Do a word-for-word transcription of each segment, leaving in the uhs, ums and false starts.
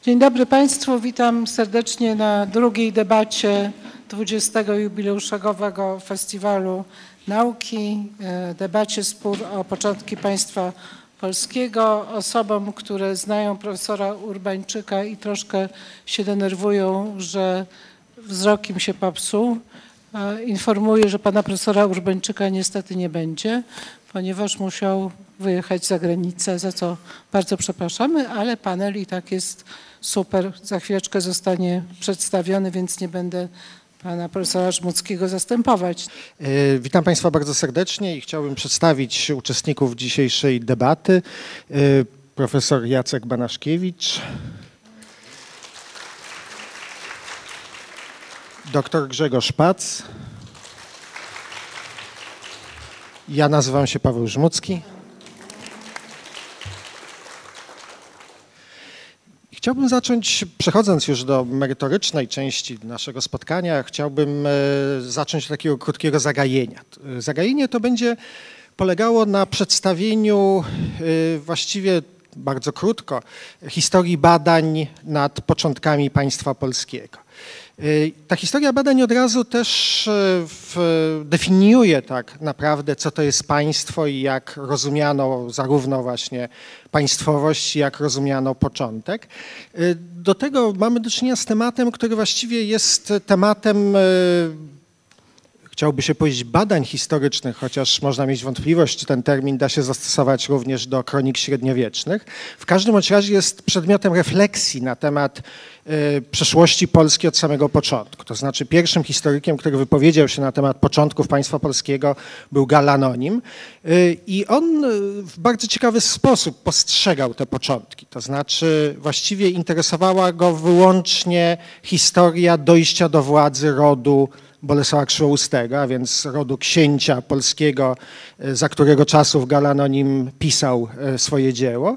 Dzień dobry Państwu, witam serdecznie na drugiej debacie dwudziestego jubileuszowego Festiwalu Nauki, debacie Spór o początki państwa polskiego. Osobom, które znają profesora Urbańczyka i troszkę się denerwują, że wzrok im się popsuł, informuję, że pana profesora Urbańczyka niestety nie będzie, ponieważ musiał wyjechać za granicę, za co bardzo przepraszamy, ale panel i tak jest super. Za chwileczkę zostanie przedstawiony, więc nie będę pana profesora Żmudzkiego zastępować. Witam Państwa bardzo serdecznie i chciałbym przedstawić uczestników dzisiejszej debaty. Profesor Jacek Banaszkiewicz, doktor Grzegorz Pac, ja nazywam się Paweł Żmudzki. Chciałbym zacząć, przechodząc już do merytorycznej części naszego spotkania, chciałbym zacząć od takiego krótkiego zagajenia. Zagajenie to będzie polegało na przedstawieniu właściwie bardzo krótko historii badań nad początkami państwa polskiego. Ta historia badań od razu też definiuje tak naprawdę, co to jest państwo i jak rozumiano zarówno właśnie państwowość, jak rozumiano początek. Do tego mamy do czynienia z tematem, który właściwie jest tematem, chciałoby się powiedzieć, badań historycznych, chociaż można mieć wątpliwość, czy ten termin da się zastosować również do kronik średniowiecznych. W każdym bądź razie jest przedmiotem refleksji na temat y, przeszłości Polski od samego początku. To znaczy pierwszym historykiem, który wypowiedział się na temat początków państwa polskiego, był Gall Anonim y, i on w bardzo ciekawy sposób postrzegał te początki. To znaczy właściwie interesowała go wyłącznie historia dojścia do władzy rodu Bolesława Krzywoustego, a więc rodu księcia polskiego, za którego czasów Gall Anonim pisał swoje dzieło.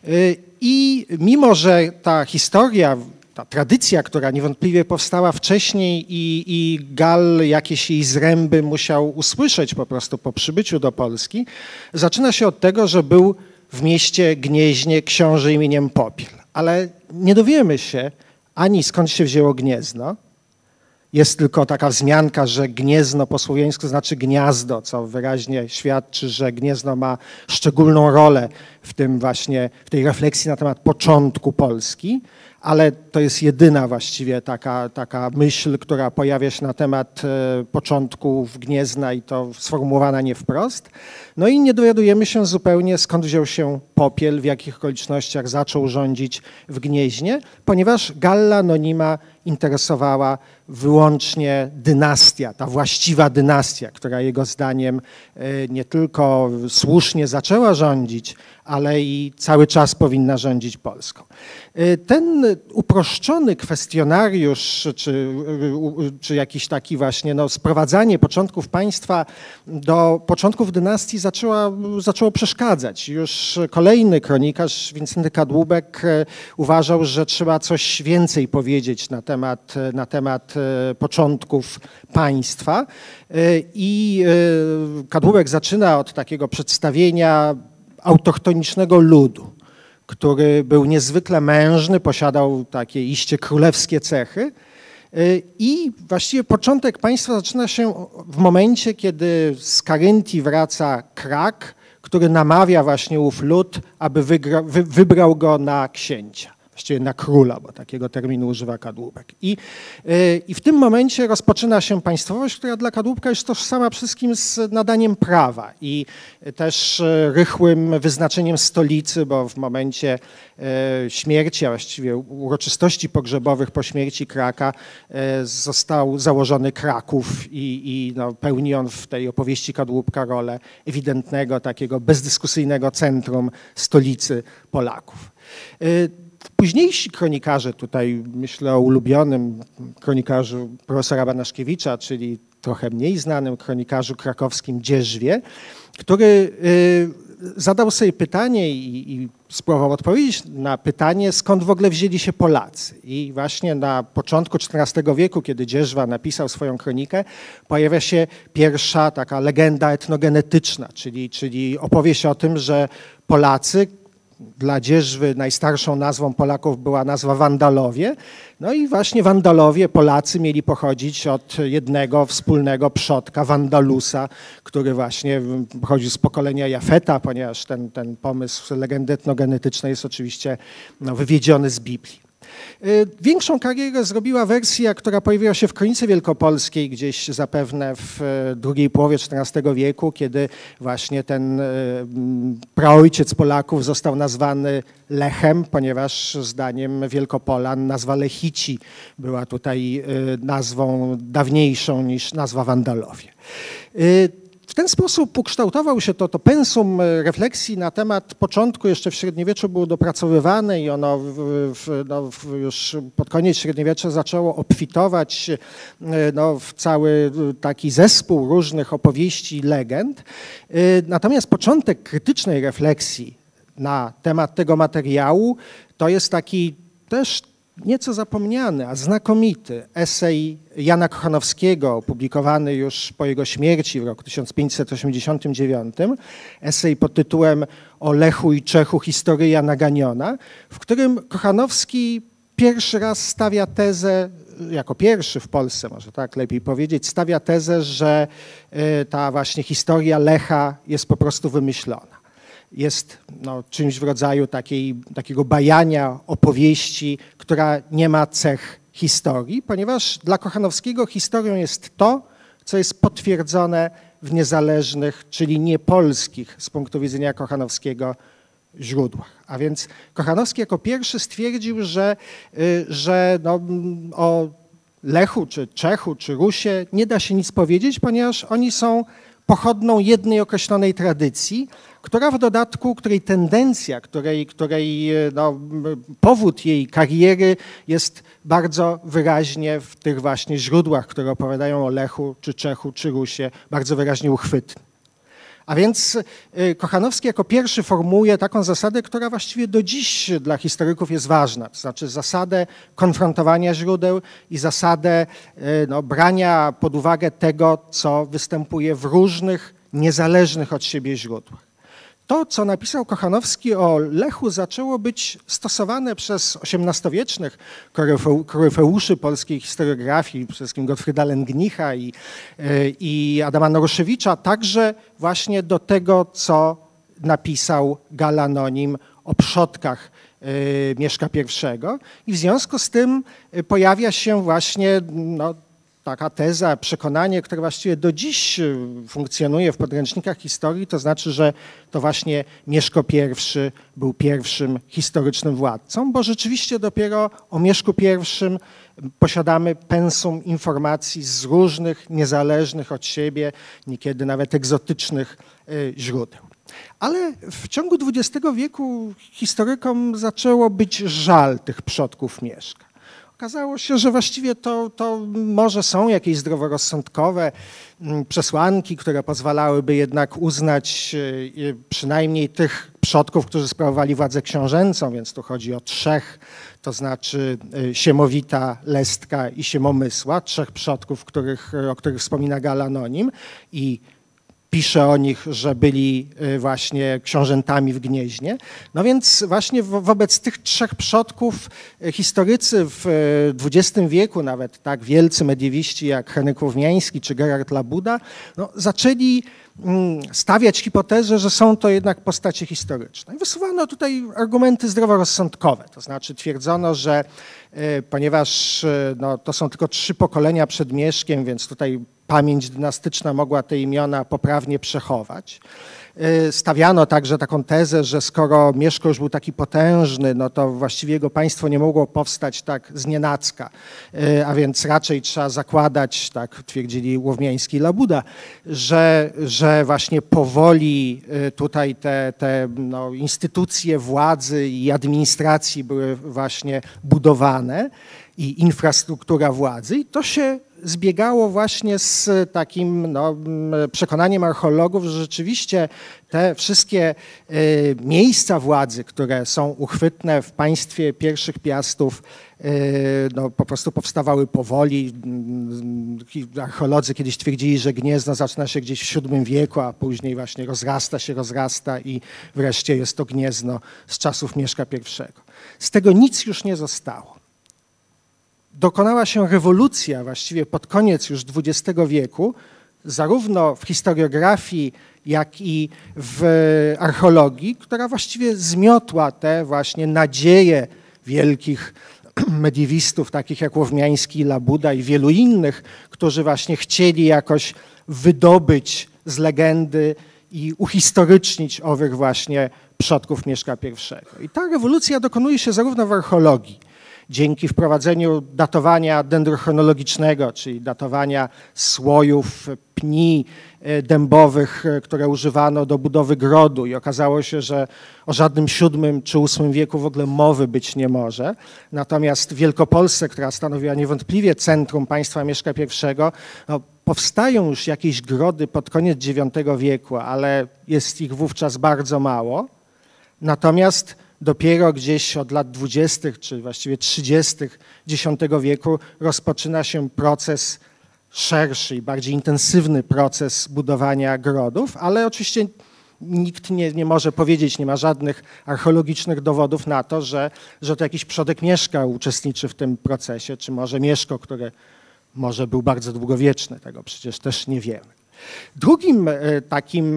I mimo że ta historia, ta tradycja, która niewątpliwie powstała wcześniej i, i Gall jakieś jej zręby musiał usłyszeć po prostu po przybyciu do Polski, zaczyna się od tego, że był w mieście Gnieźnie książę imieniem Popiel. Ale nie dowiemy się ani skąd się wzięło Gniezno. Jest tylko taka wzmianka, że Gniezno po słowiańsku znaczy gniazdo, co wyraźnie świadczy, że Gniezno ma szczególną rolę w tym właśnie, w tej refleksji na temat początku Polski, ale to jest jedyna właściwie taka, taka myśl, która pojawia się na temat e, początków Gniezna i to sformułowana nie wprost. No i nie dowiadujemy się zupełnie, skąd wziął się Popiel, w jakich okolicznościach zaczął rządzić w Gnieźnie, ponieważ Galla Anonima interesowała wyłącznie dynastia, ta właściwa dynastia, która jego zdaniem nie tylko słusznie zaczęła rządzić, ale i cały czas powinna rządzić Polską. Ten uproszczony kwestionariusz, czy, czy jakiś taki właśnie no, sprowadzanie początków państwa do początków dynastii zaczęła, zaczęło przeszkadzać. Już kolejny kronikarz, Wincenty Kadłubek, uważał, że trzeba coś więcej powiedzieć na temat, na temat początków państwa i Kadłubek zaczyna od takiego przedstawienia autochtonicznego ludu, który był niezwykle mężny, posiadał takie iście królewskie cechy i właściwie początek państwa zaczyna się w momencie, kiedy z Karyntii wraca Krak, który namawia właśnie ów lud, aby wygra, wy, wybrał go na księcia. Właściwie na króla, bo takiego terminu używa Kadłubek. I, yy, I w tym momencie rozpoczyna się państwowość, która dla Kadłubka jest tożsama przede wszystkim z nadaniem prawa i też rychłym wyznaczeniem stolicy, bo w momencie yy, śmierci, a właściwie uroczystości pogrzebowych po śmierci Kraka yy, został założony Kraków i, i no, pełni on w tej opowieści Kadłubka rolę ewidentnego, takiego bezdyskusyjnego centrum stolicy Polaków. Yy, Późniejsi kronikarze, tutaj myślę o ulubionym kronikarzu profesora Banaszkiewicza, czyli trochę mniej znanym kronikarzu krakowskim Dzierżwie, który zadał sobie pytanie i, i spróbował odpowiedzieć na pytanie, skąd w ogóle wzięli się Polacy. I właśnie na początku czternastego wieku, kiedy Dzierżwa napisał swoją kronikę, pojawia się pierwsza taka legenda etnogenetyczna, czyli, czyli opowieść o tym, że Polacy, dla Dzierżwy najstarszą nazwą Polaków była nazwa Wandalowie. No i właśnie Wandalowie, Polacy, mieli pochodzić od jednego wspólnego przodka, Wandalusa, który właśnie pochodził z pokolenia Jafeta, ponieważ ten, ten pomysł legendy etnogenetycznej jest oczywiście no, wywiedziony z Biblii. Większą karierę zrobiła wersja, która pojawiła się w Kronice Wielkopolskiej gdzieś zapewne w drugiej połowie czternastego wieku, kiedy właśnie ten praojciec Polaków został nazwany Lechem, ponieważ zdaniem Wielkopolan nazwa Lechici była tutaj nazwą dawniejszą niż nazwa Wandalowie. W ten sposób ukształtował się to, to pensum refleksji na temat początku, jeszcze w średniowieczu było dopracowywane i ono w, w, no, w już pod koniec średniowiecza zaczęło obfitować no, w cały taki zespół różnych opowieści i legend. Natomiast początek krytycznej refleksji na temat tego materiału to jest taki też nieco zapomniany, a znakomity esej Jana Kochanowskiego, opublikowany już po jego śmierci w roku tysiąc pięćset osiemdziesiątym dziewiątym, esej pod tytułem O Lechu i Czechu, historia naganiona, w którym Kochanowski pierwszy raz stawia tezę, jako pierwszy w Polsce, może tak lepiej powiedzieć, stawia tezę, że ta właśnie historia Lecha jest po prostu wymyślona. Jest no, czymś w rodzaju takiej, takiego bajania, opowieści, która nie ma cech historii, ponieważ dla Kochanowskiego historią jest to, co jest potwierdzone w niezależnych, czyli niepolskich z punktu widzenia Kochanowskiego źródłach. A więc Kochanowski jako pierwszy stwierdził, że, że no, o Lechu, czy Czechu, czy Rusie nie da się nic powiedzieć, ponieważ oni są pochodną jednej określonej tradycji, która w dodatku, której tendencja, której, której no, powód jej kariery jest bardzo wyraźnie w tych właśnie źródłach, które opowiadają o Lechu, czy Czechu, czy Rusie, bardzo wyraźnie uchwytny. A więc Kochanowski jako pierwszy formułuje taką zasadę, która właściwie do dziś dla historyków jest ważna, to znaczy zasadę konfrontowania źródeł i zasadę no, brania pod uwagę tego, co występuje w różnych, niezależnych od siebie źródłach. To, co napisał Kochanowski o Lechu, zaczęło być stosowane przez osiemnastowiecznych koryfeuszy polskiej historiografii, przede wszystkim Gottfrieda Lęgnicha i, i Adama Noruszewicza, także właśnie do tego, co napisał Galanonim o przodkach Mieszka pierwszego. I w związku z tym pojawia się właśnie no, taka teza, przekonanie, które właściwie do dziś funkcjonuje w podręcznikach historii, to znaczy, że to właśnie Mieszko pierwszy był pierwszym historycznym władcą, bo rzeczywiście dopiero o Mieszku pierwszym posiadamy pensum informacji z różnych, niezależnych od siebie, niekiedy nawet egzotycznych źródeł. Ale w ciągu dwudziestego wieku historykom zaczęło być żal tych przodków Mieszka. Okazało się, że właściwie to, to może są jakieś zdroworozsądkowe przesłanki, które pozwalałyby jednak uznać przynajmniej tych przodków, którzy sprawowali władzę książęcą, więc tu chodzi o trzech, to znaczy Siemowita, Lestka i Siemomysła, trzech przodków, których, o których wspomina Galanonim i pisze o nich, że byli właśnie książętami w Gnieźnie. No więc właśnie wo wobec tych trzech przodków historycy w dwudziestym wieku, nawet tak wielcy mediewiści jak Henryk Łowmiański czy Gerard Labuda, no, zaczęli stawiać hipotezę, że są to jednak postacie historyczne. I wysuwano tutaj argumenty zdroworozsądkowe, to znaczy twierdzono, że ponieważ no, to są tylko trzy pokolenia przed Mieszkiem, więc tutaj pamięć dynastyczna mogła te imiona poprawnie przechować. Stawiano także taką tezę, że skoro Mieszko już był taki potężny, no to właściwie jego państwo nie mogło powstać tak znienacka, a więc raczej trzeba zakładać, tak twierdzili Łowmiański i Labuda, że, że właśnie powoli tutaj te, te no, instytucje władzy i administracji były właśnie budowane i infrastruktura władzy i to się zbiegało właśnie z takim no, przekonaniem archeologów, że rzeczywiście te wszystkie y, miejsca władzy, które są uchwytne w państwie pierwszych Piastów, y, no, po prostu powstawały powoli. Archeolodzy kiedyś twierdzili, że Gniezno zaczyna się gdzieś w siódmym wieku, a później właśnie rozrasta się, rozrasta i wreszcie jest to Gniezno z czasów Mieszka pierwszego. Z tego nic już nie zostało. Dokonała się rewolucja właściwie pod koniec już dwudziestego wieku, zarówno w historiografii, jak i w archeologii, która właściwie zmiotła te właśnie nadzieje wielkich mediewistów, takich jak Łowmiański, Labuda i wielu innych, którzy właśnie chcieli jakoś wydobyć z legendy i uhistorycznić owych właśnie przodków Mieszka pierwszego. I ta rewolucja dokonuje się zarówno w archeologii, dzięki wprowadzeniu datowania dendrochronologicznego, czyli datowania słojów pni dębowych, które używano do budowy grodu i okazało się, że o żadnym siódmym czy ósmym wieku w ogóle mowy być nie może. Natomiast w Wielkopolsce, która stanowiła niewątpliwie centrum państwa Mieszka pierwszego, no, powstają już jakieś grody pod koniec dziewiątego wieku, ale jest ich wówczas bardzo mało. Natomiast dopiero gdzieś od lat dwudziestych, czy właściwie trzydziestych dziesiątego wieku rozpoczyna się proces szerszy i bardziej intensywny proces budowania grodów, ale oczywiście nikt nie, nie może powiedzieć, nie ma żadnych archeologicznych dowodów na to, że, że to jakiś przodek Mieszka uczestniczy w tym procesie, czy może Mieszko, który może był bardzo długowieczny, tego przecież też nie wiemy. Drugim takim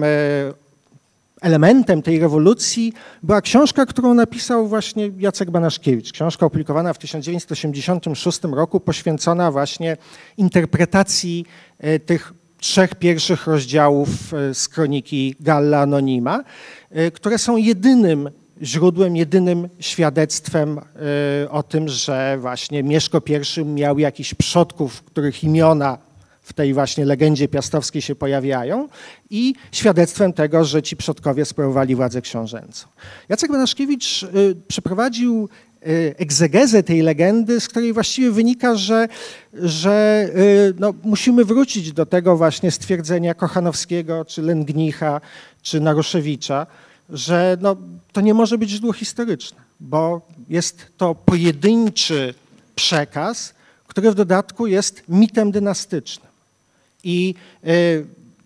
elementem tej rewolucji była książka, którą napisał właśnie Jacek Banaszkiewicz. Książka opublikowana w tysiąc dziewięćset osiemdziesiątym szóstym roku, poświęcona właśnie interpretacji tych trzech pierwszych rozdziałów z kroniki Galla Anonima, które są jedynym źródłem, jedynym świadectwem o tym, że właśnie Mieszko pierwszy miał jakichś przodków, których imiona w tej właśnie legendzie piastowskiej się pojawiają i świadectwem tego, że ci przodkowie sprawowali władzę książęcą. Jacek Banaszkiewicz y, przeprowadził y, egzegezę tej legendy, z której właściwie wynika, że, że y, no, musimy wrócić do tego właśnie stwierdzenia Kochanowskiego, czy Lęgnicha, czy Naruszewicza, że no, to nie może być źródło historyczne, bo jest to pojedynczy przekaz, który w dodatku jest mitem dynastycznym. I y,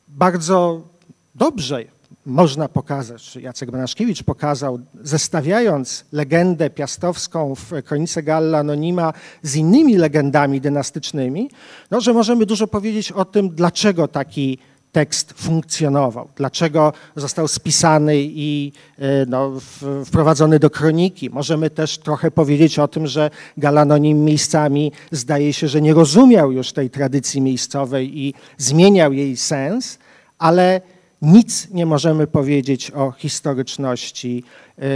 bardzo dobrze można pokazać, czy Jacek Banaszkiewicz pokazał, zestawiając legendę piastowską w kronice Galla Anonima z innymi legendami dynastycznymi, no, że możemy dużo powiedzieć o tym, dlaczego taki tekst funkcjonował, dlaczego został spisany i no, wprowadzony do kroniki. Możemy też trochę powiedzieć o tym, że Gall Anonim miejscami zdaje się, że nie rozumiał już tej tradycji miejscowej i zmieniał jej sens, ale nic nie możemy powiedzieć o historyczności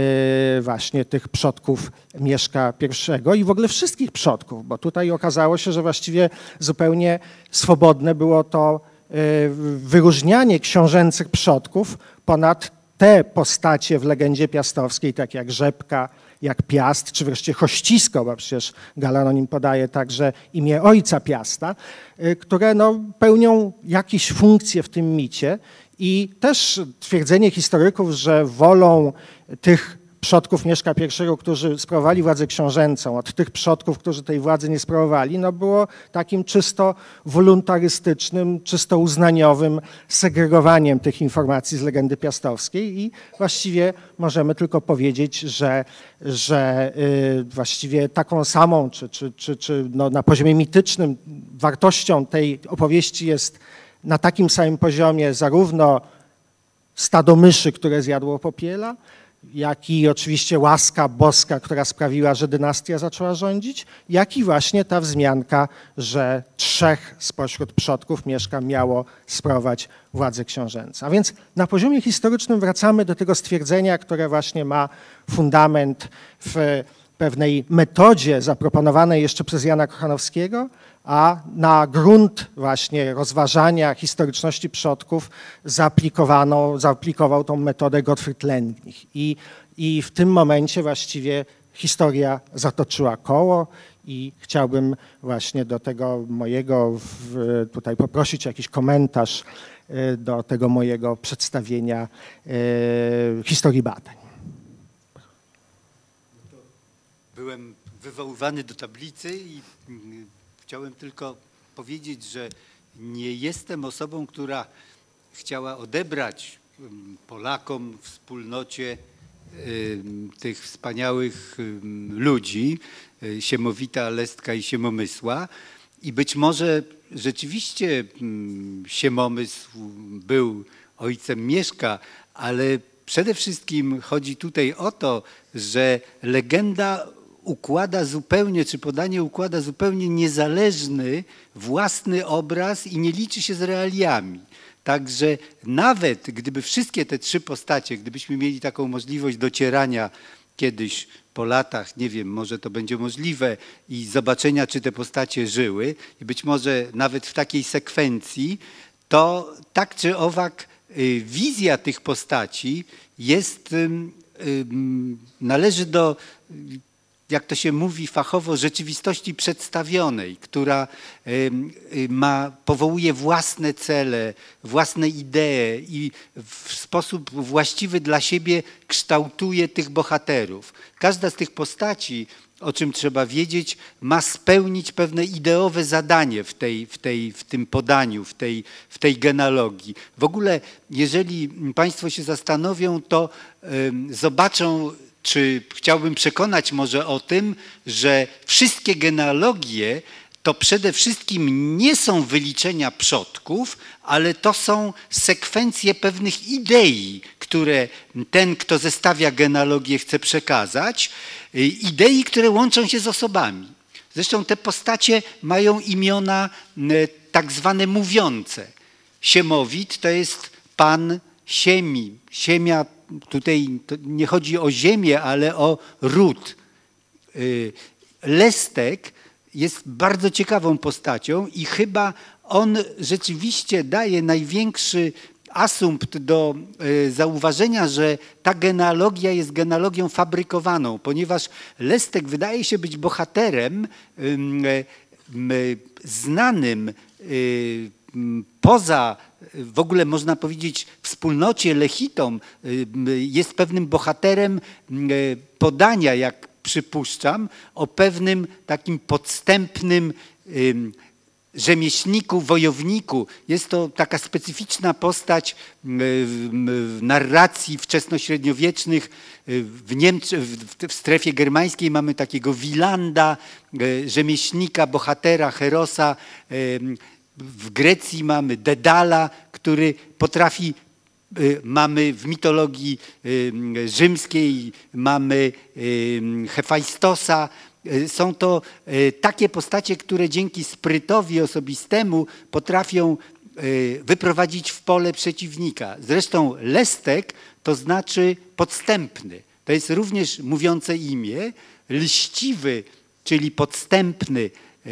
właśnie tych przodków Mieszka pierwszego i w ogóle wszystkich przodków, bo tutaj okazało się, że właściwie zupełnie swobodne było to wyróżnianie książęcych przodków ponad te postacie w legendzie piastowskiej, tak jak Rzepka, jak Piast, czy wreszcie Chościsko, bo przecież Gall Anonim podaje także imię ojca Piasta, które no, pełnią jakieś funkcje w tym micie i też twierdzenie historyków, że wolą tych przodków Mieszka pierwszego, którzy sprawowali władzę książęcą, od tych przodków, którzy tej władzy nie sprawowali, no było takim czysto wolontarystycznym, czysto uznaniowym segregowaniem tych informacji z legendy piastowskiej i właściwie możemy tylko powiedzieć, że, że yy, właściwie taką samą, czy, czy, czy, czy no na poziomie mitycznym wartością tej opowieści jest na takim samym poziomie zarówno stado myszy, które zjadło popiela, jak i oczywiście łaska boska, która sprawiła, że dynastia zaczęła rządzić, jak i właśnie ta wzmianka, że trzech spośród przodków Mieszka miało sprawować władzę książęcą. A więc na poziomie historycznym wracamy do tego stwierdzenia, które właśnie ma fundament w pewnej metodzie zaproponowanej jeszcze przez Jana Kochanowskiego, a na grunt właśnie rozważania historyczności przodków zaaplikowano, zaaplikował tą metodę Gottfried Lęgnich. I, I w tym momencie właściwie historia zatoczyła koło i chciałbym właśnie do tego mojego, w, tutaj poprosić o jakiś komentarz do tego mojego przedstawienia historii badań. Byłem wywoływany do tablicy i chciałem tylko powiedzieć, że nie jestem osobą, która chciała odebrać Polakom, wspólnocie tych wspaniałych ludzi, Siemowita, Lestka i Siemomysła. I być może rzeczywiście Siemomysł był ojcem Mieszka, ale przede wszystkim chodzi tutaj o to, że legenda układa zupełnie, czy podanie układa zupełnie niezależny, własny obraz i nie liczy się z realiami. Także nawet gdyby wszystkie te trzy postacie, gdybyśmy mieli taką możliwość docierania kiedyś po latach, nie wiem, może to będzie możliwe i zobaczenia, czy te postacie żyły i być może nawet w takiej sekwencji, to tak czy owak wizja tych postaci jest, należy do, jak to się mówi fachowo, rzeczywistości przedstawionej, która ma, powołuje własne cele, własne idee i w sposób właściwy dla siebie kształtuje tych bohaterów. Każda z tych postaci, o czym trzeba wiedzieć, ma spełnić pewne ideowe zadanie w, tej, w, tej, w tym podaniu, w tej, w tej genealogii. W ogóle, jeżeli Państwo się zastanowią, to um, zobaczą, czy chciałbym przekonać może o tym, że wszystkie genealogie to przede wszystkim nie są wyliczenia przodków, ale to są sekwencje pewnych idei, które ten, kto zestawia genealogię, chce przekazać. Idei, które łączą się z osobami. Zresztą te postacie mają imiona tak zwane mówiące. Siemowit to jest pan Siemi. Siemia, tutaj nie chodzi o ziemię, ale o ród. Lestek jest bardzo ciekawą postacią i chyba on rzeczywiście daje największy asumpt do zauważenia, że ta genealogia jest genealogią fabrykowaną, ponieważ Lestek wydaje się być bohaterem znanym poza, w ogóle można powiedzieć, wspólnocie lechitom, jest pewnym bohaterem podania, jak przypuszczam, o pewnym takim podstępnym rzemieślniku, wojowniku. Jest to taka specyficzna postać w narracji wczesnośredniowiecznych. W, Niemczech, w strefie germańskiej mamy takiego Wilanda, rzemieślnika, bohatera, herosa. W Grecji mamy Dedala, który potrafi, mamy w mitologii rzymskiej, mamy Hefajstosa. Są to takie postacie, które dzięki sprytowi osobistemu potrafią wyprowadzić w pole przeciwnika. Zresztą Lestek to znaczy podstępny. To jest również mówiące imię. Lściwy, czyli podstępny.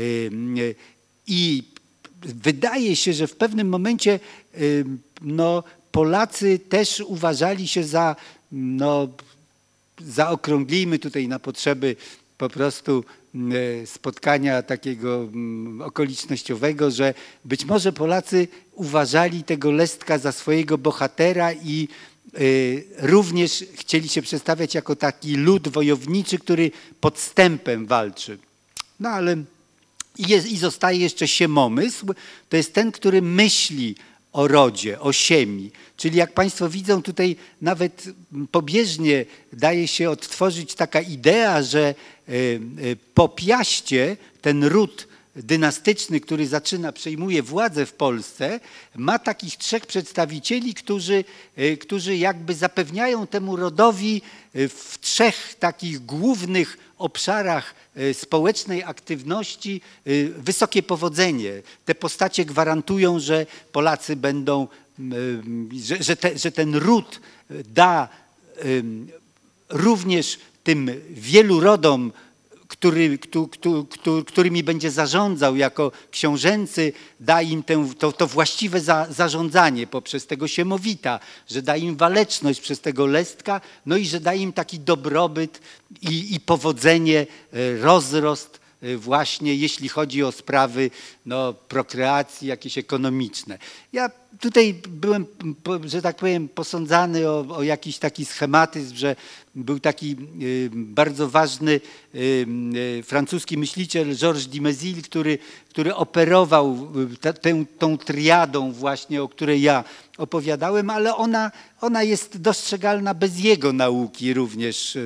I wydaje się, że w pewnym momencie no, Polacy też uważali się za, no, zaokrąglimy tutaj na potrzeby po prostu spotkania takiego okolicznościowego, że być może Polacy uważali tego Lestka za swojego bohatera i również chcieli się przedstawiać jako taki lud wojowniczy, który podstępem walczy. No ale i, jest, i zostaje jeszcze Siemomysł, to jest ten, który myśli o rodzie, o siemi. Czyli jak Państwo widzą, tutaj nawet pobieżnie daje się odtworzyć taka idea, że po Piaście ten ród dynastyczny, który zaczyna, przejmuje władzę w Polsce, ma takich trzech przedstawicieli, którzy, którzy jakby zapewniają temu rodowi w trzech takich głównych obszarach społecznej aktywności wysokie powodzenie. Te postacie gwarantują, że Polacy będą, że, że, te, że ten ród da również tym wielu rodom, Który, którymi będzie zarządzał jako książęcy, da im tę, to, to właściwe za, zarządzanie poprzez tego Siemowita, że da im waleczność przez tego Lestka, no i że da im taki dobrobyt i, i powodzenie, rozrost właśnie jeśli chodzi o sprawy no, prokreacji jakieś ekonomiczne. Ja tutaj byłem, że tak powiem, posądzany o, o jakiś taki schematyzm, że był taki bardzo ważny francuski myśliciel Georges de Mézil, który, który operował tę, tą triadą właśnie, o której ja opowiadałem, ale ona, ona jest dostrzegalna bez jego nauki również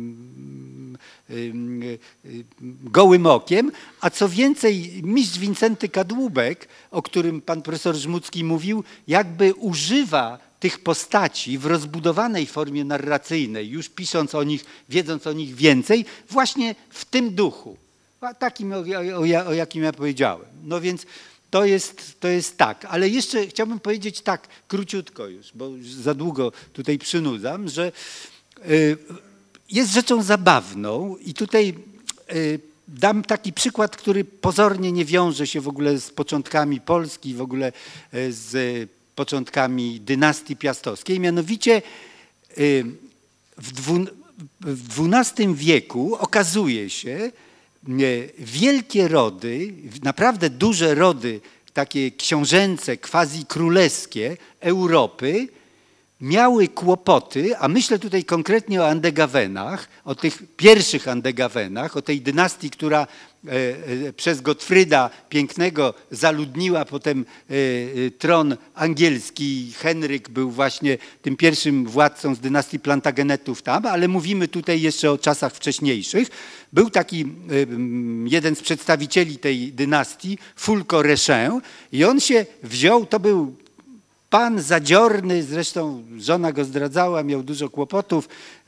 gołym okiem, a co więcej mistrz Wincenty Kadłubek, o którym pan profesor Żmudzki mówił, jakby używa tych postaci w rozbudowanej formie narracyjnej, już pisząc o nich, wiedząc o nich więcej, właśnie w tym duchu, takim o, o, o jakim ja powiedziałem. No więc to jest, to jest tak, ale jeszcze chciałbym powiedzieć tak króciutko już, bo już za długo tutaj przynudzam, że y, jest rzeczą zabawną i tutaj y, dam taki przykład, który pozornie nie wiąże się w ogóle z początkami Polski, w ogóle y, z początkami dynastii piastowskiej. Mianowicie y, w, dwu, w dwunastym wieku okazuje się, y, wielkie rody, naprawdę duże rody, takie książęce, quasi-królewskie Europy, miały kłopoty, a myślę tutaj konkretnie o Andegawenach, o tych pierwszych Andegawenach, o tej dynastii, która przez Gottfrieda Pięknego zaludniła potem tron angielski. Henryk był właśnie tym pierwszym władcą z dynastii Plantagenetów tam, ale mówimy tutaj jeszcze o czasach wcześniejszych. Był taki jeden z przedstawicieli tej dynastii, Fulco Rechin, i on się wziął, to był pan zadziorny, zresztą żona go zdradzała, miał dużo kłopotów,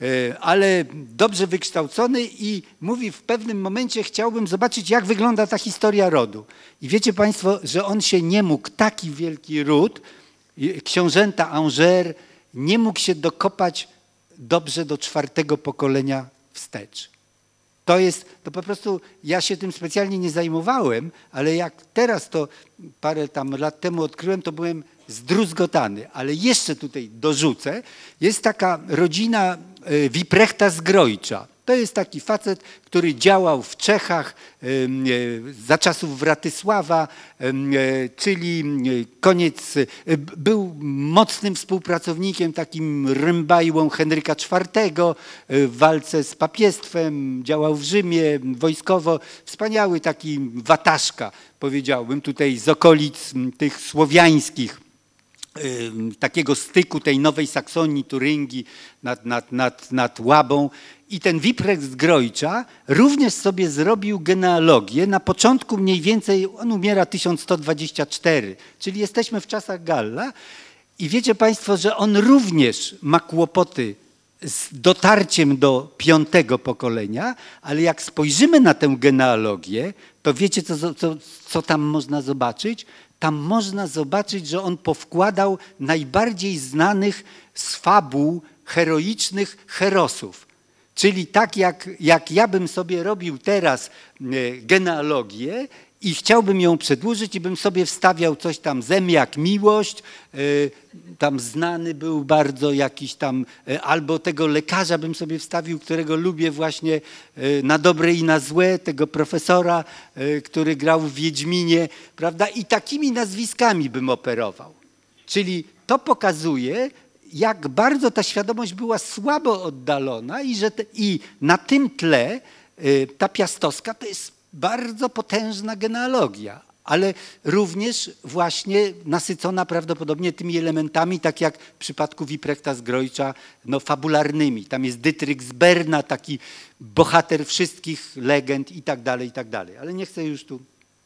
ale dobrze wykształcony i mówi w pewnym momencie chciałbym zobaczyć, jak wygląda ta historia rodu. I wiecie państwo, że on się nie mógł, taki wielki ród, książęta Angers, nie mógł się dokopać dobrze do czwartego pokolenia wstecz. To jest, to po prostu, ja się tym specjalnie nie zajmowałem, ale jak teraz to parę tam lat temu odkryłem, to byłem zdruzgotany. Ale jeszcze tutaj dorzucę, jest taka rodzina Wiprechta z Grojcza. To jest taki facet, który działał w Czechach za czasów Wratysława, czyli koniec, był mocnym współpracownikiem, takim rymbajłą Henryka czwartego w walce z papiestwem, działał w Rzymie wojskowo. Wspaniały taki wataszka, powiedziałbym, tutaj z okolic tych słowiańskich, takiego styku tej Nowej Saksonii, Turyngii nad, nad, nad, nad Łabą. I ten Wiprecht z Grojcza również sobie zrobił genealogię na początku mniej więcej, on umiera tysiąc sto dwadzieścia cztery, czyli jesteśmy w czasach Galla. I wiecie państwo, że on również ma kłopoty z dotarciem do piątego pokolenia, ale jak spojrzymy na tę genealogię, to wiecie, co, co, co tam można zobaczyć? Tam można zobaczyć, że on powkładał najbardziej znanych z fabuł heroicznych herosów. Czyli tak jak, jak ja bym sobie robił teraz genealogię i chciałbym ją przedłużyć i bym sobie wstawiał coś tam zem jak miłość, tam znany był bardzo jakiś tam, albo tego lekarza bym sobie wstawił, którego lubię właśnie na dobre i na złe, tego profesora, który grał w Wiedźminie, prawda? I takimi nazwiskami bym operował. Czyli to pokazuje, jak bardzo ta świadomość była słabo oddalona i że te, i na tym tle y, ta piastowska to jest bardzo potężna genealogia, ale również właśnie nasycona prawdopodobnie tymi elementami, tak jak w przypadku Wiprechta z Grojcza, no fabularnymi. Tam jest Dytryk z Berna, taki bohater wszystkich legend i tak dalej, i tak dalej. Ale nie chcę już tu...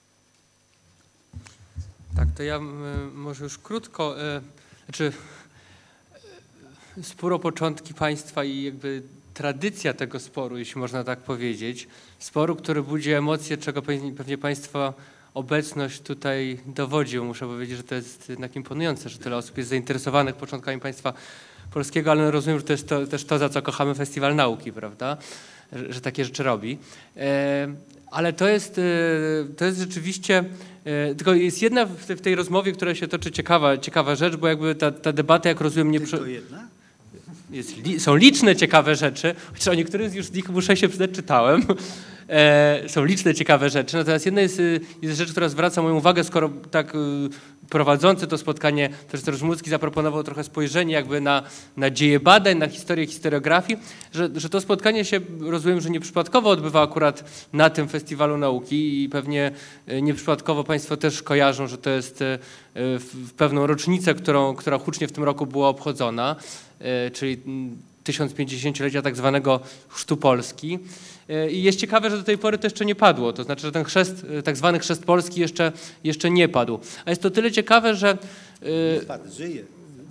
Tak, to ja y, może już krótko, y, znaczy... Spór o początki państwa i jakby tradycja tego sporu, jeśli można tak powiedzieć, sporu, który budzi emocje, czego pewnie państwa obecność tutaj dowodzi. Muszę powiedzieć, że to jest jednak imponujące, że tyle osób jest zainteresowanych początkami państwa polskiego, ale rozumiem, że to jest to, też to, za co kochamy Festiwal Nauki, prawda, że, że takie rzeczy robi. E, ale to jest, to jest rzeczywiście, tylko jest jedna w tej rozmowie, która się toczy ciekawa, ciekawa rzecz, bo jakby ta, ta debata, jak rozumiem, nie... Tylko jedna? Jest, są liczne ciekawe rzeczy, chociaż o niektórych już z nich muszę się przyznać czytałem. E, są liczne ciekawe rzeczy. Natomiast jedna jest, jest rzecz, która zwraca moją uwagę, skoro tak prowadzący to spotkanie profesor Żmudzki zaproponował trochę spojrzenie jakby na, na dzieje badań, na historię historiografii, że, że to spotkanie się, rozumiem, że nieprzypadkowo odbywa akurat na tym Festiwalu Nauki i pewnie nieprzypadkowo Państwo też kojarzą, że to jest w pewną rocznicę, którą, która hucznie w tym roku była obchodzona, czyli tysiąc pięćdziesięciolecia tak zwanego Chrztu Polski. I jest ciekawe, że do tej pory to jeszcze nie padło, to znaczy, że ten chrzest, tak zwany chrzest Polski jeszcze, jeszcze nie padł. A jest to tyle ciekawe, że... Żyje.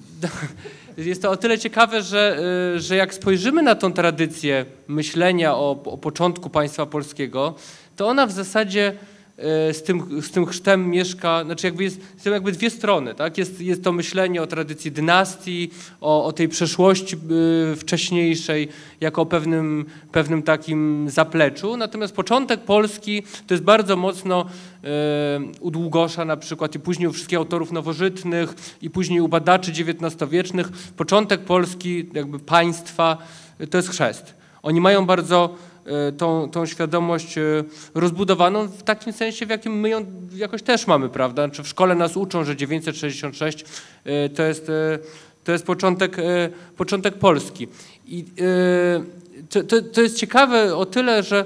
Jest to o tyle ciekawe, że, że jak spojrzymy na tą tradycję myślenia o, o początku państwa polskiego, to ona w zasadzie z tym, z tym chrztem mieszka, znaczy jakby jest, są jakby dwie strony, tak? Jest, jest to myślenie o tradycji dynastii, o, o tej przeszłości y, wcześniejszej, jako o pewnym, pewnym takim zapleczu, natomiast początek Polski to jest bardzo mocno y, u Długosza na przykład i później u wszystkich autorów nowożytnych i później u badaczy dziewiętnastowiecznych, początek Polski, jakby państwa, to jest chrzest. Oni mają bardzo Tą, tą świadomość rozbudowaną w takim sensie, w jakim my ją jakoś też mamy, prawda? Znaczy w szkole nas uczą, że dziewięćset sześćdziesiąt sześć to jest, to jest początek, początek Polski. I to, to, to jest ciekawe o tyle, że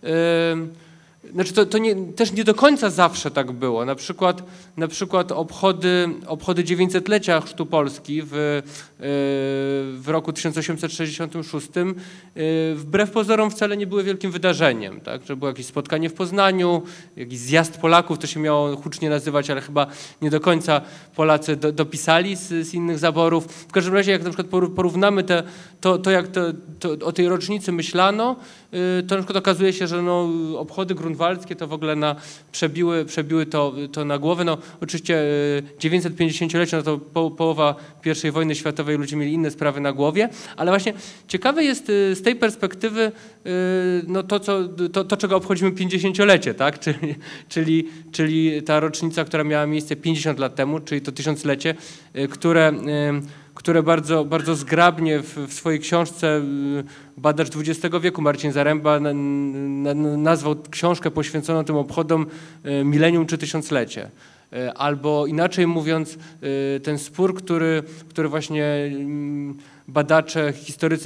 znaczy to, to nie, też nie do końca zawsze tak było. Na przykład, na przykład obchody, obchody dziewięćsetlecia Chrztu Polski w, w roku tysiąc osiemset sześćdziesiątym szóstym wbrew pozorom wcale nie były wielkim wydarzeniem. Tak? Że było jakieś spotkanie w Poznaniu, jakiś zjazd Polaków, to się miało hucznie nazywać, ale chyba nie do końca Polacy do, dopisali z, z innych zaborów. W każdym razie jak na przykład porównamy te, to, to jak to, to, o tej rocznicy myślano, to na przykład okazuje się, że no, obchody grunwaldzkie to w ogóle na, przebiły, przebiły to, to na głowę. No, oczywiście dziewięćsetpięćdziesięciolecie, no to po, połowa pierwszej wojny światowej, ludzie mieli inne sprawy na głowie, ale właśnie ciekawe jest z tej perspektywy no, to, co, to, to, czego obchodzimy pięćdziesięciolecie, tak? czyli, czyli, czyli ta rocznica, która miała miejsce pięćdziesiąt lat temu, czyli to tysiąclecie, które które bardzo, bardzo zgrabnie w, w swojej książce badacz dwudziestego wieku Marcin Zaręba na, na, nazwał książkę poświęconą tym obchodom milenium czy tysiąclecie. Albo inaczej mówiąc, ten spór, który, który właśnie badacze, historycy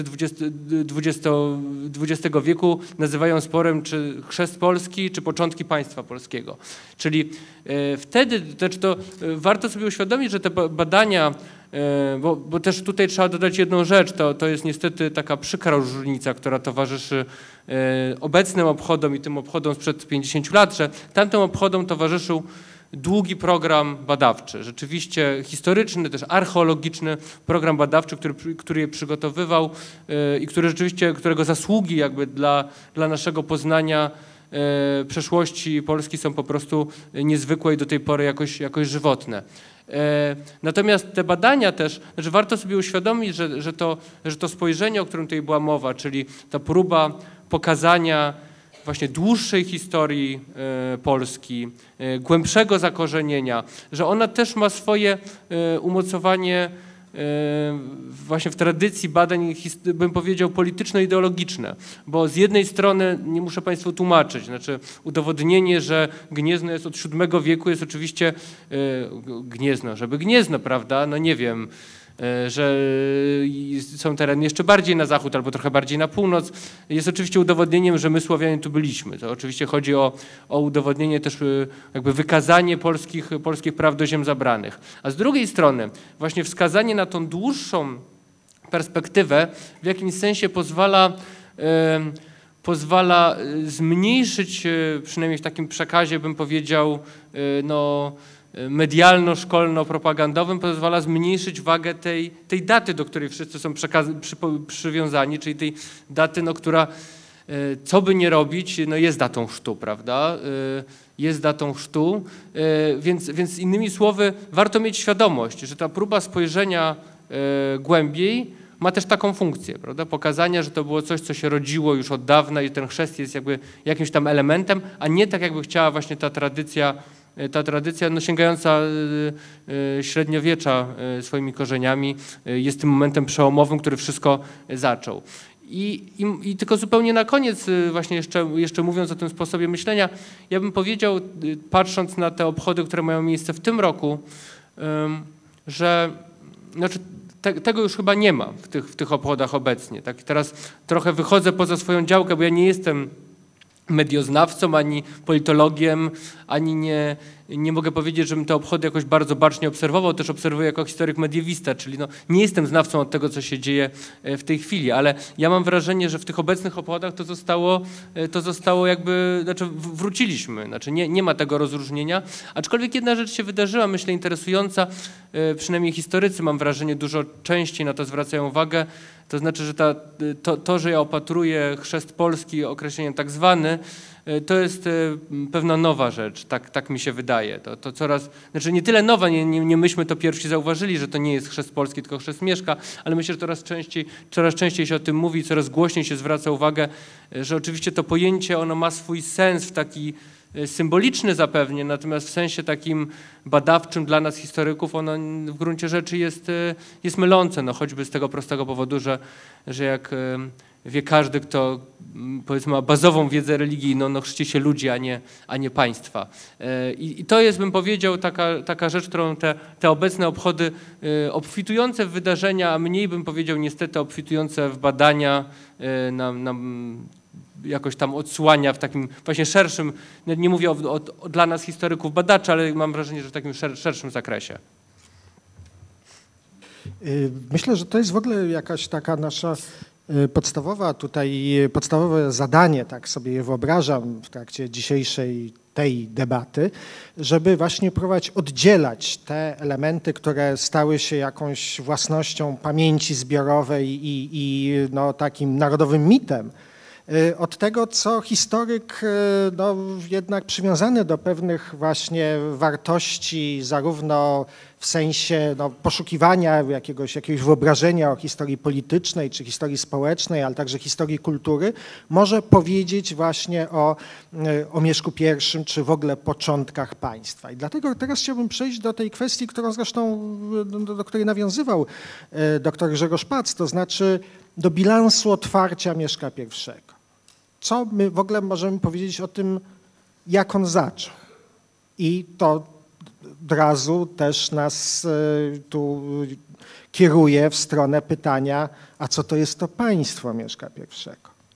dwudziestego wieku nazywają sporem, czy chrzest Polski, czy początki państwa polskiego. Czyli wtedy, znaczy to warto sobie uświadomić, że te badania, bo, bo też tutaj trzeba dodać jedną rzecz, to, to jest niestety taka przykra różnica, która towarzyszy obecnym obchodom i tym obchodom sprzed pięćdziesięciu lat, że tamtym obchodom towarzyszył długi program badawczy, rzeczywiście historyczny, też archeologiczny program badawczy, który, który je przygotowywał i który rzeczywiście, którego zasługi jakby dla, dla naszego poznania przeszłości Polski są po prostu niezwykłe i do tej pory jakoś, jakoś żywotne. Natomiast te badania też, że warto sobie uświadomić, że, że, to, że to spojrzenie, o którym tutaj była mowa, czyli ta próba pokazania właśnie dłuższej historii e, Polski, e, głębszego zakorzenienia, że ona też ma swoje e, umocowanie e, właśnie w tradycji badań, bym powiedział, polityczno-ideologiczne, bo z jednej strony, nie muszę Państwu tłumaczyć, znaczy udowodnienie, że Gniezno jest od siódmego wieku jest oczywiście e, Gniezno, żeby Gniezno, prawda, no nie wiem, że są tereny jeszcze bardziej na zachód albo trochę bardziej na północ, jest oczywiście udowodnieniem, że my Słowianie tu byliśmy. To oczywiście chodzi o, o udowodnienie też jakby wykazanie polskich, polskich praw do ziem zabranych. A z drugiej strony właśnie wskazanie na tą dłuższą perspektywę w jakimś sensie pozwala e, pozwala zmniejszyć, przynajmniej w takim przekazie bym powiedział, e, no medialno-szkolno-propagandowym pozwala zmniejszyć wagę tej, tej daty, do której wszyscy są przekaz- przy, przywiązani, czyli tej daty, no, która co by nie robić, no jest datą chrztu, prawda? Jest datą chrztu, więc, więc innymi słowy warto mieć świadomość, że ta próba spojrzenia głębiej ma też taką funkcję, prawda? Pokazania, że to było coś, co się rodziło już od dawna i ten chrzest jest jakby jakimś tam elementem, a nie tak jakby chciała właśnie ta tradycja Ta tradycja no, sięgająca średniowiecza swoimi korzeniami jest tym momentem przełomowym, który wszystko zaczął. I, i, I tylko zupełnie na koniec, właśnie jeszcze, jeszcze mówiąc o tym sposobie myślenia, ja bym powiedział, patrząc na te obchody, które mają miejsce w tym roku, że znaczy, te, tego już chyba nie ma w tych, w tych obchodach obecnie. Tak? Teraz trochę wychodzę poza swoją działkę, bo ja nie jestem medioznawcą, ani politologiem, ani nie, nie mogę powiedzieć, żebym te obchody jakoś bardzo bacznie obserwował, też obserwuję jako historyk mediewista, czyli no, nie jestem znawcą od tego, co się dzieje w tej chwili, ale ja mam wrażenie, że w tych obecnych obchodach to zostało, to zostało jakby, znaczy wróciliśmy, znaczy nie, nie ma tego rozróżnienia, aczkolwiek jedna rzecz się wydarzyła, myślę interesująca, przynajmniej historycy mam wrażenie dużo częściej na to zwracają uwagę, to znaczy, że ta, to, to, że ja opatruję chrzest polski określeniem tak zwany, to jest pewna nowa rzecz, tak, tak mi się wydaje. To, to coraz, znaczy nie tyle nowa, nie, nie, nie myśmy to pierwsi zauważyli, że to nie jest chrzest polski, tylko chrzest Mieszka, ale myślę, że coraz częściej, coraz częściej się o tym mówi, coraz głośniej się zwraca uwagę, że oczywiście to pojęcie ono ma swój sens w taki symboliczny zapewnie, natomiast w sensie takim badawczym dla nas historyków ono w gruncie rzeczy jest, jest mylące, no choćby z tego prostego powodu, że, że jak wie każdy, kto powiedzmy ma bazową wiedzę religijną, no chrzci się ludzi, a nie, a nie państwa. I, I to jest, bym powiedział, taka, taka rzecz, którą te, te obecne obchody obfitujące w wydarzenia, a mniej bym powiedział niestety obfitujące w badania nam, nam jakoś tam odsłania w takim właśnie szerszym, nie mówię o, o, o dla nas historyków badaczy, ale mam wrażenie, że w takim szer, szerszym zakresie. Myślę, że to jest w ogóle jakaś taka nasza podstawowa tutaj, podstawowe zadanie, tak sobie je wyobrażam w trakcie dzisiejszej tej debaty, żeby właśnie próbować oddzielać te elementy, które stały się jakąś własnością pamięci zbiorowej i, i no, takim narodowym mitem, od tego, co historyk no, jednak przywiązany do pewnych właśnie wartości, zarówno w sensie no, poszukiwania jakiegoś, jakiegoś wyobrażenia o historii politycznej czy historii społecznej, ale także historii kultury, może powiedzieć właśnie o, o Mieszku I czy w ogóle początkach państwa. I dlatego teraz chciałbym przejść do tej kwestii, którą zresztą, do, do której nawiązywał dr Grzegorz Pac, to znaczy do bilansu otwarcia Mieszka I. Co my w ogóle możemy powiedzieć o tym, jak on zaczął? I to od razu też nas tu kieruje w stronę pytania, a co to jest to państwo Mieszka I?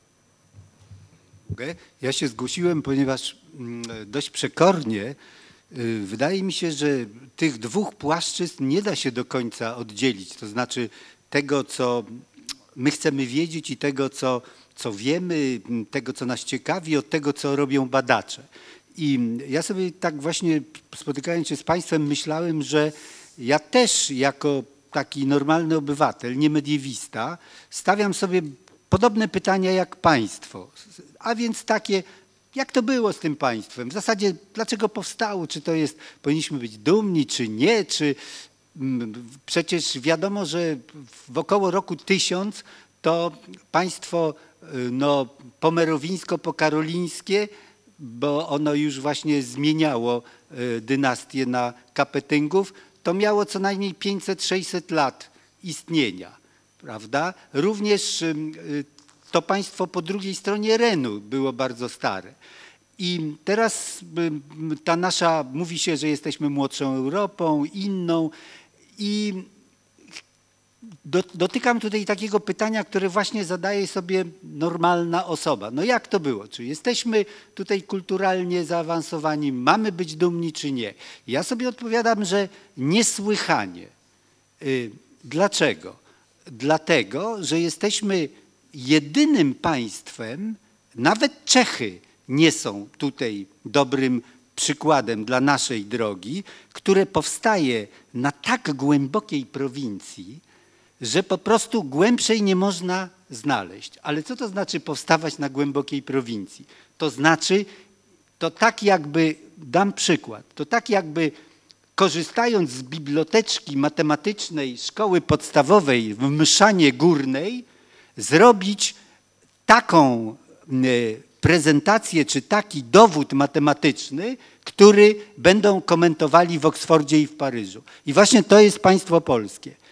Ja się zgłosiłem, ponieważ dość przekornie wydaje mi się, że tych dwóch płaszczyzn nie da się do końca oddzielić. To znaczy tego, co my chcemy wiedzieć i tego, co, co wiemy, tego, co nas ciekawi, od tego, co robią badacze. I ja sobie tak właśnie spotykając się z państwem myślałem, że ja też jako taki normalny obywatel, nie mediewista, stawiam sobie podobne pytania jak państwo. A więc takie, jak to było z tym państwem? W zasadzie dlaczego powstało? Czy to jest, powinniśmy być dumni, czy nie? Czy przecież wiadomo, że w około roku tysiąc to państwo no, pomerowińsko-pokarolińskie, bo ono już właśnie zmieniało dynastię na Kapetyngów, to miało co najmniej pięćset sześćset lat istnienia, prawda? Również to państwo po drugiej stronie Renu było bardzo stare. I teraz ta nasza, mówi się, że jesteśmy młodszą Europą, inną i dotykam tutaj takiego pytania, które właśnie zadaje sobie normalna osoba. No jak to było? Czy jesteśmy tutaj kulturalnie zaawansowani? Mamy być dumni czy nie? Ja sobie odpowiadam, że niesłychanie. Dlaczego? Dlatego, że jesteśmy jedynym państwem, nawet Czechy nie są tutaj dobrym przykładem dla naszej drogi, które powstaje na tak głębokiej prowincji, że po prostu głębszej nie można znaleźć. Ale co to znaczy powstawać na głębokiej prowincji? To znaczy, to tak jakby, dam przykład, to tak jakby korzystając z biblioteczki matematycznej szkoły podstawowej w Mszanie Górnej, zrobić taką prezentację czy taki dowód matematyczny, który będą komentowali w Oksfordzie i w Paryżu. I właśnie to jest państwo polskie.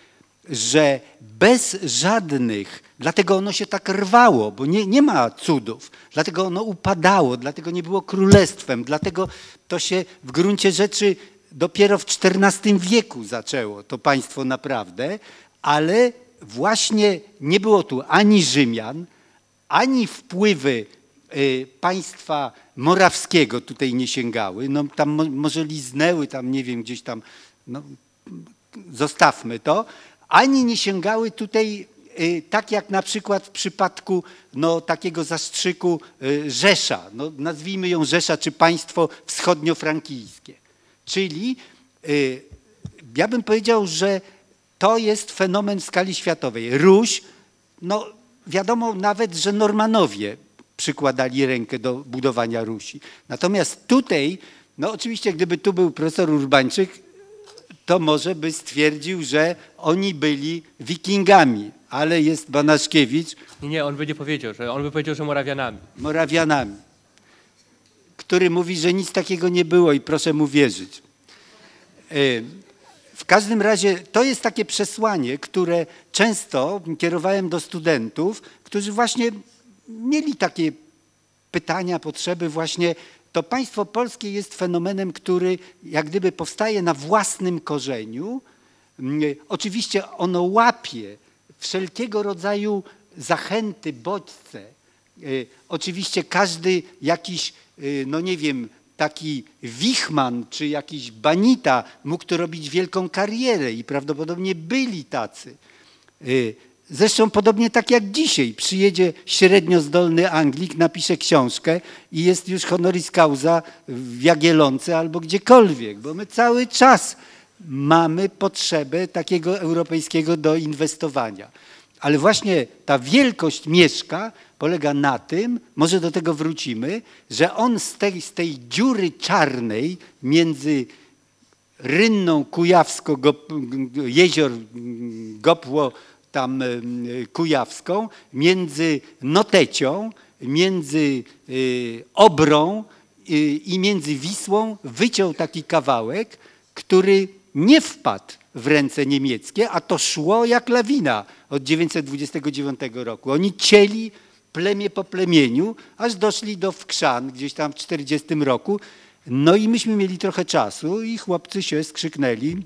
że bez żadnych, dlatego ono się tak rwało, bo nie, nie ma cudów, dlatego ono upadało, dlatego nie było królestwem, dlatego to się w gruncie rzeczy dopiero w czternastym wieku zaczęło, to państwo naprawdę, ale właśnie nie było tu ani Rzymian, ani wpływy y, państwa morawskiego tutaj nie sięgały, no tam mo, może liznęły, tam nie wiem, gdzieś tam, no, zostawmy to, ani nie sięgały tutaj y, tak jak na przykład w przypadku no, takiego zastrzyku y, Rzesza, no, nazwijmy ją Rzesza czy państwo wschodniofrankijskie. Czyli y, ja bym powiedział, że to jest fenomen w skali światowej. Ruś, no wiadomo nawet, że Normanowie przykładali rękę do budowania Rusi. Natomiast tutaj, no oczywiście gdyby tu był profesor Urbańczyk, to może by stwierdził, że oni byli wikingami, ale jest Banaszkiewicz. Nie, on by nie powiedział, że on by powiedział, że Morawianami. Morawianami, który mówi, że nic takiego nie było i proszę mu wierzyć. W każdym razie to jest takie przesłanie, które często kierowałem do studentów, którzy właśnie mieli takie pytania, potrzeby właśnie. To państwo polskie jest fenomenem, który jak gdyby powstaje na własnym korzeniu. Oczywiście ono łapie wszelkiego rodzaju zachęty, bodźce. Oczywiście każdy jakiś, no nie wiem, taki Wichman czy jakiś Banita mógł tu robić wielką karierę i prawdopodobnie byli tacy. Zresztą podobnie tak jak dzisiaj. Przyjedzie średnio zdolny Anglik, napisze książkę i jest już honoris causa w Jagiellonce albo gdziekolwiek, bo my cały czas mamy potrzebę takiego europejskiego doinwestowania. Ale właśnie ta wielkość Mieszka polega na tym, może do tego wrócimy, że on z tej, z tej dziury czarnej między Rynną Kujawską, jezior Gopło, tam Kujawską, między Notecią, między Obrą i między Wisłą wyciął taki kawałek, który nie wpadł w ręce niemieckie, a to szło jak lawina od dziewięćset dwudziestego dziewiątego roku. Oni cieli plemię po plemieniu, aż doszli do Wkrzan gdzieś tam w czterdziestym roku. No i myśmy mieli trochę czasu i chłopcy się skrzyknęli.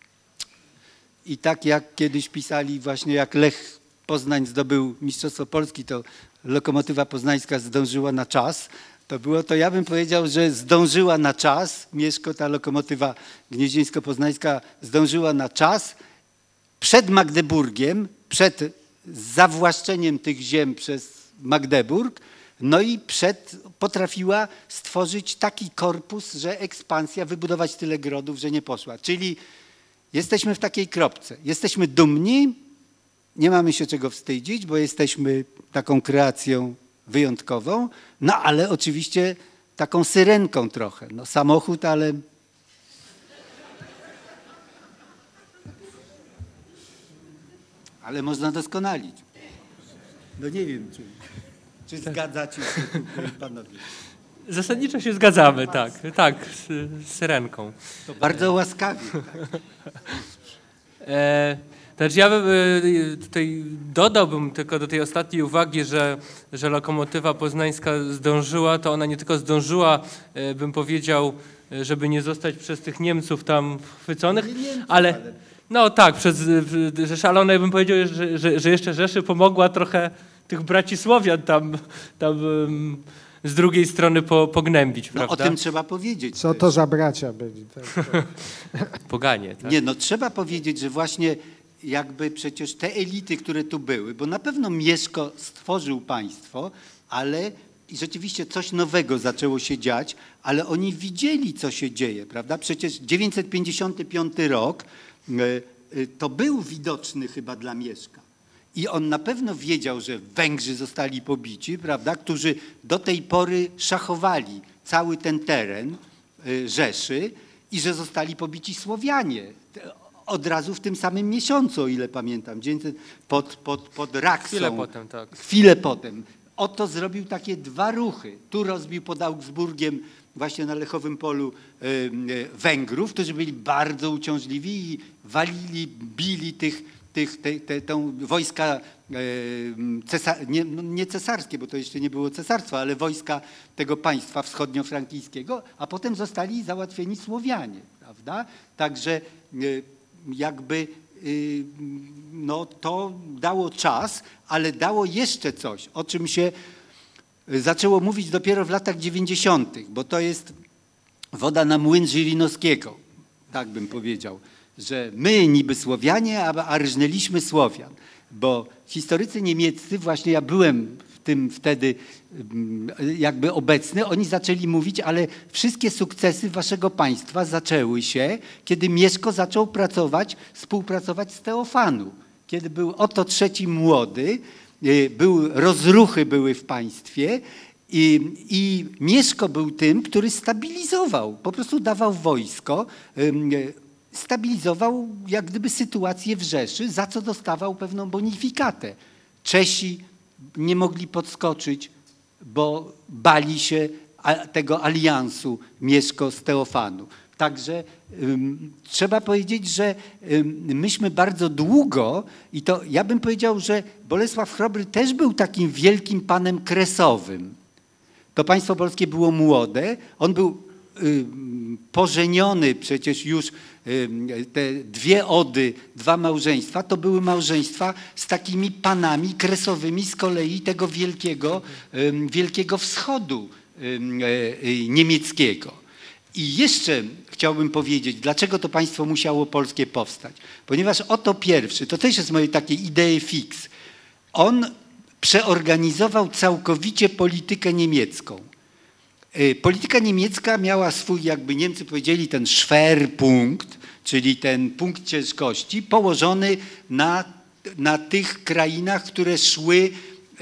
I tak jak kiedyś pisali właśnie, jak Lech Poznań zdobył Mistrzostwo Polski, to Lokomotywa Poznańska zdążyła na czas. To było to, ja bym powiedział, że zdążyła na czas. Mieszko, ta Lokomotywa Gnieźnieńsko-Poznańska zdążyła na czas. Przed Magdeburgiem, przed zawłaszczeniem tych ziem przez Magdeburg, no i przed, potrafiła stworzyć taki korpus, że ekspansja, wybudować tyle grodów, że nie poszła. Czyli jesteśmy w takiej kropce. Jesteśmy dumni, nie mamy się czego wstydzić, bo jesteśmy taką kreacją wyjątkową, no ale oczywiście taką syrenką trochę. No samochód, ale... Ale można doskonalić. No nie wiem, czy, czy zgadzacie się tutaj panowie. Zasadniczo się zgadzamy, tak, tak, z, z syrenką. To bardzo łaskawie. Tak. E, Znaczy ja bym tutaj dodałbym tylko do tej ostatniej uwagi, że, że Lokomotywa Poznańska zdążyła, to ona nie tylko zdążyła, bym powiedział, żeby nie zostać przez tych Niemców tam chwyconych, ale no tak, przez Rzeszę, ale ona bym powiedział, że, że, że jeszcze Rzeszy pomogła trochę tych braci Słowian tam, tam z drugiej strony po, pognębić, no, prawda? O tym trzeba powiedzieć. Co to za bracia byli? Poganie, tak? Nie, no trzeba powiedzieć, że właśnie jakby przecież te elity, które tu były, bo na pewno Mieszko stworzył państwo, ale i rzeczywiście coś nowego zaczęło się dziać, ale oni widzieli, co się dzieje, prawda? Przecież dziewięćset pięćdziesiąty piąty rok to był widoczny chyba dla Mieszka. I on na pewno wiedział, że Węgrzy zostali pobici, prawda, którzy do tej pory szachowali cały ten teren Rzeszy i że zostali pobici Słowianie. Od razu w tym samym miesiącu, o ile pamiętam, pod, pod, pod Raksą. Chwilę potem, tak. Chwilę potem. Oto zrobił takie dwa ruchy. Tu rozbił pod Augsburgiem, właśnie na Lechowym Polu, Węgrów, którzy byli bardzo uciążliwi i walili, bili tych tych, te, te, tą wojska cesa, nie, no nie cesarskie, bo to jeszcze nie było cesarstwa, ale wojska tego państwa wschodniofrankijskiego, a potem zostali załatwieni Słowianie, prawda? Także jakby no, to dało czas, ale dało jeszcze coś, o czym się zaczęło mówić dopiero w latach dziewięćdziesiątych, bo to jest woda na młyn Żyrinowskiego, tak bym powiedział, że my niby Słowianie, a, a rżnęliśmy Słowian, bo historycy niemieccy, właśnie ja byłem w tym wtedy jakby obecny, oni zaczęli mówić, ale wszystkie sukcesy waszego państwa zaczęły się, kiedy Mieszko zaczął pracować, współpracować z Teofanu, kiedy był Oto trzeci młody, był, rozruchy były w państwie i, i Mieszko był tym, który stabilizował, po prostu dawał wojsko, stabilizował jak gdyby sytuację w Rzeszy, za co dostawał pewną bonifikatę. Czesi nie mogli podskoczyć, bo bali się tego aliansu Mieszko z Teofanu. Także um, trzeba powiedzieć, że um, myśmy bardzo długo, i to ja bym powiedział, że Bolesław Chrobry też był takim wielkim panem kresowym. To państwo polskie było młode, on był um, pożeniony przecież już um, te dwie ody, dwa małżeństwa, to były małżeństwa z takimi panami kresowymi z kolei tego wielkiego, um, wielkiego wschodu um, e, niemieckiego. I jeszcze chciałbym powiedzieć, dlaczego to państwo musiało polskie powstać. Ponieważ Oto pierwszy, to też jest moje takie idee fix, on przeorganizował całkowicie politykę niemiecką. Polityka niemiecka miała swój, jakby Niemcy powiedzieli, ten Schwerpunkt, czyli ten punkt ciężkości położony na, na tych krainach, które szły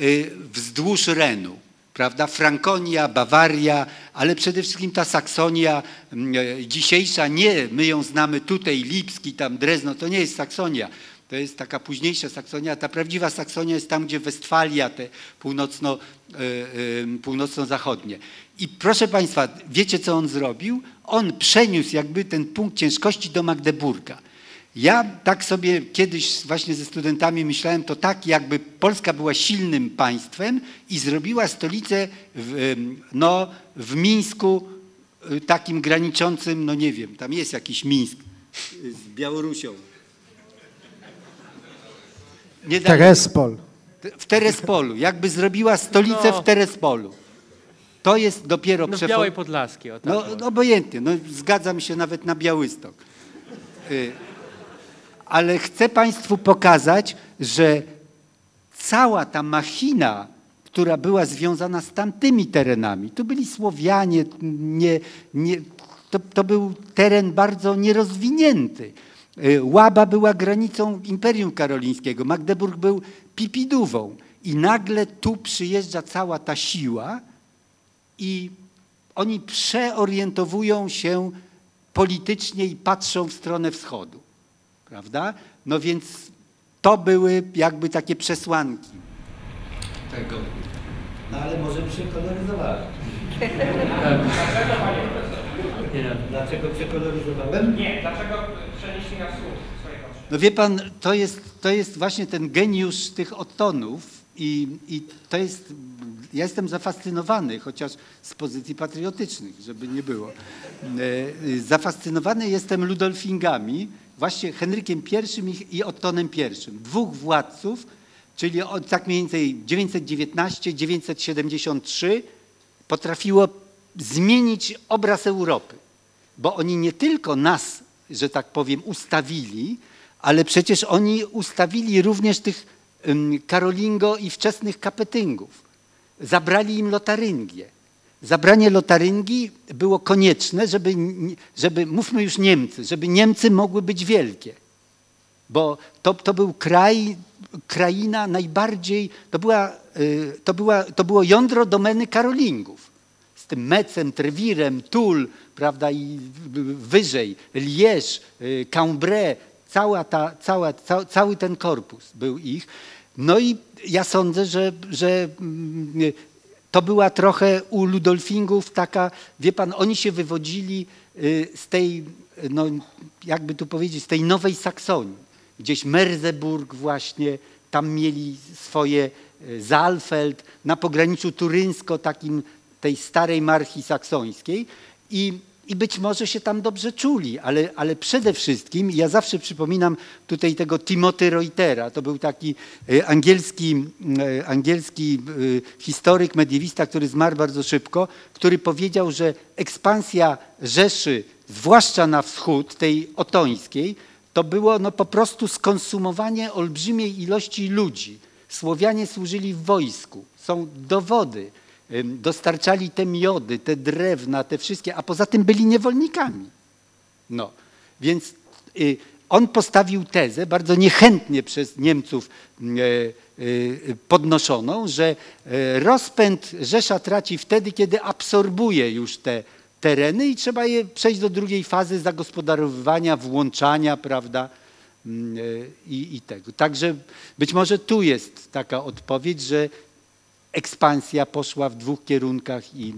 wzdłuż Renu. Prawda? Frankonia, Bawaria, ale przede wszystkim ta Saksonia dzisiejsza, nie, my ją znamy tutaj, Lipski, tam Drezno, to nie jest Saksonia, to jest taka późniejsza Saksonia, ta prawdziwa Saksonia jest tam, gdzie Westfalia, te północno, północno-zachodnie. I proszę Państwa, wiecie co on zrobił? On przeniósł jakby ten punkt ciężkości do Magdeburga. Ja tak sobie kiedyś właśnie ze studentami myślałem, to tak jakby Polska była silnym państwem i zrobiła stolicę w, no, w Mińsku takim graniczącym, no nie wiem, tam jest jakiś Mińsk z Białorusią. Nie Terespol. W Terespolu, jakby zrobiła stolicę No. w Terespolu. To jest dopiero... No w przefo- Białej Podlaskiej. O tak. No, no obojętnie, no, zgadzam się nawet na Białystok. Y Ale chcę Państwu pokazać, że cała ta machina, która była związana z tamtymi terenami, to byli Słowianie, nie, nie, to, to był teren bardzo nierozwinięty. Łaba była granicą Imperium Karolińskiego, Magdeburg był Pipidówą i nagle tu przyjeżdża cała ta siła i oni przeorientowują się politycznie i patrzą w stronę wschodu. Prawda? No więc to były jakby takie przesłanki tego. No ale może przekoloryzowałem. Dlaczego przekoloryzowałem? Nie, dlaczego przenieśli na wschód swoje oczy? No wie pan, to jest, to jest właśnie ten geniusz tych Ottonów i, i to jest, ja jestem zafascynowany, chociaż z pozycji patriotycznych, żeby nie było. Zafascynowany jestem Ludolfingami, właśnie Henrykiem pierwszym i Ottonem pierwszym. Dwóch władców, czyli od tak mniej więcej dziewięćset dziewiętnaście dziewięćset siedemdziesiąt trzy potrafiło zmienić obraz Europy. Bo oni nie tylko nas, że tak powiem, ustawili, ale przecież oni ustawili również tych um, Karolingo i wczesnych Kapetyngów. Zabrali im Lotaryngię. Zabranie Lotaryngii było konieczne, żeby, żeby, mówmy już Niemcy, żeby Niemcy mogły być wielkie. Bo to, to był kraj, kraina najbardziej, to, była, to, była, to było jądro domeny Karolingów. Z tym Mecem, Trewirem, Toul, prawda, i wyżej, Liège, Cambrai, cała ta, cała, ca, cały ten korpus był ich. No i ja sądzę, że, że to była trochę u Ludolfingów taka, wie pan, oni się wywodzili z tej, no jakby tu powiedzieć, z tej Nowej Saksonii. gdzieś Merseburg właśnie, tam mieli swoje Saalfeld, na pograniczu turyńsko takim tej starej marchii saksońskiej i, i być może się tam dobrze czuli, ale, ale przede wszystkim, ja zawsze przypominam tutaj tego Timothy Reutera, to był taki angielski, angielski historyk, mediewista, który zmarł bardzo szybko, który powiedział, że ekspansja Rzeszy, zwłaszcza na wschód, tej otońskiej, to było no po prostu skonsumowanie olbrzymiej ilości ludzi. Słowianie służyli w wojsku, są dowody, dostarczali te miody, te drewna, te wszystkie, a poza tym byli niewolnikami. No, więc y, on postawił tezę, bardzo niechętnie przez Niemców y, y, podnoszoną, że y, rozpęd Rzesza traci wtedy, kiedy absorbuje już te tereny i trzeba je przejść do drugiej fazy zagospodarowywania, włączania, prawda, i, i tego. Także być może tu jest taka odpowiedź, że ekspansja poszła w dwóch kierunkach i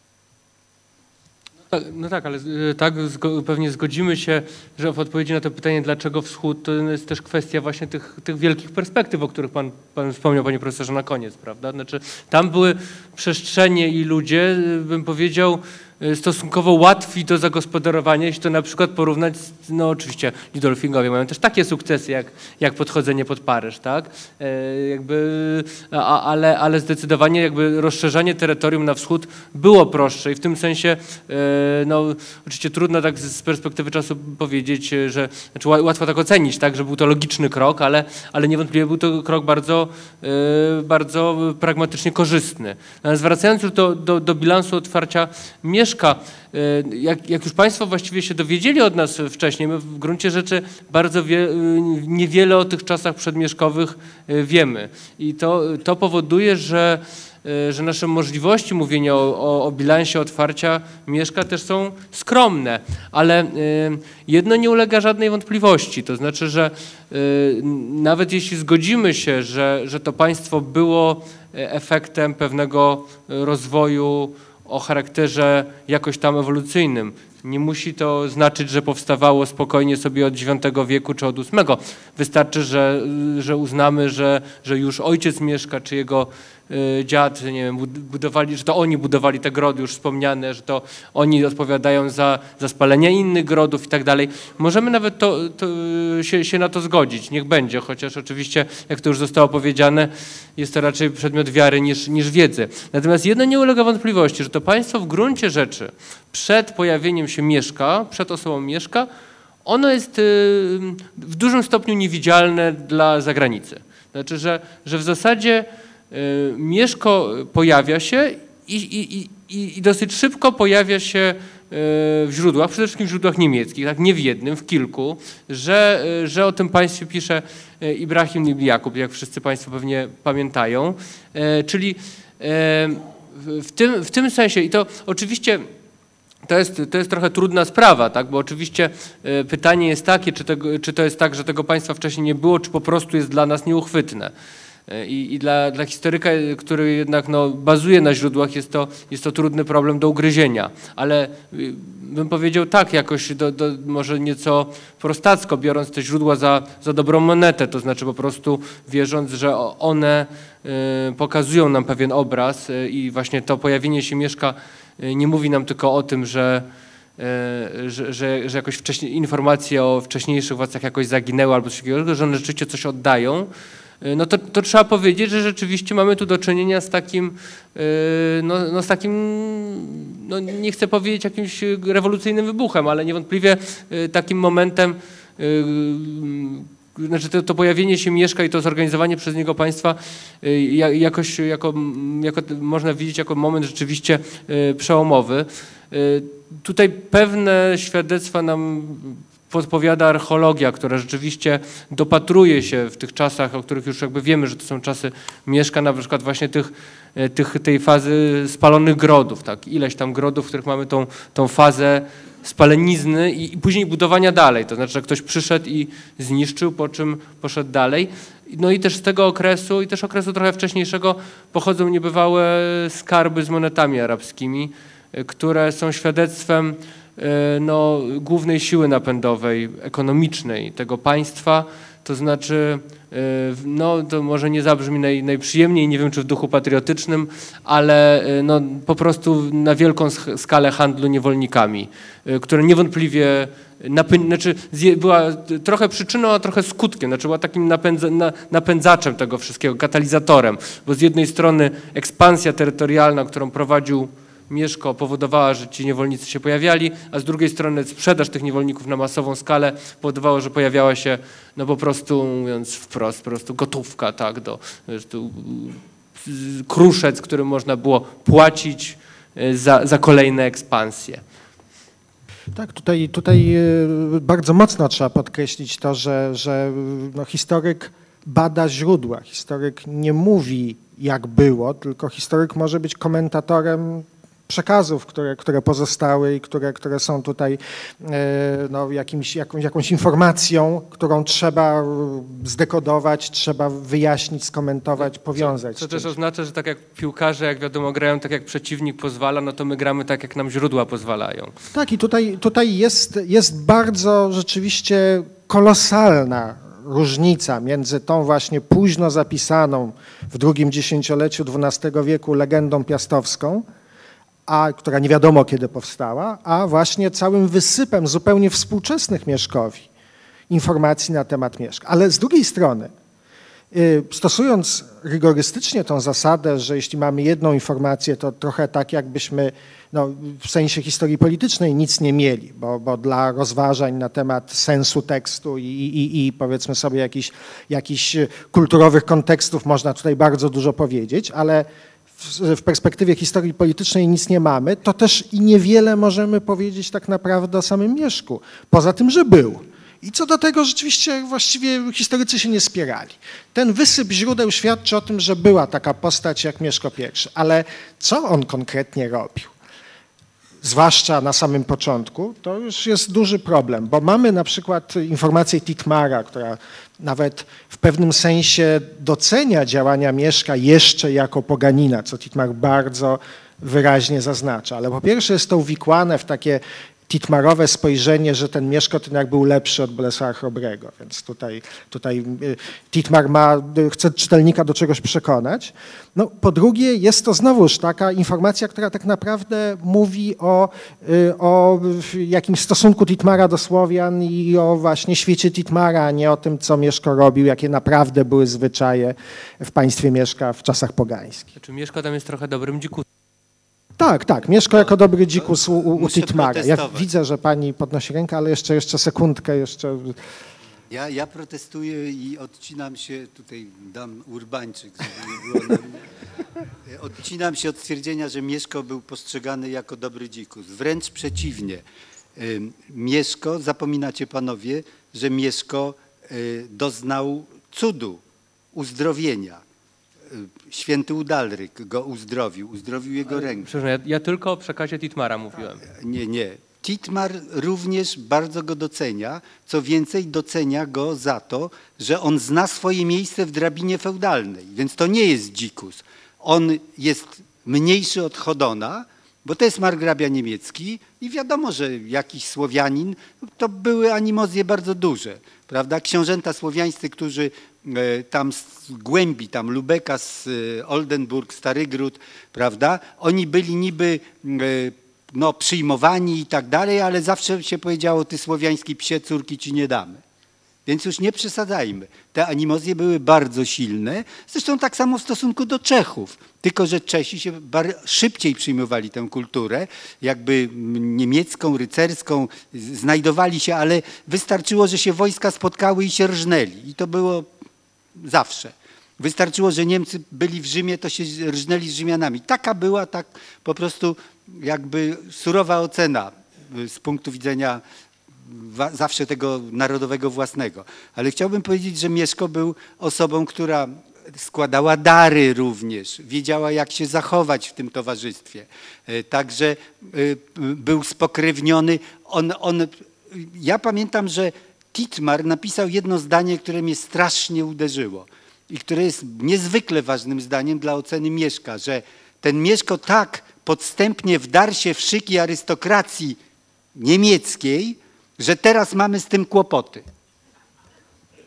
No tak, no tak, ale tak zgo, pewnie zgodzimy się, że w odpowiedzi na to pytanie, dlaczego wschód, to jest też kwestia właśnie tych, tych wielkich perspektyw, o których pan, pan wspomniał, panie profesorze, na koniec, prawda? Znaczy, tam były przestrzenie i ludzie, bym powiedział, stosunkowo łatwi do zagospodarowania, jeśli to na przykład porównać, z, no oczywiście Lidolfingowie mają też takie sukcesy jak, jak podchodzenie pod Paryż, tak? E, jakby, a, ale, ale zdecydowanie jakby rozszerzanie terytorium na wschód było prostsze i w tym sensie, e, no oczywiście trudno tak z, z perspektywy czasu powiedzieć, że, znaczy łatwo tak ocenić, tak, że był to logiczny krok, ale, ale niewątpliwie był to krok bardzo, e, bardzo pragmatycznie korzystny. Natomiast wracając już do, do, do bilansu otwarcia mieszkań, Jak, jak już państwo właściwie się dowiedzieli od nas wcześniej, my w gruncie rzeczy bardzo wie, niewiele o tych czasach przedmieszkowych wiemy. I to, to powoduje, że, że nasze możliwości mówienia o, o, o bilansie otwarcia mieszka też są skromne. Ale jedno nie ulega żadnej wątpliwości, to znaczy, że nawet jeśli zgodzimy się, że, że to państwo było efektem pewnego rozwoju o charakterze jakoś tam ewolucyjnym. Nie musi to znaczyć, że powstawało spokojnie sobie od dziewiątego wieku czy od ósmego. Wystarczy, że, że uznamy, że, że już ojciec Mieszka czy jego y, dziad, nie wiem, budowali, że to oni budowali te grody już wspomniane, że to oni odpowiadają za, za spalenie innych grodów i tak dalej. Możemy nawet to, to, się, się na to zgodzić, niech będzie, chociaż oczywiście, jak to już zostało powiedziane, jest to raczej przedmiot wiary niż, niż wiedzy. Natomiast jedno nie ulega wątpliwości, że to państwo w gruncie rzeczy przed pojawieniem się Mieszka, przed osobą Mieszka, ono jest w dużym stopniu niewidzialne dla zagranicy. Znaczy, że, że w zasadzie Mieszko pojawia się i, i, i, i dosyć szybko pojawia się w źródłach, przede wszystkim w źródłach niemieckich, tak, nie w jednym, w kilku, że, że o tym państwie pisze Ibrahim ibn Jakub, jak wszyscy państwo pewnie pamiętają. Czyli w tym, w tym sensie, i to oczywiście To jest, to jest trochę trudna sprawa, tak? Bo oczywiście pytanie jest takie, czy, tego, czy to jest tak, że tego państwa wcześniej nie było, czy po prostu jest dla nas nieuchwytne. I, i dla, dla historyka, który jednak no, bazuje na źródłach, jest to, jest to trudny problem do ugryzienia. Ale bym powiedział tak, jakoś do, do, może nieco prostacko, biorąc te źródła za, za dobrą monetę, to znaczy po prostu wierząc, że one y, pokazują nam pewien obraz y, i właśnie to pojawienie się Mieszka nie mówi nam tylko o tym, że, że, że, że jakoś wcześniej, informacje o wcześniejszych władcach jakoś zaginęły albo coś takiego, że one rzeczywiście coś oddają, no to, to trzeba powiedzieć, że rzeczywiście mamy tu do czynienia z takim, no, no z takim, no nie chcę powiedzieć jakimś rewolucyjnym wybuchem, ale niewątpliwie takim momentem, znaczy to, to pojawienie się Mieszka i to zorganizowanie przez niego państwa jakoś jako, jako można widzieć jako moment rzeczywiście przełomowy. Tutaj pewne świadectwa nam podpowiada archeologia, która rzeczywiście dopatruje się w tych czasach, o których już jakby wiemy, że to są czasy Mieszka, na przykład właśnie tych, tych, tej fazy spalonych grodów, tak? Ileś tam grodów, w których mamy tą, tą fazę spalenizny i, i później budowania dalej, to znaczy, że ktoś przyszedł i zniszczył, po czym poszedł dalej. No i też z tego okresu i też okresu trochę wcześniejszego pochodzą niebywałe skarby z monetami arabskimi, które są świadectwem no, głównej siły napędowej, ekonomicznej tego państwa, to znaczy, no to może nie zabrzmi naj, najprzyjemniej, nie wiem czy w duchu patriotycznym, ale no, po prostu na wielką skalę handlu niewolnikami, które niewątpliwie napę- znaczy, była trochę przyczyną, a trochę skutkiem, znaczy była takim napędza, na, napędzaczem tego wszystkiego, katalizatorem, bo z jednej strony ekspansja terytorialna, którą prowadził Mieszko, powodowała, że ci niewolnicy się pojawiali, a z drugiej strony sprzedaż tych niewolników na masową skalę powodowała, że pojawiała się, no po prostu mówiąc wprost, po prostu gotówka, tak, do wiesz, tu, kruszec, którym można było płacić za, za kolejne ekspansje. Tak, tutaj, tutaj bardzo mocno trzeba podkreślić to, że, że no, historyk bada źródła. Historyk nie mówi, jak było, tylko historyk może być komentatorem przekazów, które, które pozostały i które, które są tutaj no, jakimś, jakąś, jakąś informacją, którą trzeba zdekodować, trzeba wyjaśnić, skomentować, powiązać. Co, co też oznacza, że tak jak piłkarze, jak wiadomo, grają tak jak przeciwnik pozwala, no to my gramy tak jak nam źródła pozwalają. Tak i tutaj, tutaj jest, jest bardzo rzeczywiście kolosalna różnica między tą właśnie późno zapisaną w drugim dziesięcioleciu dwunastego wieku legendą piastowską, a, która nie wiadomo kiedy powstała, a właśnie całym wysypem zupełnie współczesnych Mieszkowi informacji na temat Mieszka. Ale z drugiej strony, stosując rygorystycznie tą zasadę, że jeśli mamy jedną informację, to trochę tak jakbyśmy no, w sensie historii politycznej nic nie mieli, bo, bo dla rozważań na temat sensu tekstu i, i, i powiedzmy sobie jakichś, jakichś kulturowych kontekstów można tutaj bardzo dużo powiedzieć, ale w, w perspektywie historii politycznej nic nie mamy, to też i niewiele możemy powiedzieć tak naprawdę o samym Mieszku, poza tym, że był. I co do tego rzeczywiście właściwie historycy się nie spierali. Ten wysyp źródeł świadczy o tym, że była taka postać jak Mieszko I, ale co on konkretnie robił? Zwłaszcza na samym początku, to już jest duży problem, bo mamy na przykład informację Titmara, która nawet w pewnym sensie docenia działania Mieszka jeszcze jako poganina, co Titmar bardzo wyraźnie zaznacza. Ale po pierwsze jest to uwikłane w takie Titmarowe spojrzenie, że ten Mieszko ten jak był lepszy od Bolesława Chrobrego, więc tutaj, tutaj Titmar ma, chce czytelnika do czegoś przekonać. No, po drugie jest to znowuż taka informacja, która tak naprawdę mówi o, o jakimś stosunku Titmara do Słowian i o właśnie świecie Titmara, a nie o tym, co Mieszko robił, jakie naprawdę były zwyczaje w państwie Mieszka w czasach pogańskich. Znaczy Mieszko tam jest trochę dobrym dzikusem. Tak, tak. Mieszko jako dobry dzikus u, u Muszę Titmara. Ja protestować. widzę, że pani podnosi rękę, ale jeszcze, jeszcze sekundkę, jeszcze. Ja, ja protestuję i odcinam się, tutaj dam urbańczyk, żeby nie było na mnie. Odcinam się od stwierdzenia, że Mieszko był postrzegany jako dobry dzikus. Wręcz przeciwnie. Mieszko, zapominacie panowie, że Mieszko doznał cudu, uzdrowienia. Święty Udalryk go uzdrowił, uzdrowił jego rękę. Przepraszam, ja, ja tylko o przekazie Titmara mówiłem. Nie, nie. Titmar również bardzo go docenia, co więcej docenia go za to, że on zna swoje miejsce w drabinie feudalnej, więc to nie jest dzikus. On jest mniejszy od Chodona, bo to jest margrabia niemiecki i wiadomo, że jakiś Słowianin, to były animozje bardzo duże, prawda? Książęta słowiańscy, którzy tam z głębi, tam Lubeka, z Oldenburg, Starygród, prawda? Oni byli niby no, przyjmowani i tak dalej, ale zawsze się powiedziało, ty słowiański psie, córki ci nie damy. Więc już nie przesadzajmy. Te animozje były bardzo silne, zresztą tak samo w stosunku do Czechów, tylko że Czesi się szybciej przyjmowali tę kulturę, jakby niemiecką, rycerską, znajdowali się, ale wystarczyło, że się wojska spotkały i się rżnęli i to było zawsze. Wystarczyło, że Niemcy byli w Rzymie, to się rżnęli z Rzymianami. Taka była tak po prostu jakby surowa ocena z punktu widzenia zawsze tego narodowego własnego. Ale chciałbym powiedzieć, że Mieszko był osobą, która składała dary również, wiedziała jak się zachować w tym towarzystwie. Także był spokrewniony. On, on, ja pamiętam, że Titmar napisał jedno zdanie, które mnie strasznie uderzyło i które jest niezwykle ważnym zdaniem dla oceny Mieszka, że ten Mieszko tak podstępnie wdarł się w szyki arystokracji niemieckiej, że teraz mamy z tym kłopoty.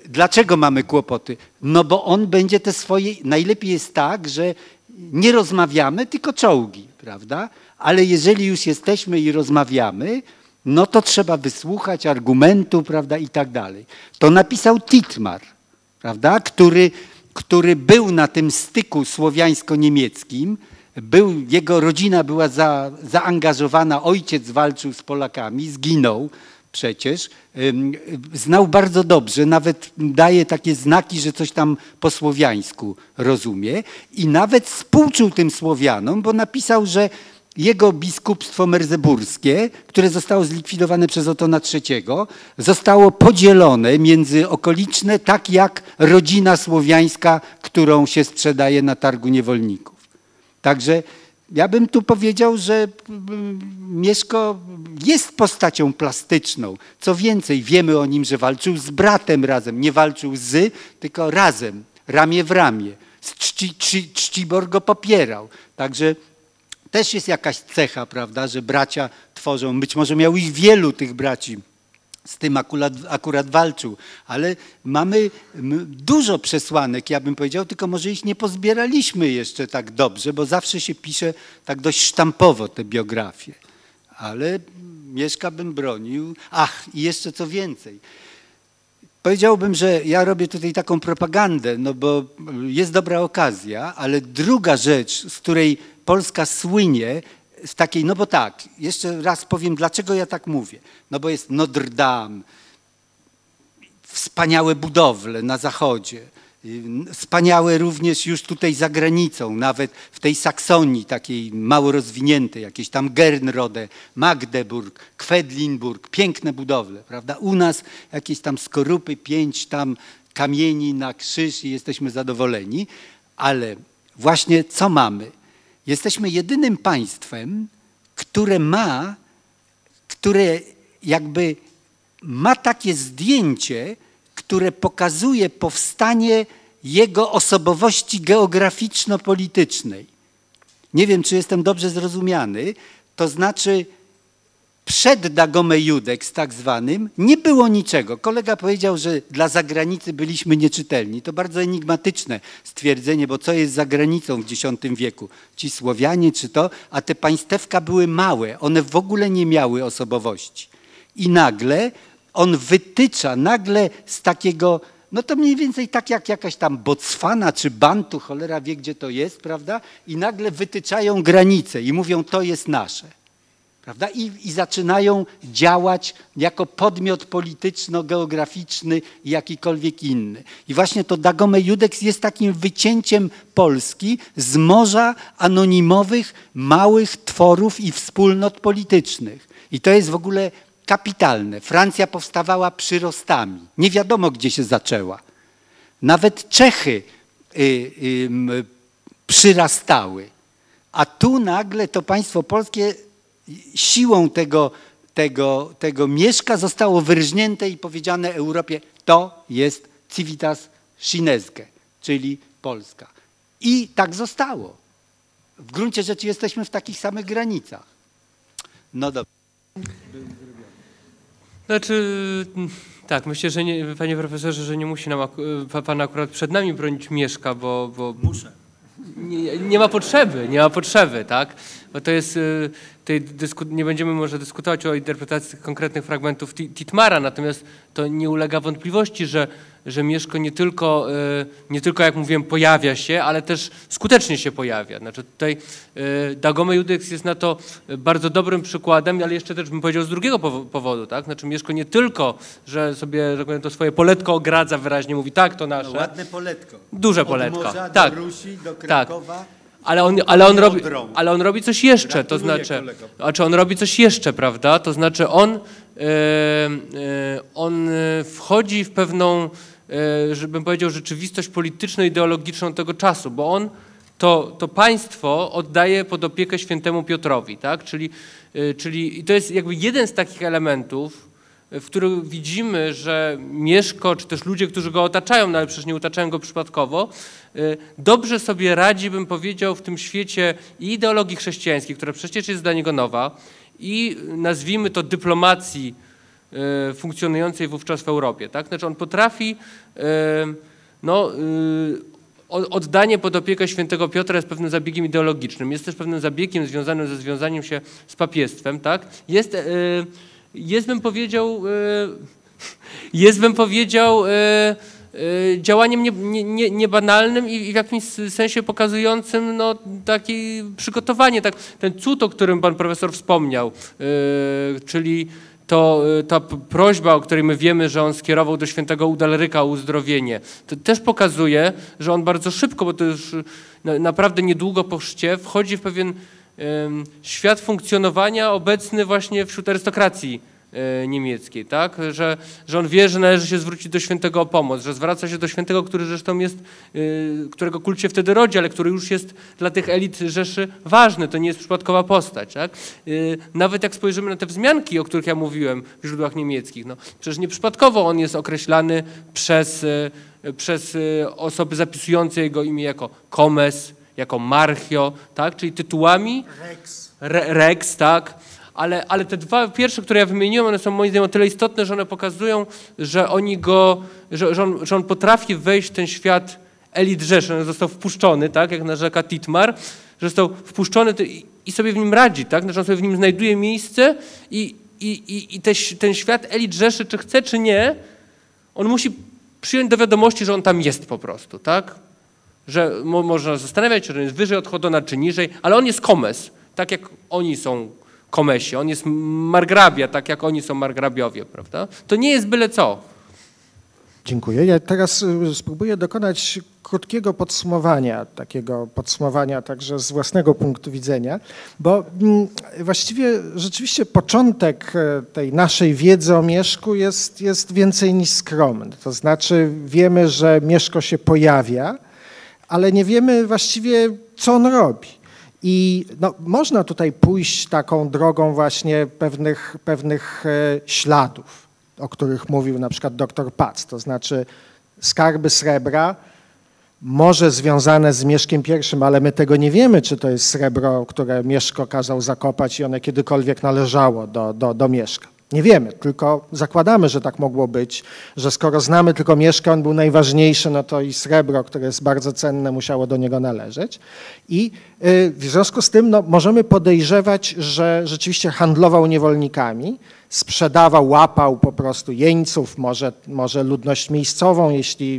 dlaczego mamy kłopoty? No bo on będzie te swoje, najlepiej jest tak, że nie rozmawiamy, tylko czołgi, prawda? Ale jeżeli już jesteśmy i rozmawiamy, no to trzeba wysłuchać argumentu, prawda, i tak dalej. To napisał Titmar, prawda, który, który był na tym styku słowiańsko-niemieckim, był, jego rodzina była za, zaangażowana, ojciec walczył z Polakami, zginął przecież, znał bardzo dobrze, nawet daje takie znaki, że coś tam po słowiańsku rozumie i nawet współczuł tym Słowianom, bo napisał, że jego biskupstwo merseburskie, które zostało zlikwidowane przez Otona trzeciego, zostało podzielone między okoliczne, tak jak rodzina słowiańska, którą się sprzedaje na targu niewolników. Także ja bym tu powiedział, że Mieszko jest postacią plastyczną. Co więcej, wiemy o nim, że walczył z bratem razem. Nie walczył z, tylko razem, ramię w ramię. Czci, czci, Czcibor go popierał. Także też jest jakaś cecha, prawda, że bracia tworzą. Być może miał ich wielu tych braci. Z tym akurat, akurat walczył, ale mamy dużo przesłanek, ja bym powiedział, tylko może ich nie pozbieraliśmy jeszcze tak dobrze, bo zawsze się pisze tak dość sztampowo te biografie. Ale Mieszka bym bronił. Ach, i jeszcze co więcej. Powiedziałbym, że ja robię tutaj taką propagandę, no bo jest dobra okazja, ale druga rzecz, z której Polska słynie, z takiej, no bo tak, jeszcze raz powiem, dlaczego ja tak mówię. No bo jest Notre Dame, wspaniałe budowle na zachodzie, wspaniałe również już tutaj za granicą, nawet w tej Saksonii takiej mało rozwiniętej, jakieś tam Gernrode, Magdeburg, Quedlinburg, piękne budowle, prawda? U nas jakieś tam skorupy, pięć tam kamieni na krzyż i jesteśmy zadowoleni, ale właśnie co mamy? Jesteśmy jedynym państwem, które ma, które jakby ma takie zdjęcie, które pokazuje powstanie jego osobowości geograficzno-politycznej. Nie wiem, czy jestem dobrze zrozumiany, to znaczy przed Dagome Iudex tak zwanym nie było niczego. Kolega powiedział, że dla zagranicy byliśmy nieczytelni. To bardzo enigmatyczne stwierdzenie, bo co jest za granicą w dziesiątym wieku? Ci Słowianie czy to? A te państewka były małe, one w ogóle nie miały osobowości. I nagle on wytycza, nagle z takiego, no to mniej więcej tak jak jakaś tam Botswana czy Bantu, cholera wie gdzie to jest, prawda? I nagle wytyczają granice i mówią to jest nasze. Prawda? I, I zaczynają działać jako podmiot polityczno-geograficzny i jakikolwiek inny. I właśnie to Dagome Iudex jest takim wycięciem Polski z morza anonimowych, małych tworów i wspólnot politycznych. I to jest w ogóle kapitalne. Francja powstawała przyrostami. Nie wiadomo, gdzie się zaczęła. Nawet Czechy y, y, przyrastały. A tu nagle to państwo polskie siłą tego, tego, tego Mieszka zostało wyrżnięte i powiedziane Europie, to jest civitas chinesque, czyli Polska. I tak zostało. W gruncie rzeczy jesteśmy w takich samych granicach. No dobrze. Znaczy, tak, myślę, że nie, panie profesorze, że nie musi nam, pan akurat przed nami bronić Mieszka, bo... bo Muszę. Nie, nie ma potrzeby, nie ma potrzeby, tak? Bo to jest, tej dysku, nie będziemy może dyskutować o interpretacji tych konkretnych fragmentów Titmara, natomiast to nie ulega wątpliwości, że, że Mieszko nie tylko, nie tylko, jak mówiłem, pojawia się, ale też skutecznie się pojawia. Znaczy tutaj Dagome Iudex jest na to bardzo dobrym przykładem, ale jeszcze też bym powiedział z drugiego powodu, tak? Znaczy Mieszko nie tylko, że sobie, że powiem, to swoje poletko ogradza wyraźnie, mówi tak, to nasze. No, ładne poletko. Duże Od poletko. morza Tak. do Rusi, do Krakowa. Tak. Ale on, ale, on robi, Odrą. ale on robi coś jeszcze, to Gratuluję, znaczy, kolego. a czy on robi coś jeszcze, prawda? To znaczy on, e, e, on wchodzi w pewną, e, żebym powiedział, rzeczywistość polityczno-ideologiczną tego czasu, bo on to, to państwo oddaje pod opiekę świętemu Piotrowi, tak? Czyli, e, czyli i to jest jakby jeden z takich elementów, w których widzimy, że Mieszko, czy też ludzie, którzy go otaczają, no ale przecież nie otaczają go przypadkowo, dobrze sobie radzi, bym powiedział, w tym świecie i ideologii chrześcijańskiej, która przecież jest dla niego nowa, i nazwijmy to dyplomacji funkcjonującej wówczas w Europie. Tak? Znaczy on potrafi, no, oddanie pod opiekę świętego Piotra jest pewnym zabiegiem ideologicznym, jest też pewnym zabiegiem związanym ze związaniem się z papiestwem. Tak? Jest, jest, bym powiedział, jest, bym powiedział, działaniem nie, nie, niebanalnym i w jakimś sensie pokazującym no, takie przygotowanie, tak, ten cud, o którym pan profesor wspomniał, yy, czyli to, ta prośba, o której my wiemy, że on skierował do świętego Udalryka o uzdrowienie, to też pokazuje, że on bardzo szybko, bo to już naprawdę niedługo po chrzcie, wchodzi w pewien yy, świat funkcjonowania obecny właśnie wśród arystokracji niemieckiej, tak? Że, że on wie, że należy się zwrócić do świętego o pomoc, że zwraca się do świętego, który zresztą jest, którego kult się wtedy rodzi, ale który już jest dla tych elit Rzeszy ważny, to nie jest przypadkowa postać, tak? Nawet jak spojrzymy na te wzmianki, o których ja mówiłem w źródłach niemieckich, no przecież nieprzypadkowo on jest określany przez, przez osoby zapisujące jego imię jako Comes, jako Marchio, tak? Czyli tytułami Rex, Re, Rex tak? Ale, ale te dwa pierwsze, które ja wymieniłem, one są moim zdaniem o tyle istotne, że one pokazują, że oni go, że, że, on, że on potrafi wejść w ten świat elit Rzeszy. On został wpuszczony, tak, jak narzeka Titmar, że został wpuszczony i, i sobie w nim radzi, tak, znaczy on sobie w nim znajduje miejsce i, i, i, i te, ten świat elit Rzeszy, czy chce, czy nie, on musi przyjąć do wiadomości, że on tam jest po prostu, tak, że mo, można zastanawiać się, że on jest wyżej od Chodona, czy niżej, ale on jest Comes, tak jak oni są Komesi, on jest margrabia, tak jak oni są margrabiowie, prawda? To nie jest byle co. Dziękuję. Ja teraz spróbuję dokonać krótkiego podsumowania, takiego podsumowania także z własnego punktu widzenia, bo właściwie rzeczywiście początek tej naszej wiedzy o Mieszku jest, jest więcej niż skromny. To znaczy wiemy, że Mieszko się pojawia, ale nie wiemy właściwie, co on robi. I no, można tutaj pójść taką drogą właśnie pewnych, pewnych e, śladów, o których mówił na przykład doktor Pac, to znaczy skarby srebra, może związane z Mieszkiem I, ale my tego nie wiemy, czy to jest srebro, które Mieszko kazał zakopać i one kiedykolwiek należało do, do, do Mieszka. Nie wiemy, tylko zakładamy, że tak mogło być, że skoro znamy tylko Mieszka, on był najważniejszy, no to i srebro, które jest bardzo cenne, musiało do niego należeć. I w związku z tym no, możemy podejrzewać, że rzeczywiście handlował niewolnikami, sprzedawał, łapał po prostu jeńców, może, może ludność miejscową, jeśli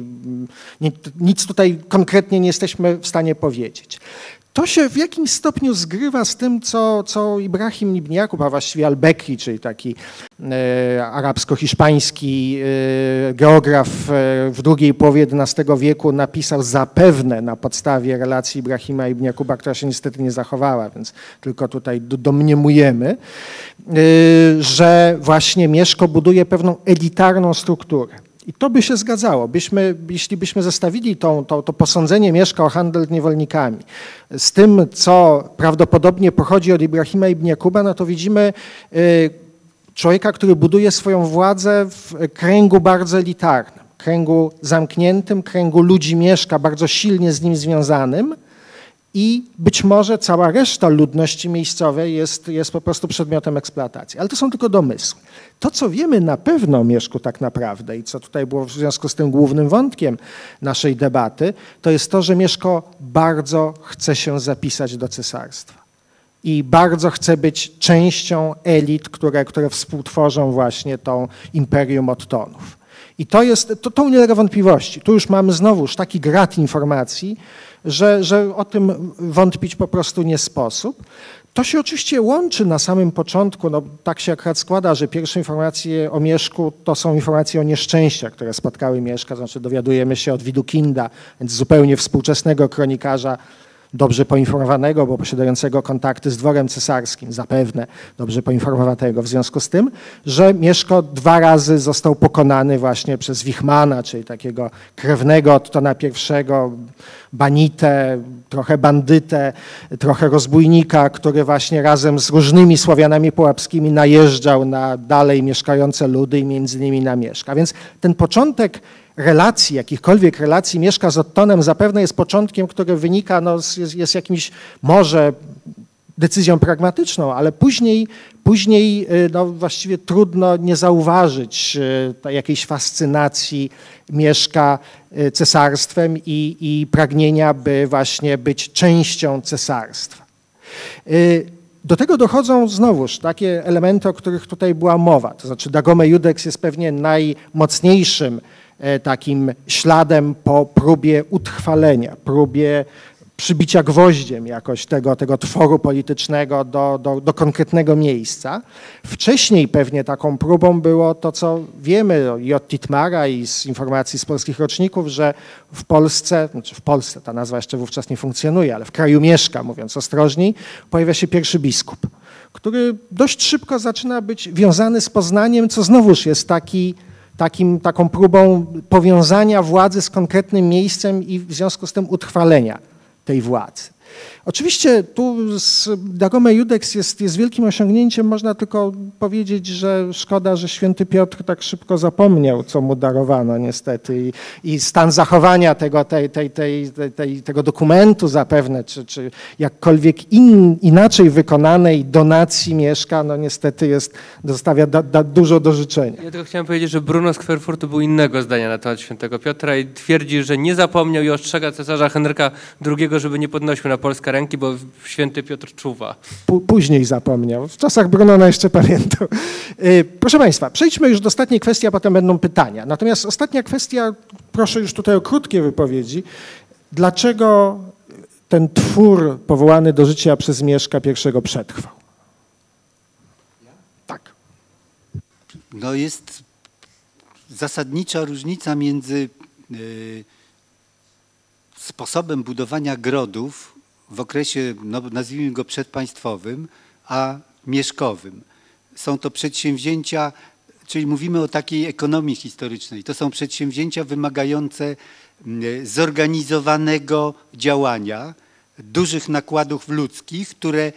nic tutaj konkretnie nie jesteśmy w stanie powiedzieć. To się w jakimś stopniu zgrywa z tym, co, co Ibrahim ibn Jakub, a właściwie al-Bekri, czyli taki e, arabsko-hiszpański e, geograf e, w drugiej połowie jedenastego wieku napisał zapewne na podstawie relacji Ibrahima ibn Jakuba, która się niestety nie zachowała, więc tylko tutaj domniemujemy, e, że właśnie Mieszko buduje pewną elitarną strukturę. I to by się zgadzało, byśmy, jeśli byśmy zestawili tą, to, to posądzenie Mieszka o handel niewolnikami z tym, co prawdopodobnie pochodzi od Ibrahima ibn Jakuba, no to widzimy y, człowieka, który buduje swoją władzę w kręgu bardzo elitarnym, kręgu zamkniętym, kręgu ludzi Mieszka, bardzo silnie z nim związanym i być może cała reszta ludności miejscowej jest, jest po prostu przedmiotem eksploatacji. Ale to są tylko domysły. To, co wiemy na pewno o Mieszku tak naprawdę i co tutaj było w związku z tym głównym wątkiem naszej debaty, to jest to, że Mieszko bardzo chce się zapisać do cesarstwa i bardzo chce być częścią elit, które, które współtworzą właśnie tą imperium Ottonów. I to jest, to, to nie ulega wątpliwości. Tu już mamy znowuż taki grat informacji, że, że o tym wątpić po prostu nie sposób. To się oczywiście łączy na samym początku, no tak się akurat składa, że pierwsze informacje o Mieszku to są informacje o nieszczęściach, które spotkały Mieszka, znaczy dowiadujemy się od Widukinda, więc zupełnie współczesnego kronikarza, dobrze poinformowanego, bo posiadającego kontakty z dworem cesarskim, zapewne dobrze poinformowanego w związku z tym, że Mieszko dwa razy został pokonany właśnie przez Wichmana, czyli takiego krewnego Ottona I, banitę, trochę bandytę, trochę rozbójnika, który właśnie razem z różnymi Słowianami połapskimi najeżdżał na dalej mieszkające ludy i między innymi na Mieszka. Więc ten początek relacji, jakichkolwiek relacji Mieszka z Ottonem zapewne jest początkiem, który wynika, no, jest, jest jakimś może decyzją pragmatyczną, ale później, później no właściwie trudno nie zauważyć jakiejś fascynacji Mieszka cesarstwem i, i pragnienia, by właśnie być częścią cesarstwa. Do tego dochodzą znowuż takie elementy, o których tutaj była mowa, to znaczy Dagome Iudex jest pewnie najmocniejszym takim śladem po próbie utrwalenia, próbie przybicia gwoździem jakoś tego, tego tworu politycznego do, do, do konkretnego miejsca. Wcześniej pewnie taką próbą było to, co wiemy i od Titmara i z informacji z polskich roczników, że w Polsce, znaczy w Polsce, ta nazwa jeszcze wówczas nie funkcjonuje, ale w kraju Mieszka, mówiąc ostrożniej, pojawia się pierwszy biskup, który dość szybko zaczyna być wiązany z Poznaniem, co znowuż jest taki Takim, taką próbą powiązania władzy z konkretnym miejscem i w związku z tym utrwalenia tej władzy. Oczywiście tu Dagome Iudex jest, jest wielkim osiągnięciem, można tylko powiedzieć, że szkoda, że święty Piotr tak szybko zapomniał, co mu darowano niestety i, i stan zachowania tego, tej, tej, tej, tej, tego dokumentu zapewne, czy, czy jakkolwiek in, inaczej wykonanej donacji Mieszka, no niestety jest, zostawia da, da dużo do życzenia. Ja tylko chciałem powiedzieć, że Bruno z Querfurtu był innego zdania na temat świętego Piotra i twierdzi, że nie zapomniał i ostrzega cesarza Henryka drugiego, żeby nie podnosił na Polskę ręki, bo święty Piotr czuwa. Później zapomniał. W czasach Brunona jeszcze pamiętał. Proszę Państwa, przejdźmy już do ostatniej kwestii, a potem będą pytania. Natomiast ostatnia kwestia, proszę już tutaj o krótkie wypowiedzi. Dlaczego ten twór powołany do życia przez Mieszka I przetrwał? Tak. No jest zasadnicza różnica między y, sposobem budowania grodów w okresie, no, nazwijmy go przedpaństwowym, a mieszkowym. Są to przedsięwzięcia, czyli mówimy o takiej ekonomii historycznej. To są przedsięwzięcia wymagające zorganizowanego działania, dużych nakładów ludzkich, które,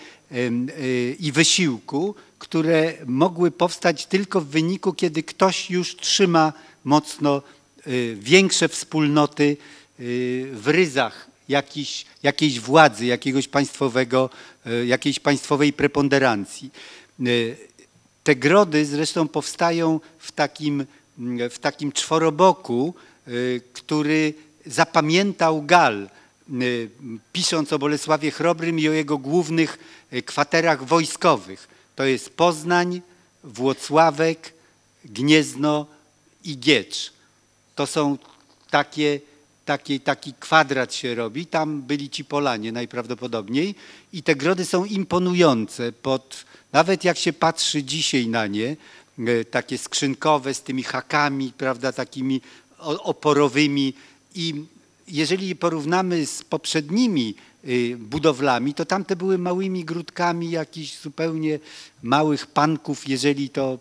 i wysiłku, które mogły powstać tylko w wyniku, kiedy ktoś już trzyma mocno większe wspólnoty w ryzach jakiejś, jakiejś władzy, jakiegoś państwowego, jakiejś państwowej preponderancji. Te grody zresztą powstają w takim, w takim czworoboku, który zapamiętał Gal, pisząc o Bolesławie Chrobrym i o jego głównych kwaterach wojskowych. To jest Poznań, Włocławek, Gniezno i Giecz. To są takie, takie, taki kwadrat się robi. Tam byli ci Polanie najprawdopodobniej i te grody są imponujące. Pod, nawet jak się patrzy dzisiaj na nie, takie skrzynkowe z tymi hakami, prawda, takimi oporowymi, i jeżeli je porównamy z poprzednimi budowlami, to tamte były małymi gródkami jakichś zupełnie małych panków, jeżeli to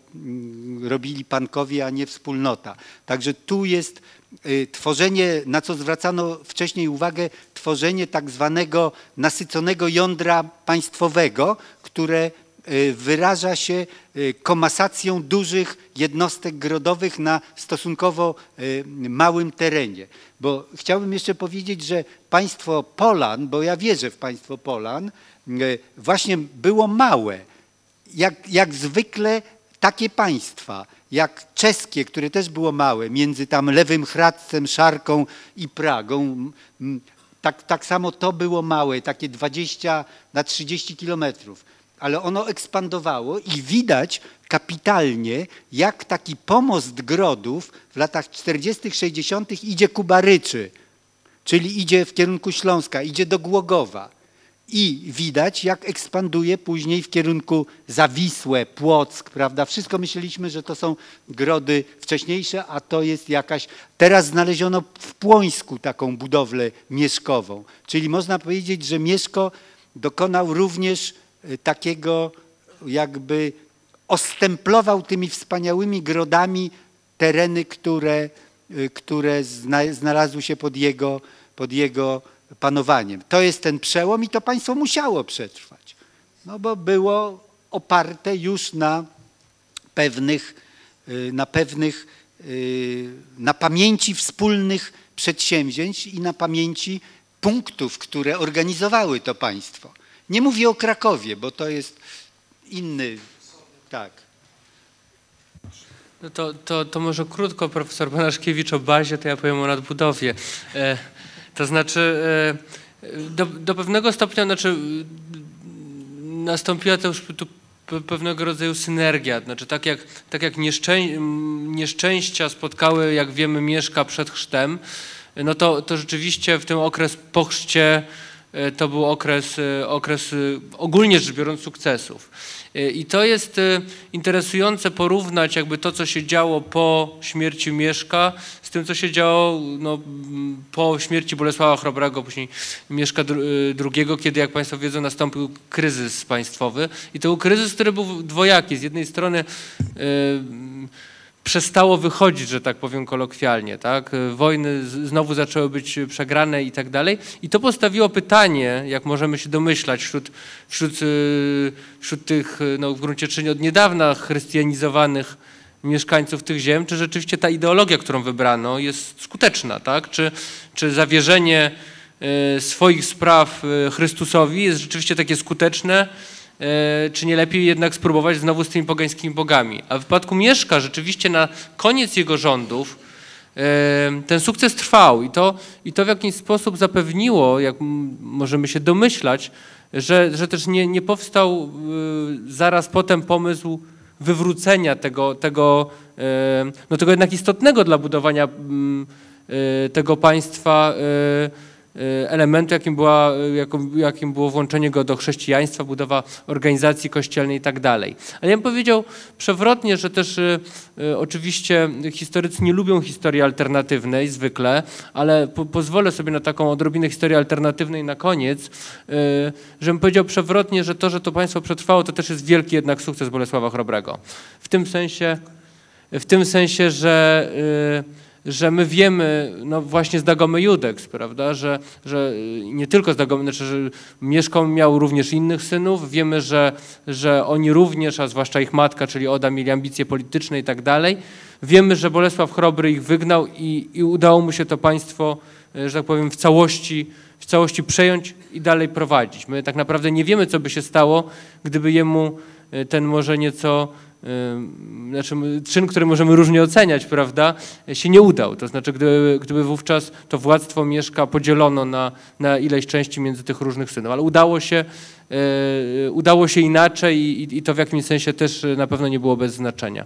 robili pankowie, a nie wspólnota. Także tu jest tworzenie, na co zwracano wcześniej uwagę, tworzenie tak zwanego nasyconego jądra państwowego, które wyraża się komasacją dużych jednostek grodowych na stosunkowo małym terenie. Bo chciałbym jeszcze powiedzieć, że państwo Polan, bo ja wierzę w państwo Polan, właśnie było małe. Jak, jak zwykle takie państwa, jak czeskie, które też było małe, między tam Lewym Hradcem, Szarką i Pragą, tak, tak samo to było małe, takie dwadzieścia na trzydzieści kilometrów. Ale ono ekspandowało i widać kapitalnie, jak taki pomost grodów w latach czterdziestych, sześćdziesiątych idzie ku Baryczy, czyli idzie w kierunku Śląska, idzie do Głogowa. I widać, jak ekspanduje później w kierunku Zawisłe, Płock, prawda? Wszystko myśleliśmy, że to są grody wcześniejsze, a to jest jakaś... Teraz znaleziono w Płońsku taką budowlę mieszkową. Czyli można powiedzieć, że Mieszko dokonał również takiego, jakby ostemplował tymi wspaniałymi grodami tereny, które, które znalazły się pod jego, pod jego panowaniem. To jest ten przełom i to państwo musiało przetrwać, no bo było oparte już na pewnych, na pewnych, na pamięci wspólnych przedsięwzięć i na pamięci punktów, które organizowały to państwo. Nie mówię o Krakowie, bo to jest inny, tak. No to, to, to może krótko, profesor Banaszkiewicz, o bazie, to ja powiem o nadbudowie. E, to znaczy, e, do, do pewnego stopnia znaczy, nastąpiła to już tu pewnego rodzaju synergia. Znaczy, tak jak, tak jak nieszczę, nieszczęścia spotkały, jak wiemy, Mieszka przed chrztem, no to, to rzeczywiście w tym okres po chrzcie to był okres, okres ogólnie rzecz biorąc sukcesów. I to jest interesujące porównać jakby to, co się działo po śmierci Mieszka z tym, co się działo no, po śmierci Bolesława Chrobrego, później Mieszka drugiego, kiedy, jak Państwo wiedzą, nastąpił kryzys państwowy. I to był kryzys, który był dwojaki. Z jednej strony yy, przestało wychodzić, że tak powiem kolokwialnie, tak? Wojny znowu zaczęły być przegrane i tak dalej. I to postawiło pytanie, jak możemy się domyślać, wśród, wśród, wśród tych no, w gruncie rzeczy od niedawna chrystianizowanych mieszkańców tych ziem, czy rzeczywiście ta ideologia, którą wybrano, jest skuteczna, tak? Czy, czy zawierzenie swoich spraw Chrystusowi jest rzeczywiście takie skuteczne, czy nie lepiej jednak spróbować znowu z tymi pogańskimi bogami. A w wypadku Mieszka rzeczywiście na koniec jego rządów ten sukces trwał i to, i to w jakiś sposób zapewniło, jak możemy się domyślać, że, że też nie, nie powstał zaraz potem pomysł wywrócenia tego, tego, no tego jednak istotnego dla budowania tego państwa elementu, jakim, była, jakim było włączenie go do chrześcijaństwa, budowa organizacji kościelnej i tak dalej. Ale ja bym powiedział przewrotnie, że też y, y, oczywiście historycy nie lubią historii alternatywnej zwykle, ale po, pozwolę sobie na taką odrobinę historii alternatywnej na koniec, y, żebym powiedział przewrotnie, że to, że to państwo przetrwało, to też jest wielki jednak sukces Bolesława Chrobrego. W tym sensie, w tym sensie, że y, że my wiemy, no właśnie z Dagomy Judex, prawda, że, że nie tylko z Dagomy, znaczy, że Mieszko miał również innych synów, wiemy, że, że oni również, a zwłaszcza ich matka, czyli Oda, mieli ambicje polityczne i tak dalej. Wiemy, że Bolesław Chrobry ich wygnał i, i udało mu się to państwo, że tak powiem, w całości, w całości przejąć i dalej prowadzić. My tak naprawdę nie wiemy, co by się stało, gdyby jemu ten może nieco znaczy czyn, który możemy różnie oceniać, prawda, się nie udał. To znaczy, gdyby, gdyby wówczas to władztwo Mieszka podzielono na, na ileś części między tych różnych synów. Ale udało się, e, udało się inaczej i, i to w jakimś sensie też na pewno nie było bez znaczenia.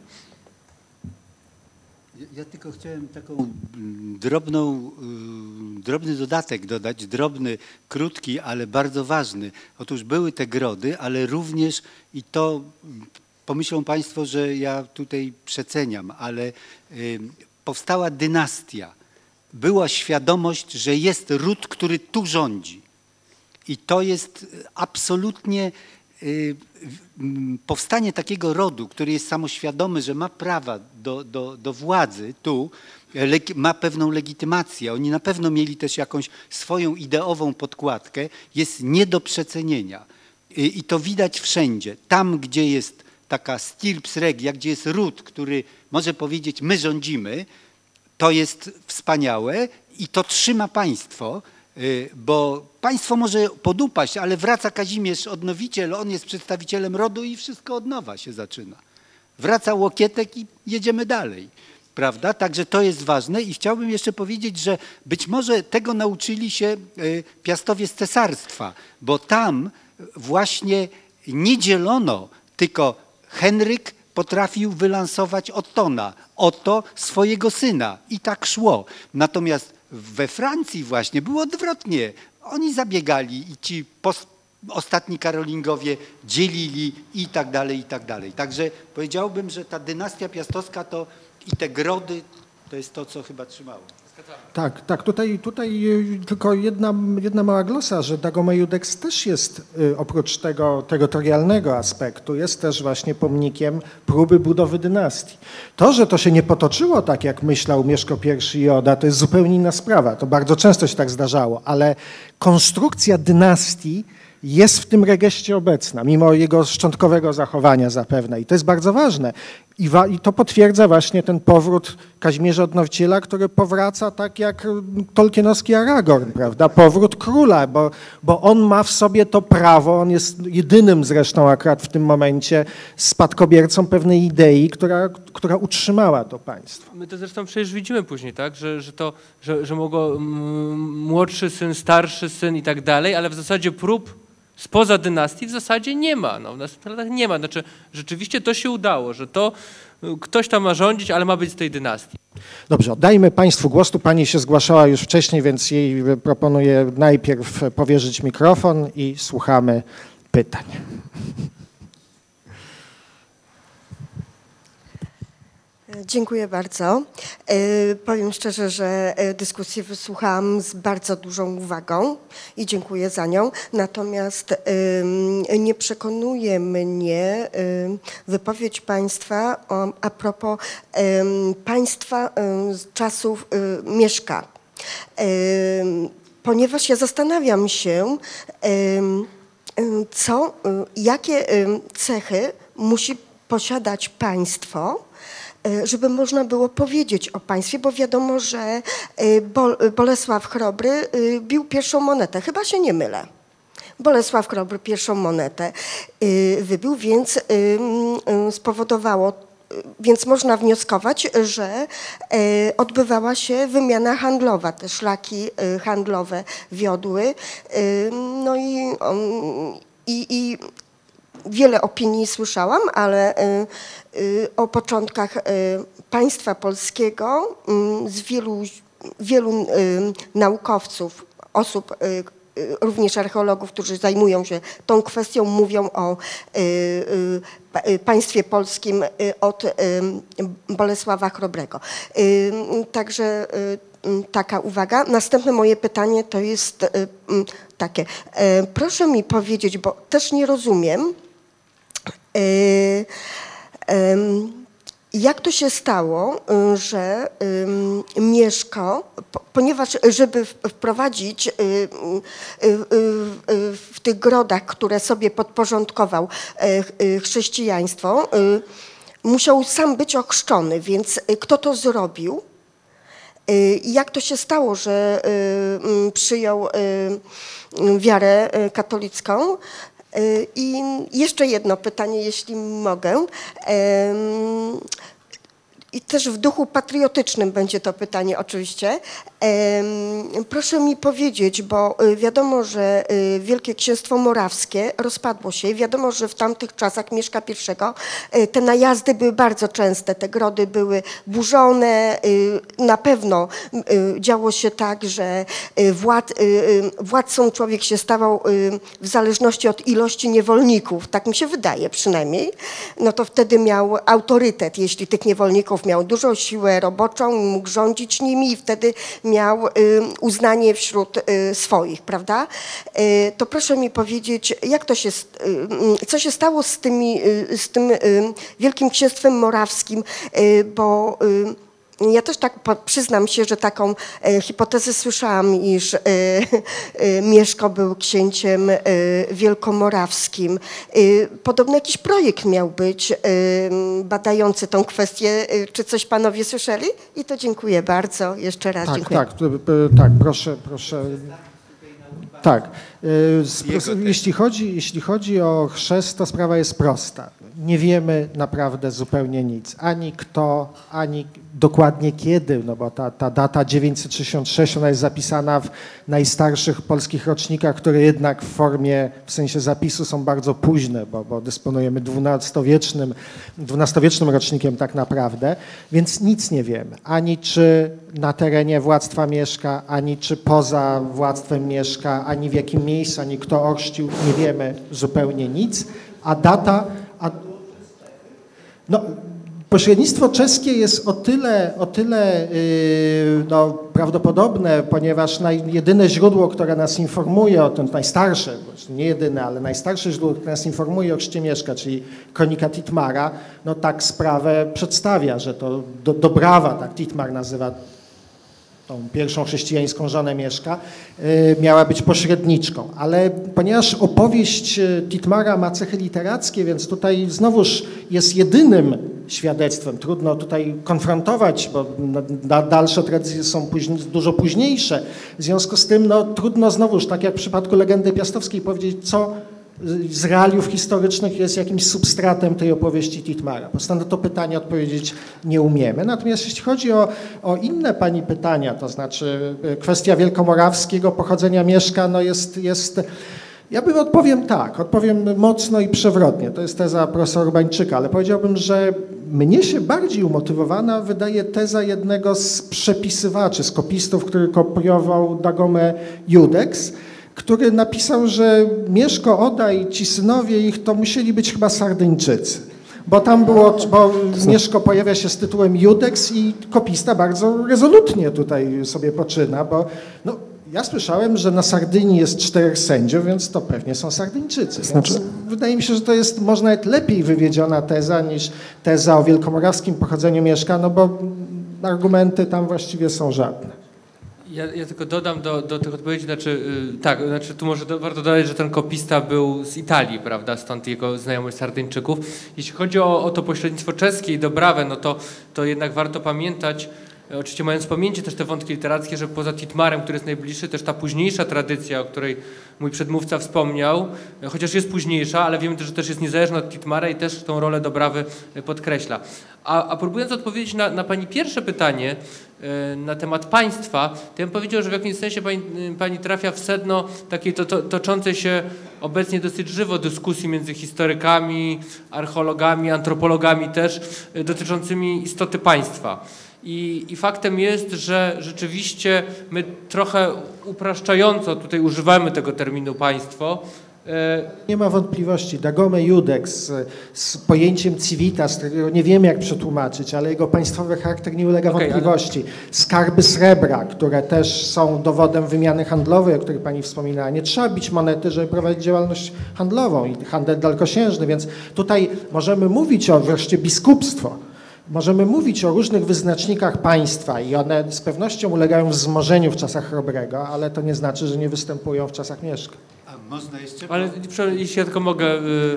Ja tylko chciałem taką drobną, drobny dodatek dodać, drobny, krótki, ale bardzo ważny. Otóż były te grody, ale również i to pomyślą Państwo, że ja tutaj przeceniam, ale y, powstała dynastia. Była świadomość, że jest ród, który tu rządzi. I to jest absolutnie y, y, powstanie takiego rodu, który jest samoświadomy, że ma prawa do, do, do władzy tu, ma pewną legitymację. Oni na pewno mieli też jakąś swoją ideową podkładkę, jest nie do przecenienia. I, i to widać wszędzie. Tam, gdzie jest taka stirps regia, gdzie jest ród, który może powiedzieć, my rządzimy, to jest wspaniałe i to trzyma państwo, bo państwo może podupaść, ale wraca Kazimierz Odnowiciel, on jest przedstawicielem rodu i wszystko od nowa się zaczyna. Wraca Łokietek i jedziemy dalej, prawda? Także to jest ważne i chciałbym jeszcze powiedzieć, że być może tego nauczyli się Piastowie z cesarstwa, bo tam właśnie nie dzielono, tylko Henryk potrafił wylansować Ottona, Otto swojego syna i tak szło. Natomiast we Francji właśnie było odwrotnie. Oni zabiegali i ci post, ostatni Karolingowie dzielili i tak dalej, i tak dalej. Także powiedziałbym, że ta dynastia piastowska to i te grody to jest to, co chyba trzymało. Tak, tak. Tutaj, tutaj tylko jedna, jedna mała glosa, że Dagoma Judex też jest oprócz tego terytorialnego aspektu, jest też właśnie pomnikiem próby budowy dynastii. To, że to się nie potoczyło tak, jak myślał Mieszko I i Oda, to jest zupełnie inna sprawa. To bardzo często się tak zdarzało, ale konstrukcja dynastii jest w tym regeście obecna, mimo jego szczątkowego zachowania zapewne. I to jest bardzo ważne. I, wa, I to potwierdza właśnie ten powrót Kazimierza Odnowiciela, który powraca tak jak tolkienowski Aragorn, prawda? Powrót króla, bo, bo on ma w sobie to prawo, on jest jedynym zresztą akurat w tym momencie spadkobiercą pewnej idei, która, która utrzymała to państwo. My to zresztą przecież widzimy później, tak, że, że to, że, że mogło młodszy syn, starszy syn i tak dalej, ale w zasadzie prób spoza dynastii w zasadzie nie ma. No, w następnych latach nie ma. Znaczy, rzeczywiście to się udało, że to ktoś tam ma rządzić, ale ma być z tej dynastii. Dobrze, oddajmy Państwu głos. Tu Pani się zgłaszała już wcześniej, więc jej proponuję najpierw powierzyć mikrofon i słuchamy pytań. Dziękuję bardzo. Powiem szczerze, że dyskusję wysłuchałam z bardzo dużą uwagą i dziękuję za nią. Natomiast nie przekonuje mnie wypowiedź Państwa a propos państwa z czasów Mieszka. Ponieważ ja zastanawiam się, co, jakie cechy musi posiadać państwo, żeby można było powiedzieć o państwie, bo wiadomo, że Bolesław Chrobry bił pierwszą monetę. Chyba się nie mylę. Bolesław Chrobry pierwszą monetę wybił, więc spowodowało, więc można wnioskować, że odbywała się wymiana handlowa. Te szlaki handlowe wiodły. No i, i, i wiele opinii słyszałam, ale o początkach państwa polskiego z wielu, wielu naukowców, osób, również archeologów, którzy zajmują się tą kwestią, mówią o państwie polskim od Bolesława Chrobrego. Także taka uwaga. Następne moje pytanie to jest takie. Proszę mi powiedzieć, bo też nie rozumiem, jak to się stało, że Mieszko, ponieważ żeby wprowadzić w tych grodach, które sobie podporządkował chrześcijaństwo, musiał sam być ochrzczony, więc kto to zrobił? Jak to się stało, że przyjął wiarę katolicką? I jeszcze jedno pytanie, jeśli mogę. I też w duchu patriotycznym będzie to pytanie oczywiście. Proszę mi powiedzieć, bo wiadomo, że Wielkie Księstwo Morawskie rozpadło się. Wiadomo, że w tamtych czasach Mieszka pierwszego te najazdy były bardzo częste. Te grody były burzone. Na pewno działo się tak, że władz, władcą człowiek się stawał w zależności od ilości niewolników. Tak mi się wydaje przynajmniej. No to wtedy miał autorytet, jeśli tych niewolników miał dużą siłę roboczą, mógł rządzić nimi i wtedy miał uznanie wśród swoich, prawda? To proszę mi powiedzieć, jak to się, co się stało z, tymi, z tym Wielkim Księstwem Morawskim, bo ja też tak przyznam się, że taką hipotezę słyszałam, iż Mieszko był księciem wielkomorawskim. Podobno jakiś projekt miał być badający tą kwestię. Czy coś panowie słyszeli? I to dziękuję bardzo. Jeszcze raz tak, dziękuję. Tak, tak, proszę, proszę. Tak. Jeśli chodzi, jeśli chodzi o chrzest, to sprawa jest prosta. Nie wiemy naprawdę zupełnie nic. Ani kto, ani dokładnie kiedy, no bo ta, ta data dziewięćset sześćdziesiąt sześć, ona jest zapisana w najstarszych polskich rocznikach, które jednak w formie, w sensie zapisu są bardzo późne, bo, bo dysponujemy dwunastowiecznym, dwunastowiecznym rocznikiem tak naprawdę, więc nic nie wiemy. Ani czy na terenie władztwa Mieszka, ani czy poza władztwem Mieszka, ani w jakim miejscu, ani kto ochrzcił, nie wiemy zupełnie nic, a data... A, no, pośrednictwo czeskie jest o tyle, o tyle yy, no, prawdopodobne, ponieważ naj, jedyne źródło, które nas informuje o tym, najstarsze, nie jedyne, ale najstarsze źródło, które nas informuje o chrzcie Mieszka, czyli kronika Titmara, no tak sprawę przedstawia, że to do, Dobrawa, tak Titmar nazywa tą pierwszą chrześcijańską żonę Mieszka, y, miała być pośredniczką. Ale ponieważ opowieść Titmara ma cechy literackie, więc tutaj znowuż jest jedynym świadectwem. Trudno tutaj konfrontować, bo na, na dalsze tradycje są później, dużo późniejsze. W związku z tym no, trudno znowuż, tak jak w przypadku legendy piastowskiej, powiedzieć, co z realiów historycznych jest jakimś substratem tej opowieści Titmara. Po prostu na to pytanie odpowiedzieć nie umiemy. Natomiast jeśli chodzi o, o inne pani pytania, to znaczy kwestia wielkomorawskiego pochodzenia Mieszka, no jest, jest ja bym odpowiem tak, odpowiem mocno i przewrotnie. To jest teza profesora Urbańczyka, ale powiedziałbym, że mnie się bardziej umotywowana wydaje teza jednego z przepisywaczy, z kopistów, który kopiował Dagomę Judex, który napisał, że Mieszko, Oda i ci synowie ich to musieli być chyba Sardyńczycy. Bo tam było, bo Mieszko pojawia się z tytułem Judex i kopista bardzo rezolutnie tutaj sobie poczyna, bo no, ja słyszałem, że na Sardynii jest czterech sędziów, więc to pewnie są Sardyńczycy. Znaczy... Wydaje mi się, że to jest może nawet lepiej wywiedziona teza niż teza o wielkomorawskim pochodzeniu Mieszka, no bo argumenty tam właściwie są żadne. Ja, ja tylko dodam do, do tych odpowiedzi, znaczy yy, tak, znaczy tu może do, warto dodać, że ten kopista był z Italii, prawda, stąd jego znajomość Sardyńczyków. Jeśli chodzi o, o to pośrednictwo czeskie i Dobrawę, no to, to jednak warto pamiętać, oczywiście mając w pamięci też te wątki literackie, że poza Titmarem, który jest najbliższy, też ta późniejsza tradycja, o której mój przedmówca wspomniał, chociaż jest późniejsza, ale wiemy też, że też jest niezależna od Titmara i też tą rolę Dobrawy podkreśla. A, a próbując odpowiedzieć na, na pani pierwsze pytanie na temat państwa, to ja bym powiedział, że w jakimś sensie pani, pani trafia w sedno takiej to, to, toczącej się obecnie dosyć żywo dyskusji między historykami, archeologami, antropologami też, dotyczącymi istoty państwa. I, I faktem jest, że rzeczywiście my trochę upraszczająco tutaj używamy tego terminu państwo. Nie ma wątpliwości. Dagome Judex z, z pojęciem civitas, którego nie wiemy jak przetłumaczyć, ale jego państwowy charakter nie ulega okay, wątpliwości. Ale... Skarby srebra, które też są dowodem wymiany handlowej, o której pani wspominała. Nie trzeba bić monety, żeby prowadzić działalność handlową i handel dalekosiężny, więc tutaj możemy mówić o wreszcie biskupstwo. Możemy mówić o różnych wyznacznikach państwa i one z pewnością ulegają wzmożeniu w czasach Chrobrego, ale to nie znaczy, że nie występują w czasach Mieszka. A można jeszcze... Ale jeśli ja tylko mogę... Yy,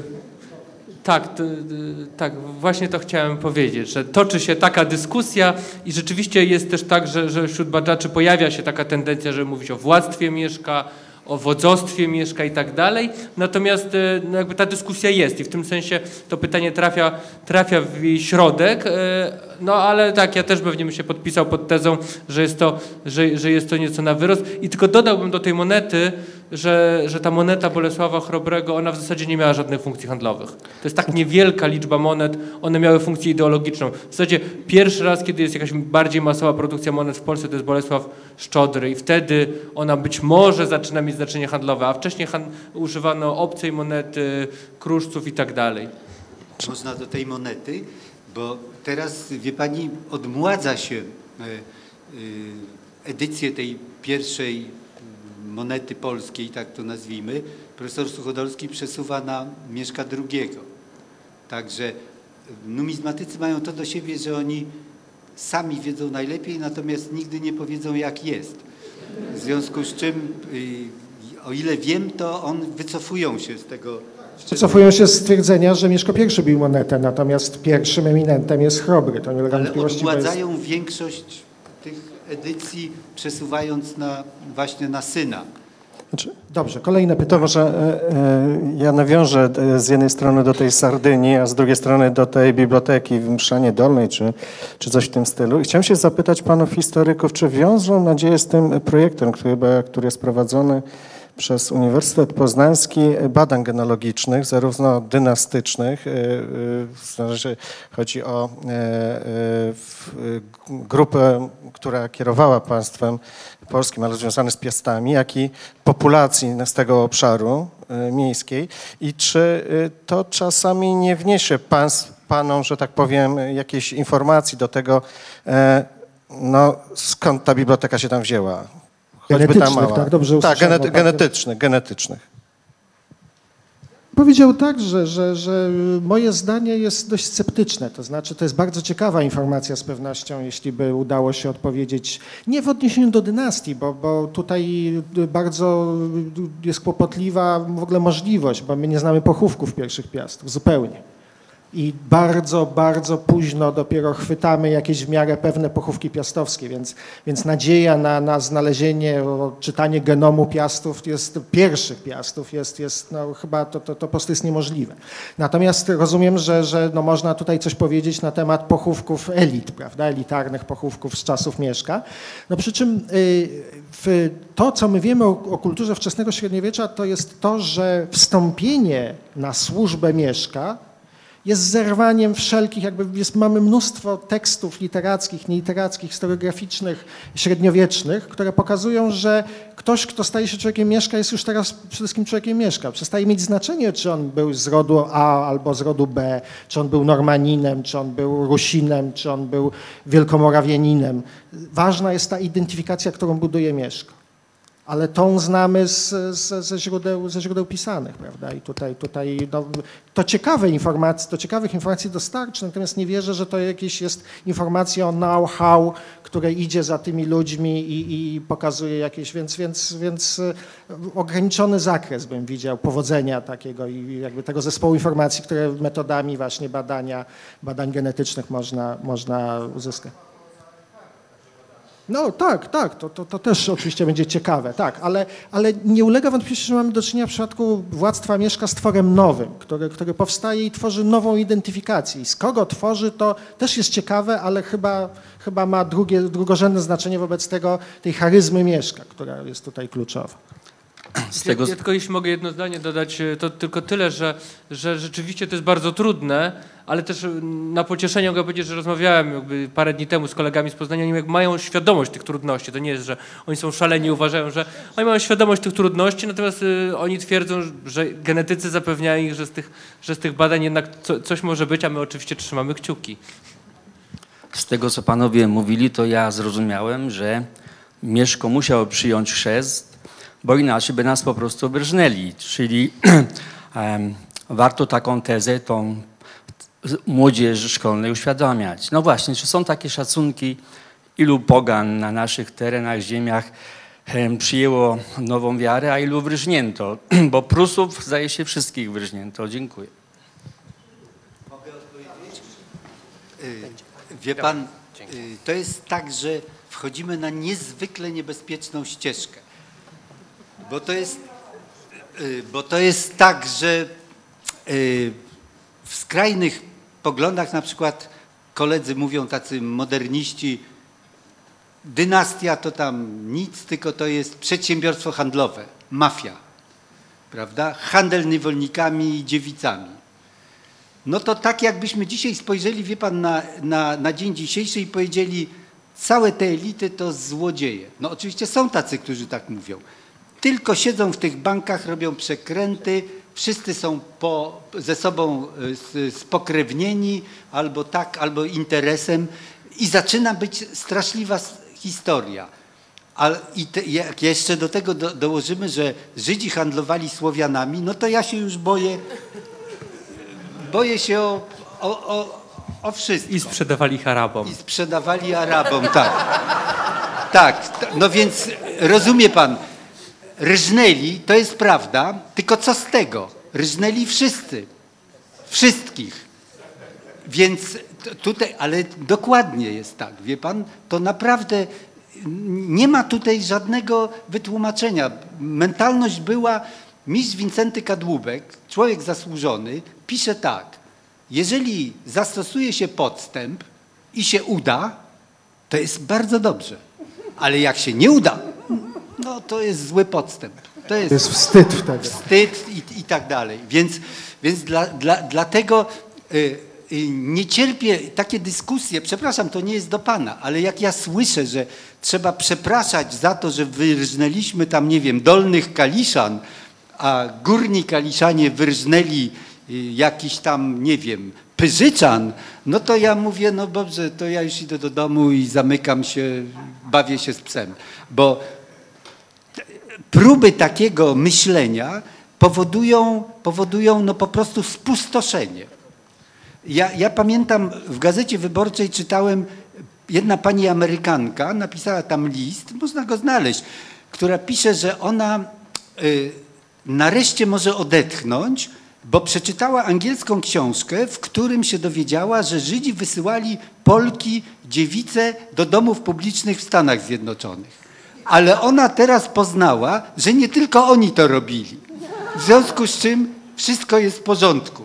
tak, to, yy, tak, właśnie to chciałem powiedzieć, że toczy się taka dyskusja i rzeczywiście jest też tak, że, że wśród badaczy pojawia się taka tendencja, żeby mówić o władztwie Mieszka, o wodzostwie Mieszka i tak dalej, natomiast no jakby ta dyskusja jest i w tym sensie to pytanie trafia, trafia w jej środek, no ale tak, ja też pewnie bym się podpisał pod tezą, że jest to, że, że jest to nieco na wyrost i tylko dodałbym do tej monety, że, że ta moneta Bolesława Chrobrego, ona w zasadzie nie miała żadnych funkcji handlowych. To jest tak niewielka liczba monet, one miały funkcję ideologiczną. W zasadzie pierwszy raz, kiedy jest jakaś bardziej masowa produkcja monet w Polsce, to jest Bolesław Szczodry i wtedy ona być może zaczyna mieć znaczenie handlowe, a wcześniej hand- używano obcej monety, kruszców i tak dalej. Można do tej monety, bo teraz, wie pani, odmładza się edycję tej pierwszej monety polskiej, tak to nazwijmy. Profesor Suchodolski przesuwa na Mieszka drugiego. Także numizmatycy mają to do siebie, że oni sami wiedzą najlepiej, natomiast nigdy nie powiedzą, jak jest. W związku z czym, o ile wiem, to on wycofują się z tego. Wycofują się z stwierdzenia, że Mieszko pierwszy bił monetę, natomiast pierwszym eminentem jest Chrobry. To nie ulega wątpliwości. Ale odmładzają jest... większość tych edycji, przesuwając na, właśnie na syna. Znaczy, dobrze, kolejne pytanie. To może e, e, ja nawiążę z jednej strony do tej Sardynii, a z drugiej strony do tej biblioteki w Mszanie Dolnej, czy, czy coś w tym stylu. I chciałem się zapytać panów historyków, czy wiążą nadzieję z tym projektem, który, który jest prowadzony przez Uniwersytet Poznański badań genealogicznych, zarówno dynastycznych, znaczy chodzi o grupę, która kierowała państwem polskim, ale związane z Piastami, jak i populacji z tego obszaru miejskiej. I czy to czasami nie wniesie pan, panom, że tak powiem, jakiejś informacji do tego, no, skąd ta biblioteka się tam wzięła? Genetycznych, tak? Dobrze tak, genety, genetycznych, genetycznych. Powiedział tak, że, że, że moje zdanie jest dość sceptyczne, to znaczy to jest bardzo ciekawa informacja z pewnością, jeśli by udało się odpowiedzieć, nie w odniesieniu do dynastii, bo, bo tutaj bardzo jest kłopotliwa w ogóle możliwość, bo my nie znamy pochówków pierwszych Piastów, zupełnie. I bardzo, bardzo późno dopiero chwytamy jakieś w miarę pewne pochówki piastowskie, więc, więc nadzieja na, na znalezienie, odczytanie genomu Piastów jest, pierwszych Piastów jest, jest no, chyba to, to, to po prostu jest niemożliwe. Natomiast rozumiem, że, że no, można tutaj coś powiedzieć na temat pochówków elit, prawda, elitarnych pochówków z czasów Mieszka. No przy czym y, w, to, co my wiemy o, o kulturze wczesnego średniowiecza, to jest to, że wstąpienie na służbę Mieszka jest zerwaniem wszelkich, jakby jest, mamy mnóstwo tekstów literackich, nieliterackich, historiograficznych, średniowiecznych, które pokazują, że ktoś, kto staje się człowiekiem Mieszka, jest już teraz przede wszystkim człowiekiem Mieszka. Przestaje mieć znaczenie, czy on był z rodu A albo z rodu B, czy on był Normaninem, czy on był Rusinem, czy on był Wielkomorawianinem. Ważna jest ta identyfikacja, którą buduje Mieszko. Ale tą znamy z, z, ze, źródeł, ze źródeł pisanych, prawda? I tutaj, tutaj no, to ciekawe informacje, to ciekawych informacji dostarczy, natomiast nie wierzę, że to jakieś jest informacja o know-how, które idzie za tymi ludźmi i, i pokazuje jakieś, więc, więc, więc ograniczony zakres bym widział powodzenia takiego i jakby tego zespołu informacji, które metodami właśnie badania, badań genetycznych można, można uzyskać. No tak, tak, to, to, to też oczywiście będzie ciekawe, tak, ale, ale nie ulega wątpliwości, że mamy do czynienia w przypadku władztwa Mieszka z tworem nowym, który, który powstaje i tworzy nową identyfikację. I z kogo tworzy, to też jest ciekawe, ale chyba, chyba ma drugie, drugorzędne znaczenie wobec tego, tej charyzmy Mieszka, która jest tutaj kluczowa. Z tego... ja, ja tylko jeśli mogę jedno zdanie dodać, to tylko tyle, że, że rzeczywiście to jest bardzo trudne, ale też na pocieszenie mogę powiedzieć, że rozmawiałem jakby parę dni temu z kolegami z Poznania, oni mają świadomość tych trudności. To nie jest, że oni są szaleni, uważają, że oni mają świadomość tych trudności, natomiast y, oni twierdzą, że genetycy zapewniają ich, że z tych, że z tych badań jednak co, coś może być, a my oczywiście trzymamy kciuki. Z tego, co panowie mówili, to ja zrozumiałem, że Mieszko musiał przyjąć chrzest, bo inaczej by nas po prostu wyrżnęli. Czyli um, warto taką tezę, tą młodzieży szkolnej uświadamiać. No właśnie, czy są takie szacunki, ilu pogan na naszych terenach, ziemiach um, przyjęło nową wiarę, a ilu wyrżnięto? Bo Prusów, zdaje się, wszystkich wyrżnięto. Dziękuję. Mogę odpowiedzieć? Wie pan, to jest tak, że wchodzimy na niezwykle niebezpieczną ścieżkę. Bo to jest, bo to jest tak, że w skrajnych poglądach na przykład koledzy mówią, tacy moderniści, dynastia to tam nic, tylko to jest przedsiębiorstwo handlowe, mafia, prawda? Handel niewolnikami i dziewicami. No to tak jakbyśmy dzisiaj spojrzeli, wie pan, na, na, na dzień dzisiejszy i powiedzieli, całe te elity to złodzieje. No oczywiście są tacy, którzy tak mówią. Tylko siedzą w tych bankach, robią przekręty, wszyscy są po, ze sobą spokrewnieni, albo tak, albo interesem i zaczyna być straszliwa historia. A, I te, jak jeszcze do tego do, dołożymy, że Żydzi handlowali Słowianami, no to ja się już boję, boję się o, o, o, o wszystko. I sprzedawali ich Arabom. I sprzedawali Arabom, tak. Tak, no więc rozumie pan, rżnęli, to jest prawda, tylko co z tego? Rżnęli wszyscy, wszystkich. Więc tutaj, ale dokładnie jest tak, wie pan, to naprawdę nie ma tutaj żadnego wytłumaczenia. Mentalność była, mistrz Wincenty Kadłubek, człowiek zasłużony, pisze tak, jeżeli zastosuje się podstęp i się uda, to jest bardzo dobrze, ale jak się nie uda, no to jest zły podstęp. To jest, to jest wstyd wtedy. Wstyd i, i tak dalej. Więc, więc dla, dla, dlatego y, y, nie cierpię takie dyskusje, przepraszam, to nie jest do pana, ale jak ja słyszę, że trzeba przepraszać za to, że wyrżnęliśmy tam, nie wiem, dolnych Kaliszan, a górni Kaliszanie wyrżnęli y, jakiś tam, nie wiem, Pyżyczan, no to ja mówię, no dobrze, to ja już idę do domu i zamykam się, bawię się z psem, bo próby takiego myślenia powodują, powodują no po prostu spustoszenie. Ja, ja pamiętam, w Gazecie Wyborczej czytałem, jedna pani Amerykanka napisała tam list, można go znaleźć, która pisze, że ona y, nareszcie może odetchnąć, bo przeczytała angielską książkę, w którym się dowiedziała, że Żydzi wysyłali Polki, dziewice do domów publicznych w Stanach Zjednoczonych. Ale ona teraz poznała, że nie tylko oni to robili. W związku z czym wszystko jest w porządku.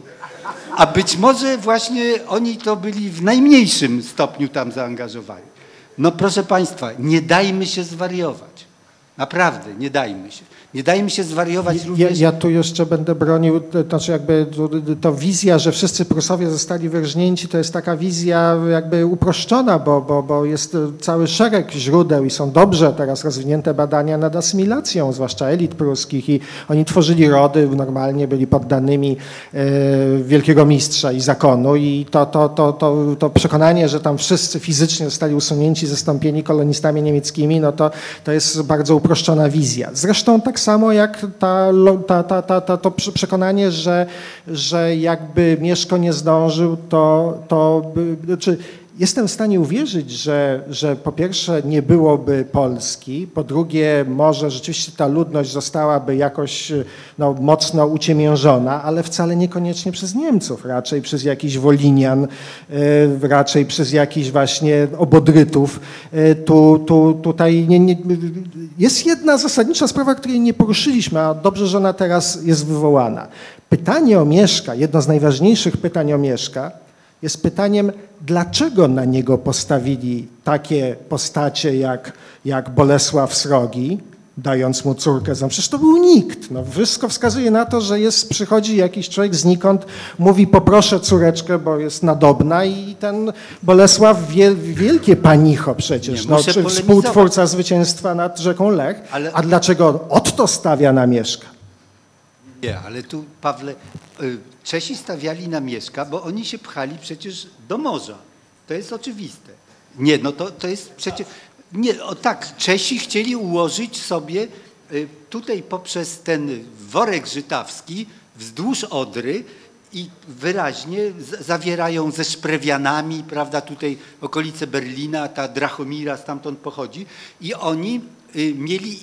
A być może właśnie oni to byli w najmniejszym stopniu tam zaangażowani. No proszę Państwa, nie dajmy się zwariować. Naprawdę, nie dajmy się. Nie dajmy się zwariować Ja, również... ja tu jeszcze będę bronił, to znaczy jakby to, to wizja, że wszyscy Prusowie zostali wyrżnięci, to jest taka wizja jakby uproszczona, bo, bo, bo jest cały szereg źródeł i są dobrze teraz rozwinięte badania nad asymilacją, zwłaszcza elit pruskich, i oni tworzyli rody, normalnie byli poddanymi e, wielkiego mistrza i zakonu, i to, to, to, to, to przekonanie, że tam wszyscy fizycznie zostali usunięci, zastąpieni kolonistami niemieckimi, no to, to jest bardzo uproszczona wizja. Zresztą tak samo jak ta, ta, ta, ta, ta, to przekonanie, że, że jakby Mieszko nie zdążył, to, to by, znaczy jestem w stanie uwierzyć, że, że po pierwsze nie byłoby Polski, po drugie może rzeczywiście ta ludność zostałaby jakoś no, mocno uciemiężona, ale wcale niekoniecznie przez Niemców, raczej przez jakichś Wolinian, y, raczej przez jakichś właśnie obodrytów. Y, tu, tu, tutaj nie, nie, jest jedna zasadnicza sprawa, której nie poruszyliśmy, a dobrze, że ona teraz jest wywołana. Pytanie o Mieszka, jedno z najważniejszych pytań o Mieszka, jest pytaniem, dlaczego na niego postawili takie postacie jak, jak Bolesław Srogi, dając mu córkę. Przecież to był nikt. No, wszystko wskazuje na to, że jest, przychodzi jakiś człowiek znikąd, mówi poproszę córeczkę, bo jest nadobna, i ten Bolesław, wiel, wielkie panicho przecież, Nie, no, muszę czy współtwórca zwycięstwa nad rzeką Lech. Ale... A dlaczego Otto stawia na Mieszka? Nie, ale tu, Pawle, Czesi stawiali na Mieszka, bo oni się pchali przecież do morza. To jest oczywiste. Nie, no to, to jest przecież... Nie, o tak, Czesi chcieli ułożyć sobie tutaj poprzez ten worek żytawski wzdłuż Odry i wyraźnie zawierają ze Szprewianami, prawda, tutaj okolice Berlina, ta Drachomira stamtąd pochodzi, i oni mieli...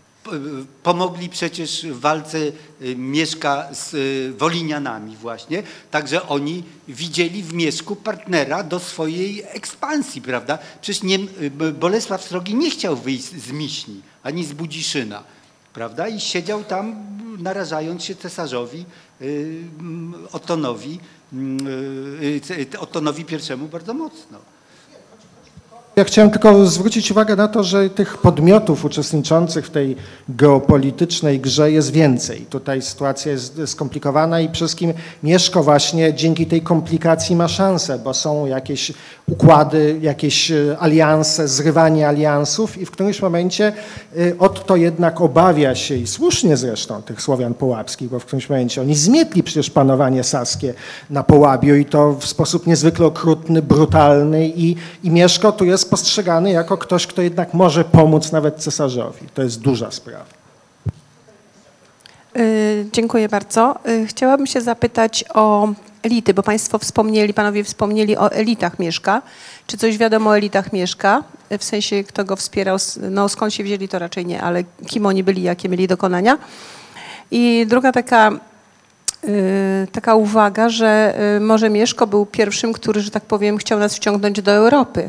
pomogli przecież w walce Mieszka z Wolinianami właśnie, także oni widzieli w Mieszku partnera do swojej ekspansji, prawda? Przecież nie, Bolesław Srogi nie chciał wyjść z Miśni, ani z Budziszyna, prawda? I siedział tam, narażając się cesarzowi Ottonowi, Ottonowi pierwszemu bardzo mocno. Ja chciałem tylko zwrócić uwagę na to, że tych podmiotów uczestniczących w tej geopolitycznej grze jest więcej. Tutaj sytuacja jest skomplikowana i przede wszystkim Mieszko właśnie dzięki tej komplikacji ma szansę, bo są jakieś układy, jakieś alianse, zrywanie aliansów, i w którymś momencie Otto jednak obawia się, i słusznie zresztą, tych Słowian połabskich, bo w którymś momencie oni zmietli przecież panowanie saskie na Połabiu, i to w sposób niezwykle okrutny, brutalny, i, i Mieszko tu jest postrzegany jako ktoś, kto jednak może pomóc nawet cesarzowi. To jest duża sprawa. Yy, dziękuję bardzo. Yy, chciałabym się zapytać o elity, bo Państwo wspomnieli, Panowie wspomnieli o elitach Mieszka. Czy coś wiadomo o elitach Mieszka? W sensie, kto go wspierał, no skąd się wzięli, to raczej nie, ale kim oni byli, jakie mieli dokonania. I druga taka, yy, taka uwaga, że yy, może Mieszko był pierwszym, który, że tak powiem, chciał nas wciągnąć do Europy.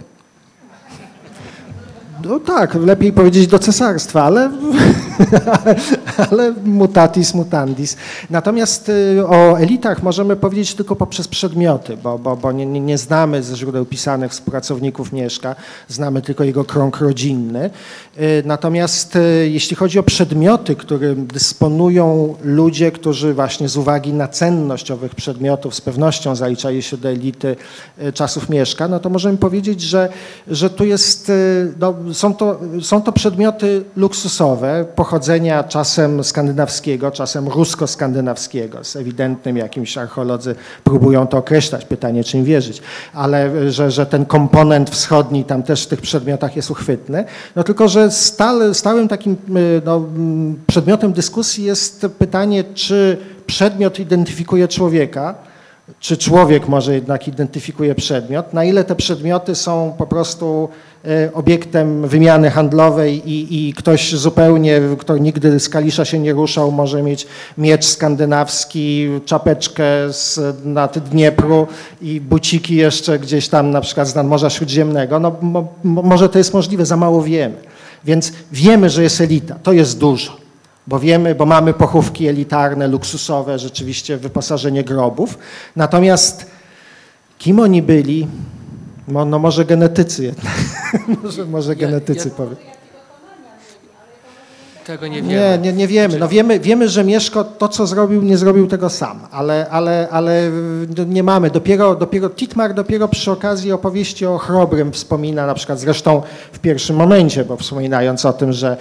No tak, lepiej powiedzieć do cesarstwa, ale, ale mutatis mutandis. Natomiast o elitach możemy powiedzieć tylko poprzez przedmioty, bo, bo, bo nie, nie znamy ze źródeł pisanych współpracowników Mieszka, znamy tylko jego krąg rodzinny. Natomiast jeśli chodzi o przedmioty, którym dysponują ludzie, którzy właśnie z uwagi na cenność owych przedmiotów z pewnością zaliczali się do elity czasów Mieszka, no to możemy powiedzieć, że, że tu jest... No, Są to, są to przedmioty luksusowe, pochodzenia czasem skandynawskiego, czasem rusko-skandynawskiego. Z ewidentnym jakimś archeolodzy próbują to określać, pytanie czym wierzyć, ale że, że ten komponent wschodni tam też w tych przedmiotach jest uchwytny. No tylko, że stale, stałym takim no, przedmiotem dyskusji jest pytanie, czy przedmiot identyfikuje człowieka, czy człowiek może jednak identyfikuje przedmiot, na ile te przedmioty są po prostu obiektem wymiany handlowej i, i ktoś zupełnie, kto nigdy z Kalisza się nie ruszał, może mieć miecz skandynawski, czapeczkę z nad Dniepru i buciki jeszcze gdzieś tam na przykład z nadmorza Śródziemnego. No mo, mo, może to jest możliwe, za mało wiemy. Więc wiemy, że jest elita, to jest dużo, bo wiemy, bo mamy pochówki elitarne, luksusowe, rzeczywiście wyposażenie grobów. Natomiast kim oni byli? No, no może genetycy jednak. może może genetycy ja, powiem. Tego nie wiemy. Nie, nie, nie wiemy. No wiemy, wiemy, że Mieszko to, co zrobił, nie zrobił tego sam, ale, ale, ale nie mamy. Dopiero, dopiero Titmar dopiero przy okazji opowieści o Chrobrym wspomina, na przykład zresztą w pierwszym momencie, bo wspominając o tym, że,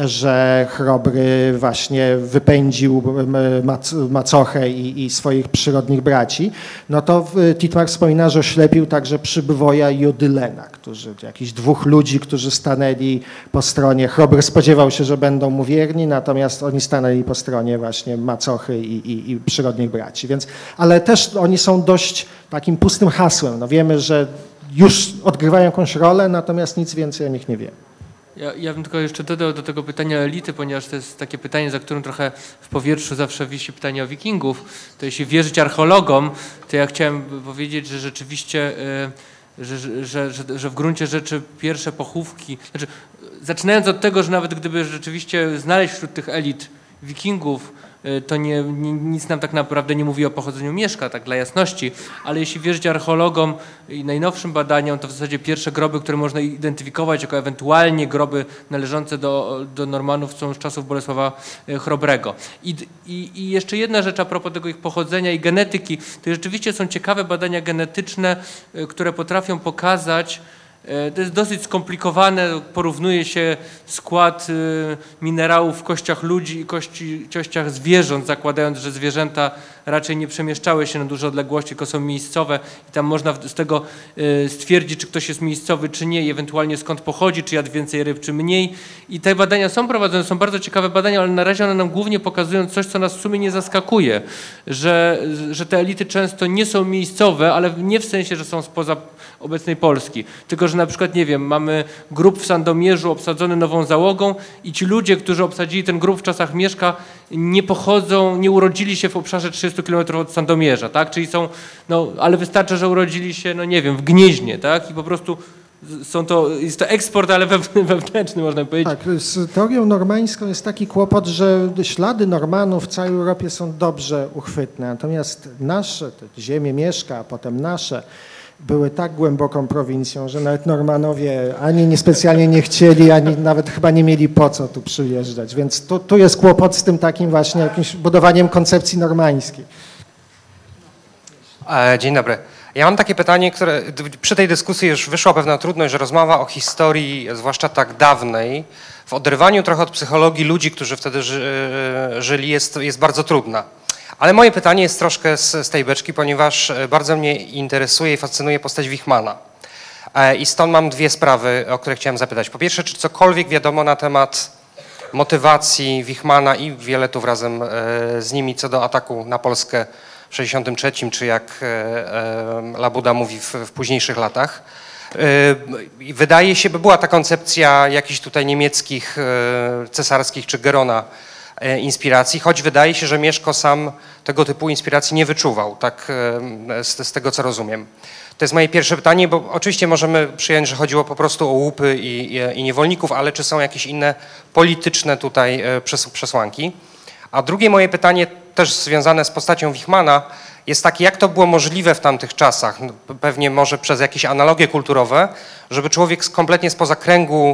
że Chrobry właśnie wypędził mac, macochę i, i swoich przyrodnich braci, no to Titmar wspomina, że oślepił także Przybwoja i Odylena, którzy, jakichś dwóch ludzi, którzy stanęli po stronie. Chrobry spodziewał się, że będą mu wierni, natomiast oni stanęli po stronie właśnie macochy i, i, i przyrodnich braci. Więc, ale też oni są dość takim pustym hasłem. No wiemy, że już odgrywają jakąś rolę, natomiast nic więcej o nich nie wiemy. Ja, ja bym tylko jeszcze dodał do tego pytania o elity, ponieważ to jest takie pytanie, za którym trochę w powietrzu zawsze wisi pytanie o Wikingów. To jeśli wierzyć archeologom, to ja chciałem powiedzieć, że rzeczywiście yy, Że, że, że, że w gruncie rzeczy pierwsze pochówki, znaczy zaczynając od tego, że nawet gdyby rzeczywiście znaleźć wśród tych elit Wikingów, to nie, nie, nic nam tak naprawdę nie mówi o pochodzeniu Mieszka, tak dla jasności, ale jeśli wierzyć archeologom i najnowszym badaniom, to w zasadzie pierwsze groby, które można identyfikować jako ewentualnie groby należące do, do Normanów są z czasów Bolesława Chrobrego. I, i, I jeszcze jedna rzecz a propos tego ich pochodzenia i genetyki, to rzeczywiście są ciekawe badania genetyczne, które potrafią pokazać, to jest dosyć skomplikowane, porównuje się skład minerałów w kościach ludzi i kości, kościach zwierząt, zakładając, że zwierzęta raczej nie przemieszczały się na duże odległości, tylko są miejscowe i tam można z tego stwierdzić, czy ktoś jest miejscowy, czy nie i ewentualnie skąd pochodzi, czy jadł więcej ryb, czy mniej. I te badania są prowadzone, są bardzo ciekawe badania, ale na razie one nam głównie pokazują coś, co nas w sumie nie zaskakuje, że, że te elity często nie są miejscowe, ale nie w sensie, że są spoza obecnej Polski, tylko że na przykład, nie wiem, mamy grób w Sandomierzu obsadzony nową załogą i ci ludzie, którzy obsadzili ten grób w czasach Mieszka, nie pochodzą, nie urodzili się w obszarze trzydziestu kilometrów od Sandomierza, tak? Czyli są, no, ale wystarczy, że urodzili się, no nie wiem, w Gnieźnie, tak? I po prostu są to, jest to eksport, ale wewnętrzny, można powiedzieć. Tak, z teorią normańską jest taki kłopot, że ślady Normanów w całej Europie są dobrze uchwytne, natomiast nasze, te ziemie Mieszka, a potem nasze, były tak głęboką prowincją, że nawet Normanowie ani niespecjalnie nie chcieli, ani nawet chyba nie mieli po co tu przyjeżdżać. Więc tu, tu jest kłopot z tym takim właśnie jakimś budowaniem koncepcji normańskiej. Dzień dobry. Ja mam takie pytanie, które przy tej dyskusji już wyszła pewna trudność, że rozmowa o historii, zwłaszcza tak dawnej, w oderwaniu trochę od psychologii ludzi, którzy wtedy ży, żyli, jest, jest bardzo trudna. Ale moje pytanie jest troszkę z, z tej beczki, ponieważ bardzo mnie interesuje i fascynuje postać Wichmana. I stąd mam dwie sprawy, o które chciałem zapytać. Po pierwsze, czy cokolwiek wiadomo na temat motywacji Wichmana i Wieletów razem z nimi co do ataku na Polskę w sześćdziesiątym trzecim, czy jak Labuda mówi w, w późniejszych latach. Wydaje się, by była ta koncepcja jakichś tutaj niemieckich, cesarskich czy Gerona inspiracji, choć wydaje się, że Mieszko sam tego typu inspiracji nie wyczuwał, tak z, z tego co rozumiem. To jest moje pierwsze pytanie, bo oczywiście możemy przyjąć, że chodziło po prostu o łupy i, i, i niewolników, ale czy są jakieś inne polityczne tutaj przes, przesłanki? A drugie moje pytanie, też związane z postacią Wichmana, jest takie, jak to było możliwe w tamtych czasach, pewnie może przez jakieś analogie kulturowe, żeby człowiek kompletnie spoza kręgu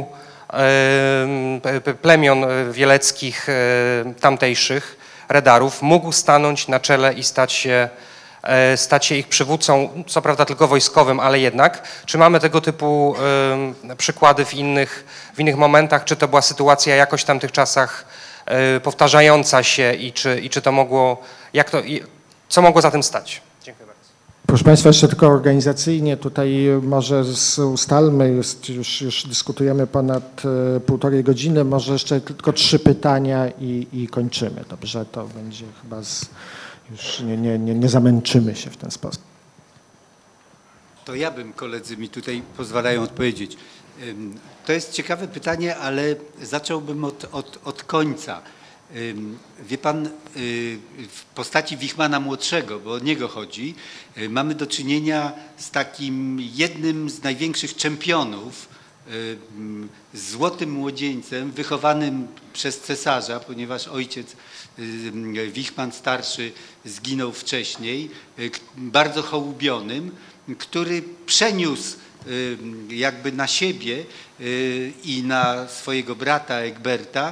plemion wieleckich tamtejszych, redarów, mógł stanąć na czele i stać się, stać się ich przywódcą, co prawda tylko wojskowym, ale jednak. Czy mamy tego typu przykłady w innych, w innych momentach? Czy to była sytuacja jakoś w tamtych czasach powtarzająca się i czy, i czy to mogło, jak to, co mogło za tym stać? Dziękuję bardzo. Proszę Państwa, jeszcze tylko organizacyjnie tutaj może ustalmy, jest, już, już dyskutujemy ponad e, półtorej godziny, może jeszcze tylko trzy pytania i, i kończymy. Dobrze, to będzie chyba z, już nie, nie, nie, nie zamęczymy się w ten sposób. To ja bym, koledzy mi tutaj pozwalają odpowiedzieć. To jest ciekawe pytanie, ale zacząłbym od, od, od końca. Wie pan, w postaci Wichmana Młodszego, bo o niego chodzi, mamy do czynienia z takim jednym z największych czempionów, z złotym młodzieńcem wychowanym przez cesarza, ponieważ ojciec Wichman starszy zginął wcześniej, bardzo hołubionym, który przeniósł jakby na siebie i na swojego brata Egberta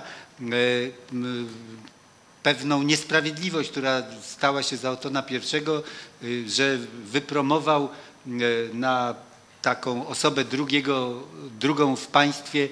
pewną niesprawiedliwość, która stała się za Otona pierwszego, że wypromował na taką osobę drugiego, drugą w państwie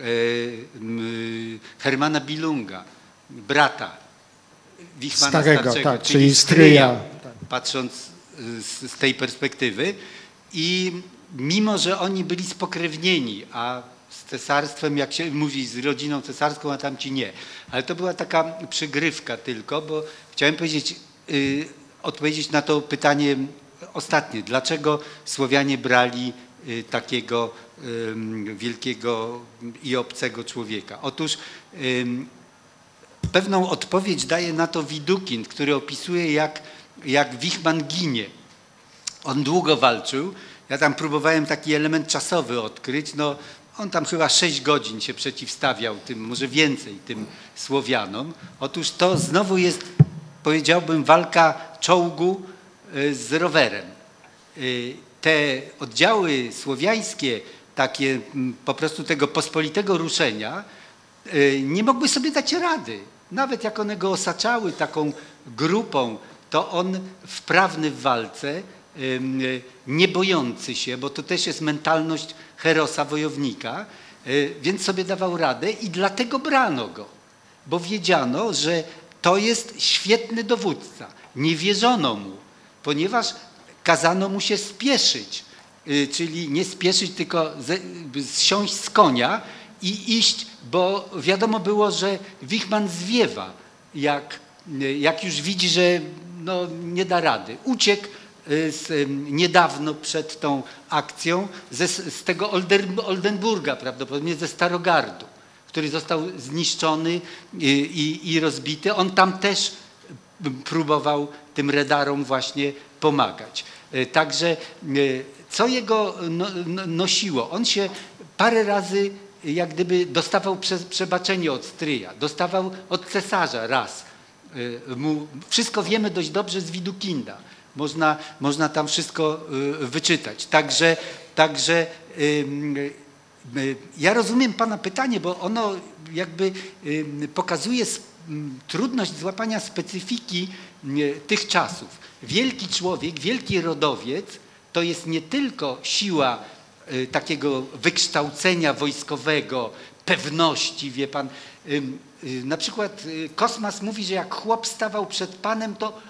Hermana Billunga, brata Wichmana Starego, starszego, tak, czyli stryja. Patrząc z, z tej perspektywy. I mimo, że oni byli spokrewnieni, a z cesarstwem, jak się mówi, z rodziną cesarską, a tamci nie. Ale to była taka przygrywka tylko, bo chciałem powiedzieć, yy, odpowiedzieć na to pytanie ostatnie. Dlaczego Słowianie brali y, takiego y, wielkiego i obcego człowieka? Otóż y, pewną odpowiedź daje na to Widukind, który opisuje, jak, jak Wichman ginie. On długo walczył. Ja tam próbowałem taki element czasowy odkryć. No, on tam chyba sześć godzin się przeciwstawiał tym, może więcej, tym Słowianom. Otóż to znowu jest, powiedziałbym, walka czołgu z rowerem. Te oddziały słowiańskie, takie po prostu tego pospolitego ruszenia, nie mogły sobie dać rady. Nawet jak one go osaczały taką grupą, to on wprawny w walce, nie bojący się, bo to też jest mentalność herosa, wojownika, więc sobie dawał radę i dlatego brano go, bo wiedziano, że to jest świetny dowódca. Nie wierzono mu, ponieważ kazano mu się spieszyć, czyli nie spieszyć, tylko zsiąść z konia i iść, bo wiadomo było, że Wichman zwiewa, jak, jak już widzi, że no, nie da rady. Uciekł z, niedawno przed tą akcją ze, z tego Older, Oldenburga, prawdopodobnie ze Starogardu, który został zniszczony i, i, i rozbity. On tam też próbował tym redarom właśnie pomagać. Także co jego no, no, nosiło? On się parę razy jak gdyby dostawał przebaczenie od stryja, dostawał od cesarza raz. Mu, wszystko wiemy dość dobrze z Widukinda. Można, można tam wszystko wyczytać. Także, także ja rozumiem pana pytanie, bo ono jakby pokazuje trudność złapania specyfiki tych czasów. Wielki człowiek, wielki rodowiec to jest nie tylko siła takiego wykształcenia wojskowego, pewności, wie pan. Na przykład Kosmas mówi, że jak chłop stawał przed panem, to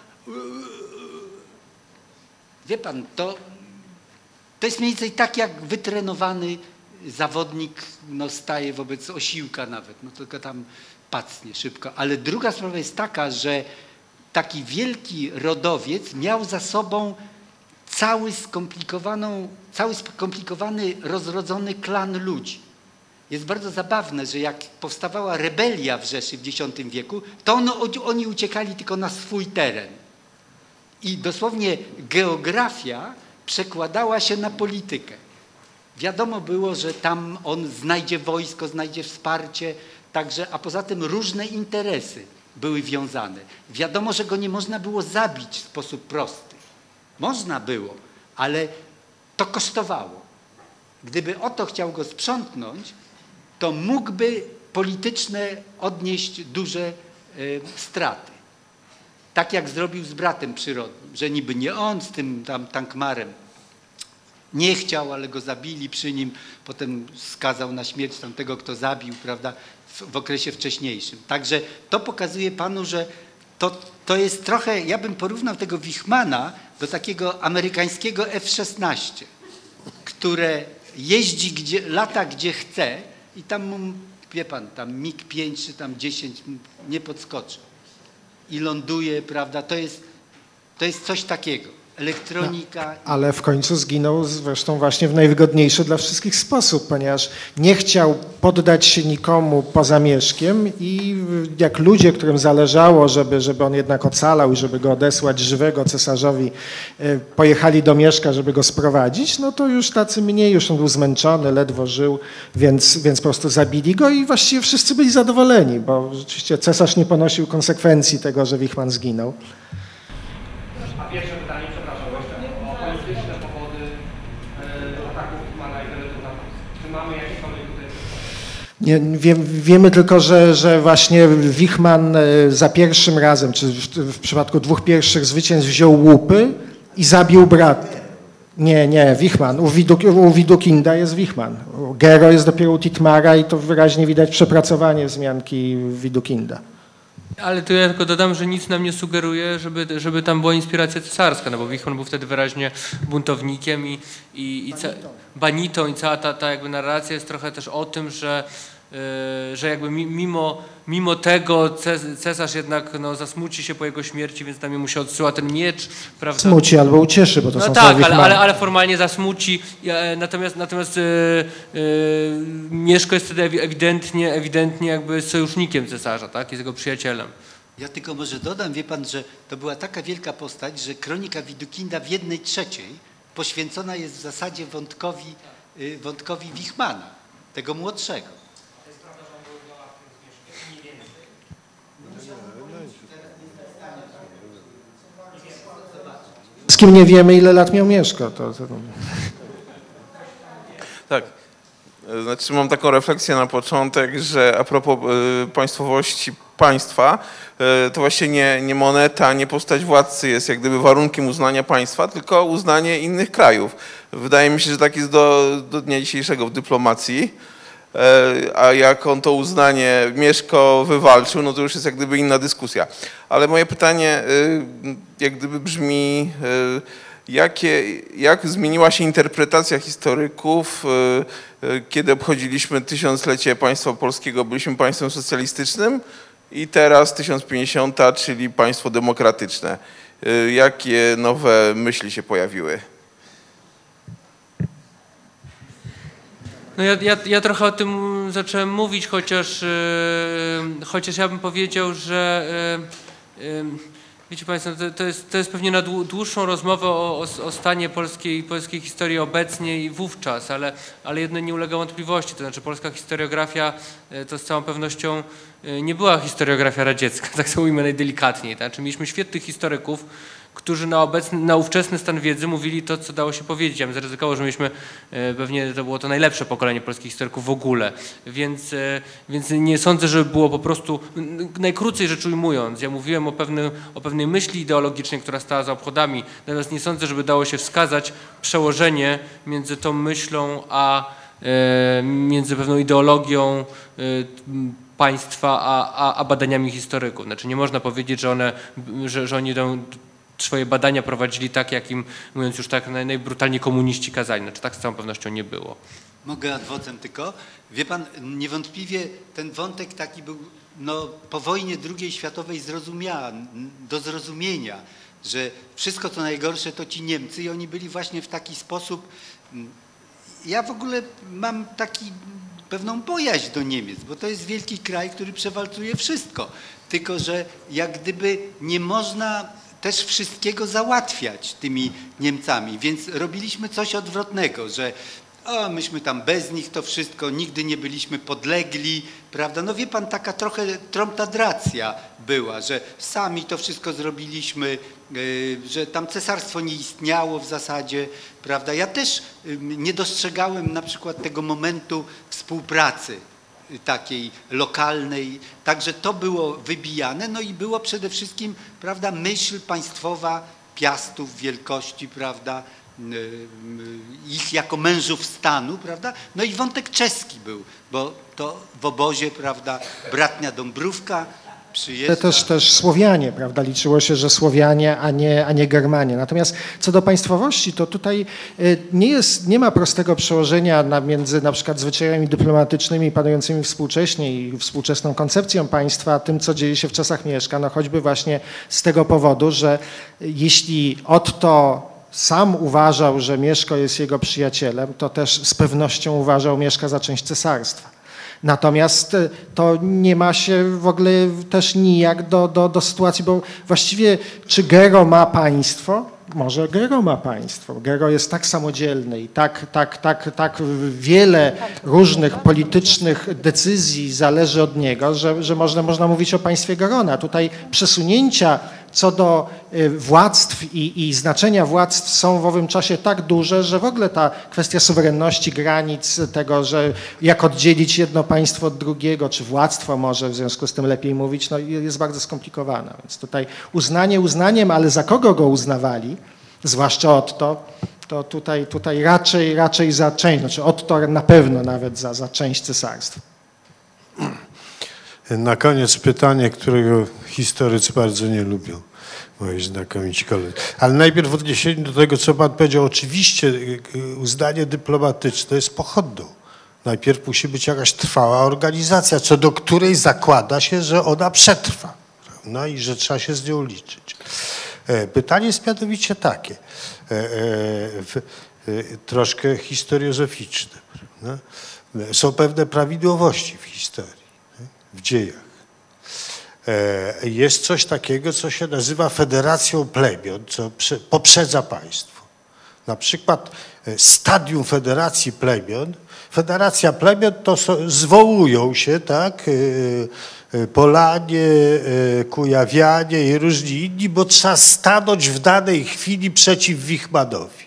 wie pan, to, to jest mniej więcej tak, jak wytrenowany zawodnik no, staje wobec osiłka nawet, no tylko tam pacnie szybko. Ale druga sprawa jest taka, że taki wielki rodowiec miał za sobą cały skomplikowaną, cały skomplikowany, rozrodzony klan ludzi. Jest bardzo zabawne, że jak powstawała rebelia w Rzeszy w dziesiątym wieku, to ono, oni uciekali tylko na swój teren. I dosłownie geografia przekładała się na politykę. Wiadomo było, że tam on znajdzie wojsko, znajdzie wsparcie, także, a poza tym różne interesy były wiązane. Wiadomo, że go nie można było zabić w sposób prosty. Można było, ale to kosztowało. Gdyby o to chciał go sprzątnąć, to mógłby polityczne odnieść duże y, straty. Tak jak zrobił z bratem przyrodnim, że niby nie on z tym tam Tankmarem nie chciał, ale go zabili przy nim, potem skazał na śmierć tamtego, kto zabił, prawda, w, w okresie wcześniejszym. Także to pokazuje panu, że to, to jest trochę, ja bym porównał tego Wichmana do takiego amerykańskiego F szesnaście, które jeździ, gdzie, lata gdzie chce i tam mu, wie pan, tam mig pięć czy tam dziesięć nie podskoczy. I ląduje, prawda, to jest, to jest coś takiego. elektronika. Ale w końcu zginął zresztą właśnie w najwygodniejszy dla wszystkich sposób, ponieważ nie chciał poddać się nikomu poza Mieszkiem i jak ludzie, którym zależało, żeby, żeby on jednak ocalał i żeby go odesłać żywego cesarzowi, pojechali do Mieszka, żeby go sprowadzić, no to już tacy mniej, już on był zmęczony, ledwo żył, więc, więc po prostu zabili go i właściwie wszyscy byli zadowoleni, bo rzeczywiście cesarz nie ponosił konsekwencji tego, że Wichman zginął. A pierwsze pytanie, przepraszam, jeszcze o polityczne powody e, ataków Wichmana i Beretów na Polskę. Czy mamy jakiekolwiek tutaj... Nie, wie, wiemy tylko, że, że właśnie Wichman za pierwszym razem, czy w, w przypadku dwóch pierwszych zwycięstw wziął łupy i zabił brat. Nie, nie, Wichman. U, Widuk, u Widukinda jest Wichman. Gero jest dopiero u Titmara i to wyraźnie widać przepracowanie wzmianki Widukinda. Ale to ja tylko dodam, że nic nam nie sugeruje, żeby, żeby tam była inspiracja cesarska, no bo Wichman był wtedy wyraźnie buntownikiem i, i, i ca, banitą i cała ta, ta jakby narracja jest trochę też o tym, że, yy, że jakby mimo, mimo tego cesarz jednak no, zasmuci się po jego śmierci, więc tam mu się odsyła ten miecz, prawda? Smuci albo ucieszy, bo to no są tak, ale, ale, ale formalnie zasmuci, natomiast, natomiast yy, yy, Mieszko jest wtedy ewidentnie, ewidentnie jakby sojusznikiem cesarza, tak? Jest jego przyjacielem. Ja tylko może dodam, wie pan, że to była taka wielka postać, że kronika Widukinda w jednej trzeciej poświęcona jest w zasadzie wątkowi, yy, wątkowi Wichmana, tego młodszego. Z kim nie wiemy, ile lat miał Mieszko. To, to... Tak. Znaczy mam taką refleksję na początek, że a propos y, państwowości państwa, y, to właśnie nie, nie moneta, nie postać władcy jest jak gdyby warunkiem uznania państwa, tylko uznanie innych krajów. Wydaje mi się, że tak jest do, do dnia dzisiejszego w dyplomacji. A jak on to uznanie Mieszko wywalczył, no to już jest jak gdyby inna dyskusja. Ale moje pytanie jak gdyby brzmi, jakie, jak zmieniła się interpretacja historyków, kiedy obchodziliśmy tysiąclecie państwa polskiego, byliśmy państwem socjalistycznym i teraz tysiąc pięćdziesiąta, czyli państwo demokratyczne. Jakie nowe myśli się pojawiły? No ja, ja, ja trochę o tym zacząłem mówić, chociaż, yy, chociaż ja bym powiedział, że yy, yy, wiecie Państwo, to, to, jest, to jest pewnie na dłuższą rozmowę o, o, o stanie polskiej, polskiej historii obecnie i wówczas, ale, ale jedno nie ulega wątpliwości, to znaczy polska historiografia yy, to z całą pewnością yy, nie była historiografia radziecka, tak sobie ujmę najdelikatniej. Tak? Znaczy mieliśmy świetnych historyków, którzy na obecny, na ówczesny stan wiedzy mówili to, co dało się powiedzieć. Ja bym zaryzykował, że mieliśmy, pewnie to było to najlepsze pokolenie polskich historyków w ogóle, więc, więc nie sądzę, że było po prostu, najkrócej rzecz ujmując, ja mówiłem o, pewnym, o pewnej myśli ideologicznej, która stała za obchodami, natomiast nie sądzę, żeby dało się wskazać przełożenie między tą myślą, a między pewną ideologią państwa, a, a, a badaniami historyków. Znaczy nie można powiedzieć, że one, że, że oni tę swoje badania prowadzili tak, jak im, mówiąc już tak, najbrutalniej komuniści kazali. Znaczy tak z całą pewnością nie było. Mogę adwocem tylko? Wie pan, niewątpliwie ten wątek taki był no, po wojnie drugiej światowej zrozumiała, do zrozumienia, że wszystko co najgorsze to ci Niemcy i oni byli właśnie w taki sposób. Ja w ogóle mam taki pewną bojaźń do Niemiec, bo to jest wielki kraj, który przewalcuje wszystko. Tylko że jak gdyby nie można też wszystkiego załatwiać tymi Niemcami, więc robiliśmy coś odwrotnego, że o, myśmy tam bez nich to wszystko, nigdy nie byliśmy podlegli, prawda? No wie pan, taka trochę tromtadracja była, że sami to wszystko zrobiliśmy, yy, że tam cesarstwo nie istniało w zasadzie, prawda? Ja też yy, nie dostrzegałem na przykład tego momentu współpracy takiej lokalnej, także to było wybijane, no i było przede wszystkim, prawda, myśl państwowa Piastów wielkości, prawda, ich jako mężów stanu, prawda, no i wątek czeski był, bo to w obozie, prawda, bratnia Dąbrówka przyjeżdża. Też, też Słowianie, prawda, liczyło się, że Słowianie, a nie, a nie Germanie. Natomiast co do państwowości, to tutaj nie jest, nie ma prostego przełożenia na, między na przykład zwyczajami dyplomatycznymi panującymi współcześnie i współczesną koncepcją państwa, a tym, co dzieje się w czasach Mieszka, no choćby właśnie z tego powodu, że jeśli Otto sam uważał, że Mieszko jest jego przyjacielem, to też z pewnością uważał Mieszka za część cesarstwa. Natomiast to nie ma się w ogóle też nijak do, do, do sytuacji, bo właściwie czy Gero ma państwo? Może Gero ma państwo. Gero jest tak samodzielny i tak, tak, tak, tak wiele różnych politycznych decyzji zależy od niego, że, że można, można mówić o państwie Gerona. Tutaj przesunięcia co do władztw i, i znaczenia władztw są w owym czasie tak duże, że w ogóle ta kwestia suwerenności, granic, tego, że jak oddzielić jedno państwo od drugiego, czy władztwo może w związku z tym lepiej mówić, no jest bardzo skomplikowana. Więc tutaj uznanie uznaniem, ale za kogo go uznawali, zwłaszcza Otto, to tutaj, tutaj raczej, raczej za część, znaczy Otto na pewno nawet za, za część cesarstwa. Na koniec pytanie, którego historycy bardzo nie lubią, moi znakomici koledzy. Ale najpierw w odniesieniu do tego, co pan powiedział, oczywiście uznanie dyplomatyczne jest pochodną. Najpierw musi być jakaś trwała organizacja, co do której zakłada się, że ona przetrwa, prawda? I że trzeba się z nią liczyć. Pytanie jest mianowicie takie, troszkę historiozoficzne, prawda? Są pewne prawidłowości w historii, w dziejach. Jest coś takiego, co się nazywa federacją plemion, co poprzedza państwo. Na przykład stadium federacji plemion. Federacja plemion to są, zwołują się, tak, Polanie, Kujawianie i różni inni, bo trzeba stanąć w danej chwili przeciw Wichmanowi.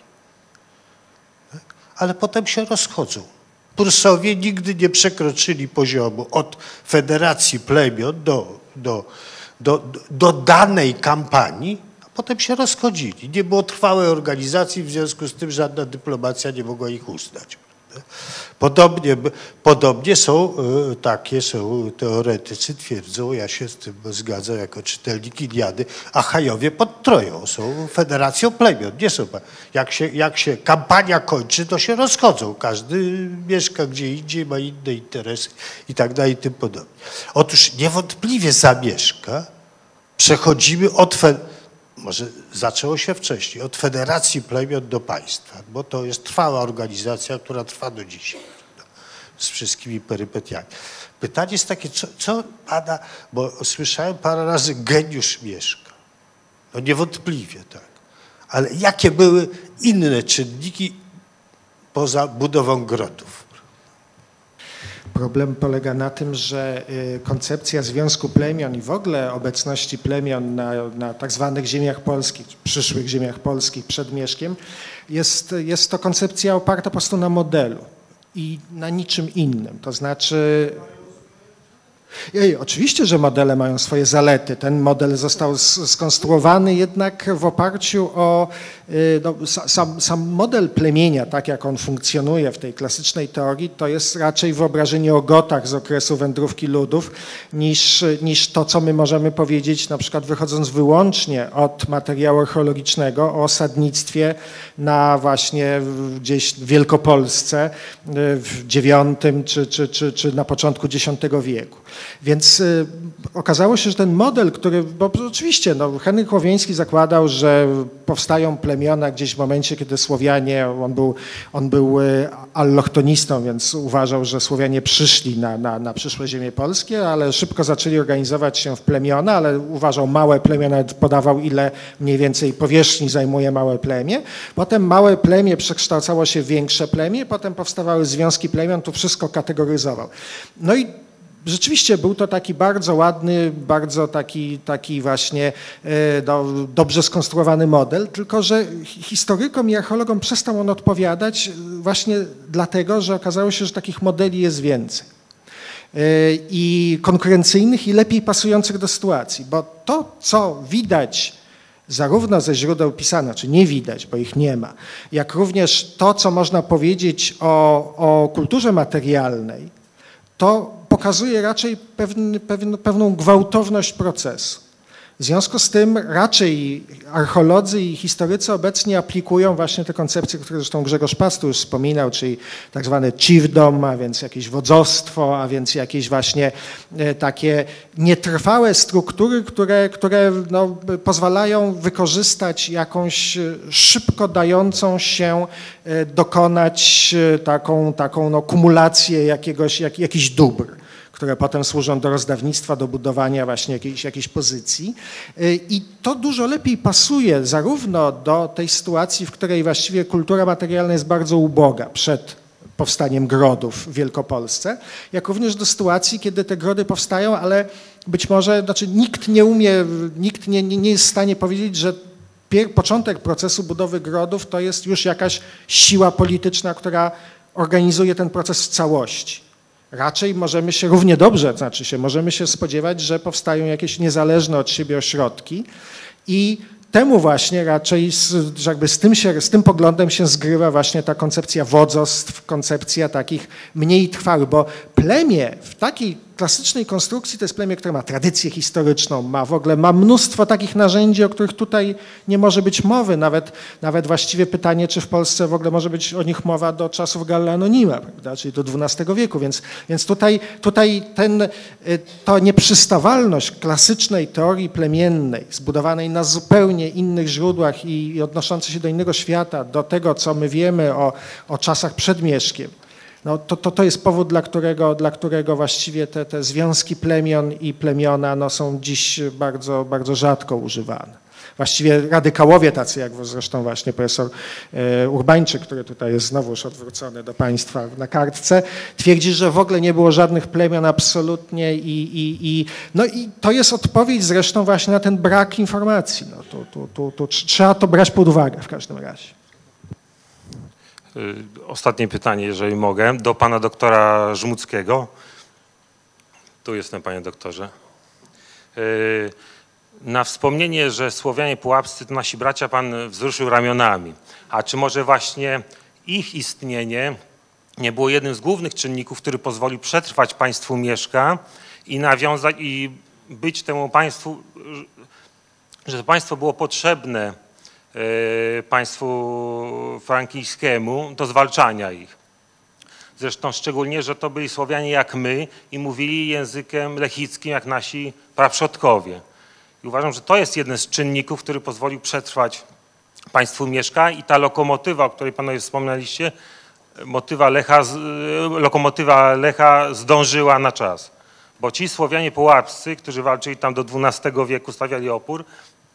Ale potem się rozchodzą. Prusowie nigdy nie przekroczyli poziomu od federacji plemion do, do, do, do danej kampanii, a potem się rozchodzili. Nie było trwałej organizacji, w związku z tym żadna dyplomacja nie mogła ich uznać. Podobnie, podobnie są takie, są teoretycy twierdzą, ja się z tym zgadzam jako czytelnik Iliady, Achajowie pod Troją są federacją plemion, nie są. Jak się, jak się kampania kończy, to się rozchodzą. Każdy mieszka gdzie indziej, ma inne interesy i tak dalej i tym podobnie. Otóż niewątpliwie za Mieszka przechodzimy od może zaczęło się wcześniej, od federacji plemion do państwa, bo to jest trwała organizacja, która trwa do dzisiaj, z wszystkimi perypetiami. Pytanie jest takie, co, co pana, bo słyszałem parę razy geniusz Mieszka. No niewątpliwie tak. Ale jakie były inne czynniki poza budową grodów? Problem polega na tym, że koncepcja związku plemion i w ogóle obecności plemion na, na tak zwanych ziemiach polskich, przyszłych ziemiach polskich przed Mieszkiem, jest, jest to koncepcja oparta po prostu na modelu i na niczym innym. To znaczy... Jej, oczywiście, że modele mają swoje zalety. Ten model został skonstruowany jednak w oparciu o no, sam, sam model plemienia, tak jak on funkcjonuje w tej klasycznej teorii, to jest raczej wyobrażenie o Gotach z okresu wędrówki ludów, niż, niż to, co my możemy powiedzieć, na przykład wychodząc wyłącznie od materiału archeologicznego o osadnictwie na właśnie gdzieś w Wielkopolsce w dziewiątym czy, czy, czy, czy na początku dziesiątego wieku. Więc y, okazało się, że ten model, który, bo oczywiście no, Henryk Łowiański zakładał, że powstają plemiona gdzieś w momencie, kiedy Słowianie, on był, on był y, allochtonistą, więc uważał, że Słowianie przyszli na, na, na przyszłe ziemie polskie, ale szybko zaczęli organizować się w plemiona, ale uważał małe plemię, nawet podawał, ile mniej więcej powierzchni zajmuje małe plemię. Potem małe plemię przekształcało się w większe plemię, potem powstawały związki plemion, tu wszystko kategoryzował. No i rzeczywiście był to taki bardzo ładny, bardzo taki, taki właśnie do, dobrze skonstruowany model, tylko że historykom i archeologom przestał on odpowiadać właśnie dlatego, że okazało się, że takich modeli jest więcej. I konkurencyjnych i lepiej pasujących do sytuacji, bo to, co widać zarówno ze źródeł pisanych, czy nie widać, bo ich nie ma, jak również to, co można powiedzieć o, o kulturze materialnej, to pokazuje raczej pewny, pewną, pewną gwałtowność procesu. W związku z tym raczej archeolodzy i historycy obecnie aplikują właśnie te koncepcje, które zresztą Grzegorz Pastu już wspominał, czyli tak zwane chiefdom, a więc jakieś wodzostwo, a więc jakieś właśnie takie nietrwałe struktury, które, które no, pozwalają wykorzystać jakąś szybko dającą się dokonać taką, taką no, kumulację jakiegoś, jak, jakichś dóbr, które potem służą do rozdawnictwa, do budowania właśnie jakiejś, jakiejś pozycji. I to dużo lepiej pasuje zarówno do tej sytuacji, w której właściwie kultura materialna jest bardzo uboga przed powstaniem grodów w Wielkopolsce, jak również do sytuacji, kiedy te grody powstają, ale być może, znaczy nikt nie umie, nikt nie, nie jest w stanie powiedzieć, że pier, początek procesu budowy grodów to jest już jakaś siła polityczna, która organizuje ten proces w całości. Raczej możemy się równie dobrze, znaczy się, możemy się spodziewać, że powstają jakieś niezależne od siebie ośrodki i temu właśnie raczej z, że jakby z, tym się, z tym poglądem się zgrywa właśnie ta koncepcja wodzostw, koncepcja takich mniej trwałych, bo plemię w takiej klasycznej konstrukcji to jest plemię, które ma tradycję historyczną, ma w ogóle ma mnóstwo takich narzędzi, o których tutaj nie może być mowy, nawet, nawet właściwie pytanie, czy w Polsce w ogóle może być o nich mowa do czasów Galla Anonima, prawda, czyli do dwunastego wieku, więc, więc tutaj, tutaj ten, to nieprzystawalność klasycznej teorii plemiennej, zbudowanej na zupełnie innych źródłach i, i odnoszącej się do innego świata, do tego, co my wiemy o, o czasach przed Mieszkiem, no to, to, to jest powód, dla którego, dla którego właściwie te, te związki plemion i plemiona no, są dziś bardzo, bardzo rzadko używane. Właściwie radykałowie tacy, jak zresztą właśnie profesor Urbańczyk, który tutaj jest znowuż odwrócony do państwa na kartce, twierdzi, że w ogóle nie było żadnych plemion absolutnie i, i, i, no i to jest odpowiedź zresztą właśnie na ten brak informacji. No, tu, tu, tu, tu trzeba to brać pod uwagę w każdym razie. Ostatnie pytanie, jeżeli mogę, do pana doktora Żmudzkiego. Tu jestem, panie doktorze. Na wspomnienie, że Słowianie pułapscy to nasi bracia, pan wzruszył ramionami. A czy może właśnie ich istnienie nie było jednym z głównych czynników, który pozwolił przetrwać państwu Mieszka i nawiązać i być temu państwu, że to państwo było potrzebne państwu frankijskiemu do zwalczania ich. Zresztą szczególnie, że to byli Słowianie jak my i mówili językiem lechickim jak nasi praprzodkowie. I uważam, że to jest jeden z czynników, który pozwolił przetrwać państwu Mieszka i ta lokomotywa, o której panowie wspomnieliście, motywa Lecha, lokomotywa Lecha zdążyła na czas. Bo ci Słowianie połapscy, którzy walczyli tam do dwunastego wieku, stawiali opór,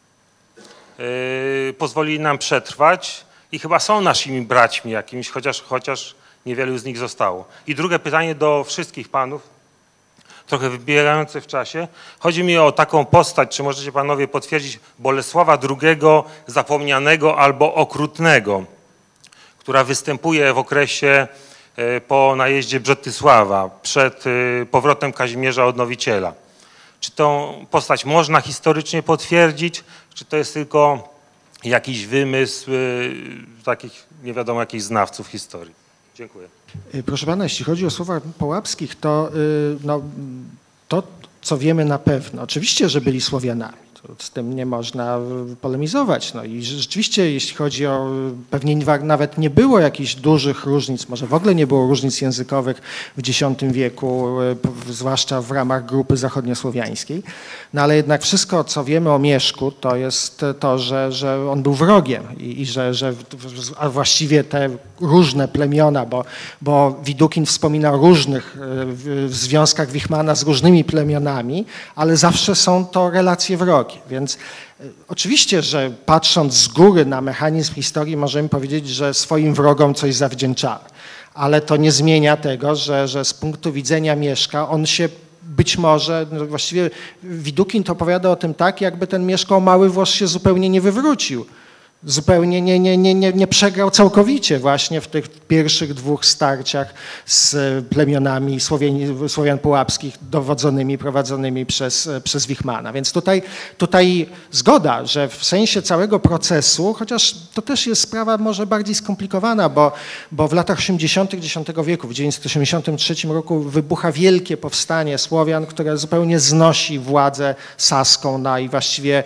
Yy, pozwolili nam przetrwać i chyba są naszymi braćmi jakimiś, chociaż, chociaż niewielu z nich zostało. I drugie pytanie do wszystkich panów, trochę wybierające w czasie. Chodzi mi o taką postać, czy możecie panowie potwierdzić, Bolesława drugiego zapomnianego albo okrutnego, która występuje w okresie yy, po najeździe Brzetysława, przed yy, powrotem Kazimierza Odnowiciela. Czy tą postać można historycznie potwierdzić, czy to jest tylko jakiś wymysł yy, takich, nie wiadomo, jakichś znawców historii? Dziękuję. Proszę pana, jeśli chodzi o słowa połapskich, to, yy, no, to co wiemy na pewno, oczywiście, że byli Słowianami. Z tym nie można polemizować. No i rzeczywiście, jeśli chodzi o, pewnie nawet nie było jakichś dużych różnic, może w ogóle nie było różnic językowych w dziesiątym wieku, zwłaszcza w ramach grupy zachodniosłowiańskiej, no ale jednak wszystko, co wiemy o Mieszku, to jest to, że, że on był wrogiem i, i że, że a właściwie te różne plemiona, bo, bo Widukin wspomina o różnych w, w związkach Wichmana z różnymi plemionami, ale zawsze są to relacje wrogie. Więc oczywiście, że patrząc z góry na mechanizm historii możemy powiedzieć, że swoim wrogom coś zawdzięczamy, ale to nie zmienia tego, że, że z punktu widzenia Mieszka on się być może, no właściwie Widukin to opowiada o tym tak, jakby ten Mieszko o Mały Włosz się zupełnie nie wywrócił. zupełnie nie, nie, nie, nie, nie przegrał całkowicie właśnie w tych pierwszych dwóch starciach z plemionami Słowieni, Słowian Pułapskich dowodzonymi, prowadzonymi przez, przez Wichmana. Więc tutaj, tutaj zgoda, że w sensie całego procesu, chociaż to też jest sprawa może bardziej skomplikowana, bo, bo w latach osiemdziesiątych dziesiątego wieku, w tysiąc dziewięćset osiemdziesiątym trzecim roku wybucha wielkie powstanie Słowian, które zupełnie znosi władzę saską na i właściwie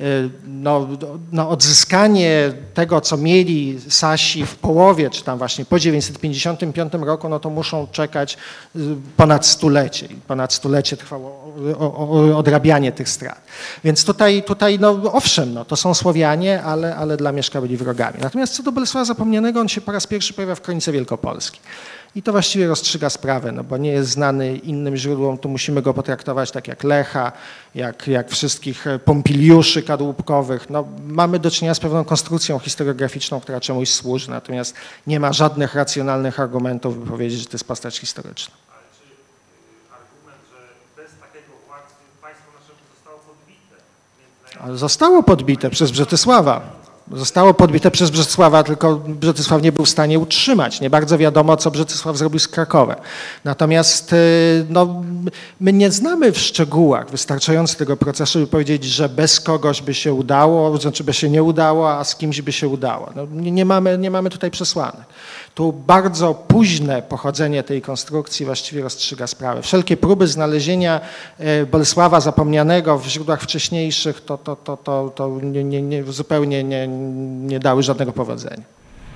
no, no, odzyskanie tego, co mieli Sasi w połowie, czy tam właśnie po tysiąc dziewięćset pięćdziesiątym piątym roku, no to muszą czekać ponad stulecie. I ponad stulecie trwało odrabianie tych strat. Więc tutaj, tutaj no owszem, no, to są Słowianie, ale, ale dla Mieszka byli wrogami. Natomiast co do Bolesława Zapomnianego, on się po raz pierwszy pojawia w Kronice Wielkopolskiej. I to właściwie rozstrzyga sprawę, no bo nie jest znany innym źródłom, to musimy go potraktować tak jak Lecha, jak, jak wszystkich Pompiliuszy kadłubkowych. No, mamy do czynienia z pewną konstrukcją historiograficzną, która czemuś służy, natomiast nie ma żadnych racjonalnych argumentów, by powiedzieć, że to jest postać historyczna. Ale czy argument, że bez takiego władcy państwo nasze zostało podbite? Ale zostało podbite przez Brzetysława. Zostało podbite przez Brzetysława, tylko Brzetysław nie był w stanie utrzymać. Nie bardzo wiadomo, co Brzetysław zrobił z Krakowem. Natomiast no, my nie znamy w szczegółach wystarczająco tego procesu, by powiedzieć, że bez kogoś by się udało, znaczy by się nie udało, a z kimś by się udało. No, nie, nie, mamy, nie mamy tutaj przesłanek. Tu bardzo późne pochodzenie tej konstrukcji właściwie rozstrzyga sprawę. Wszelkie próby znalezienia Bolesława Zapomnianego w źródłach wcześniejszych to, to, to, to, to nie, nie, nie, zupełnie nie, nie dały żadnego powodzenia.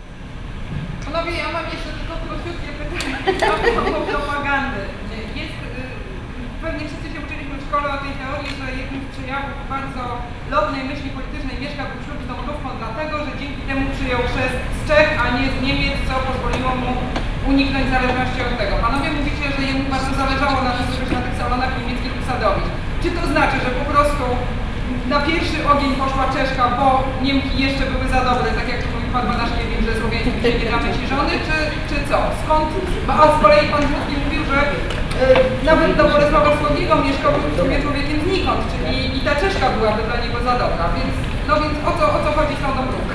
Panowie, ja mam jeszcze tylko króciutkie pytanie o propagandę. Jest, pewnie wszyscy się uczyliśmy w szkole o tej teorii, że jednym z przejawów bardzo lotnej myśli politycznej Mieszka był ślub z Dąbrówką dlatego, że dzięki temu przyjął chrzest z Czech, a nie z Niemiec, co pozwoliło mu uniknąć zależności od tego. Panowie mówicie, że jemu bardzo zależało na tym, żeby na tych salonach niemieckich usadowić. Czy to znaczy, że po prostu na pierwszy ogień poszła Czeszka, bo Niemki jeszcze były za dobre, tak jak to mówił pan Banaszkiewicz, że Słowiańskim się nie damy ci żony, czy, czy co? Skąd? A z kolei pan Żółki mówił, że y, nawet do Bolesława Wschodniego Mieszko był w sumie człowiekiem znikąd, czyli i ta Czeszka byłaby dla niego za dobra, więc, no więc o co, o co chodzi z tą Dąbrówką?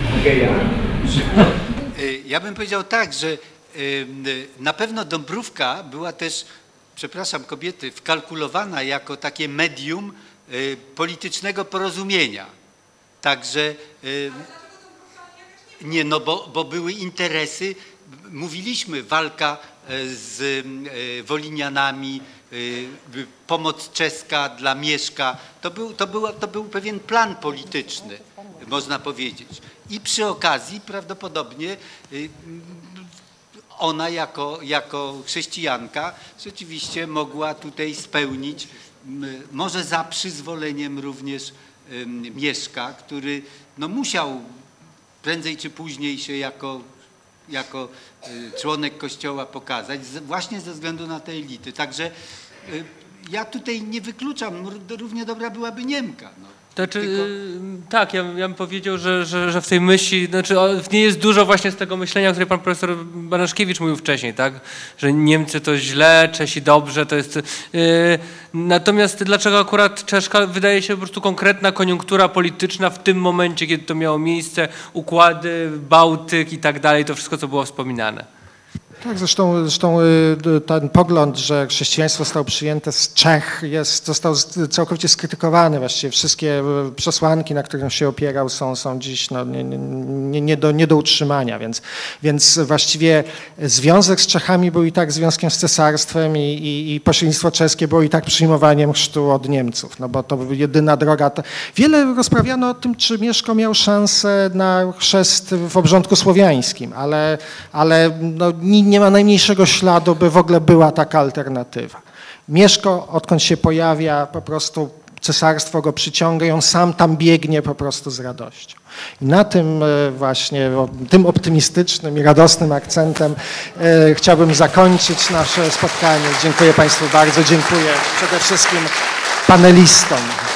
Ja bym powiedział tak, że na pewno Dąbrówka była też, przepraszam kobiety, wkalkulowana jako takie medium politycznego porozumienia. Także nie, no bo, bo były interesy, mówiliśmy, walka z Wolinianami, pomoc czeska dla Mieszka, to był, to, był, to był pewien plan polityczny, można powiedzieć. I przy okazji prawdopodobnie ona jako, jako chrześcijanka rzeczywiście mogła tutaj spełnić, może za przyzwoleniem również Mieszka, który no musiał prędzej czy później się jako, jako członek Kościoła pokazać, właśnie ze względu na te elity. Także ja tutaj nie wykluczam, równie dobra byłaby Niemka. No. Znaczy, Tylko... Tak, ja, ja bym powiedział, że, że, że w tej myśli, znaczy w niej jest dużo właśnie z tego myślenia, o którym pan profesor Banaszkiewicz mówił wcześniej, tak? Że Niemcy to źle, Czesi dobrze, to jest... Yy, natomiast dlaczego akurat Czeszka? Wydaje się po prostu konkretna koniunktura polityczna w tym momencie, kiedy to miało miejsce, układy, Bałtyk i tak dalej, to wszystko, co było wspominane. Tak, zresztą, zresztą ten pogląd, że chrześcijaństwo zostało przyjęte z Czech, jest, został całkowicie skrytykowany. Właściwie wszystkie przesłanki, na których się opierał, są, są dziś no, nie, nie, nie, do, nie do utrzymania. Więc, więc właściwie związek z Czechami był i tak związkiem z cesarstwem i, i, i pośrednictwo czeskie było i tak przyjmowaniem chrztu od Niemców. No bo to jedyna droga. To... Wiele rozprawiano o tym, czy Mieszko miał szansę na chrzest w obrządku słowiańskim, ale, ale no, nie nie ma najmniejszego śladu, by w ogóle była taka alternatywa. Mieszko, odkąd się pojawia, po prostu cesarstwo go przyciąga i on sam tam biegnie po prostu z radością. I na tym właśnie, tym optymistycznym i radosnym akcentem e, chciałbym zakończyć nasze spotkanie. Dziękuję Państwu bardzo, dziękuję przede wszystkim panelistom.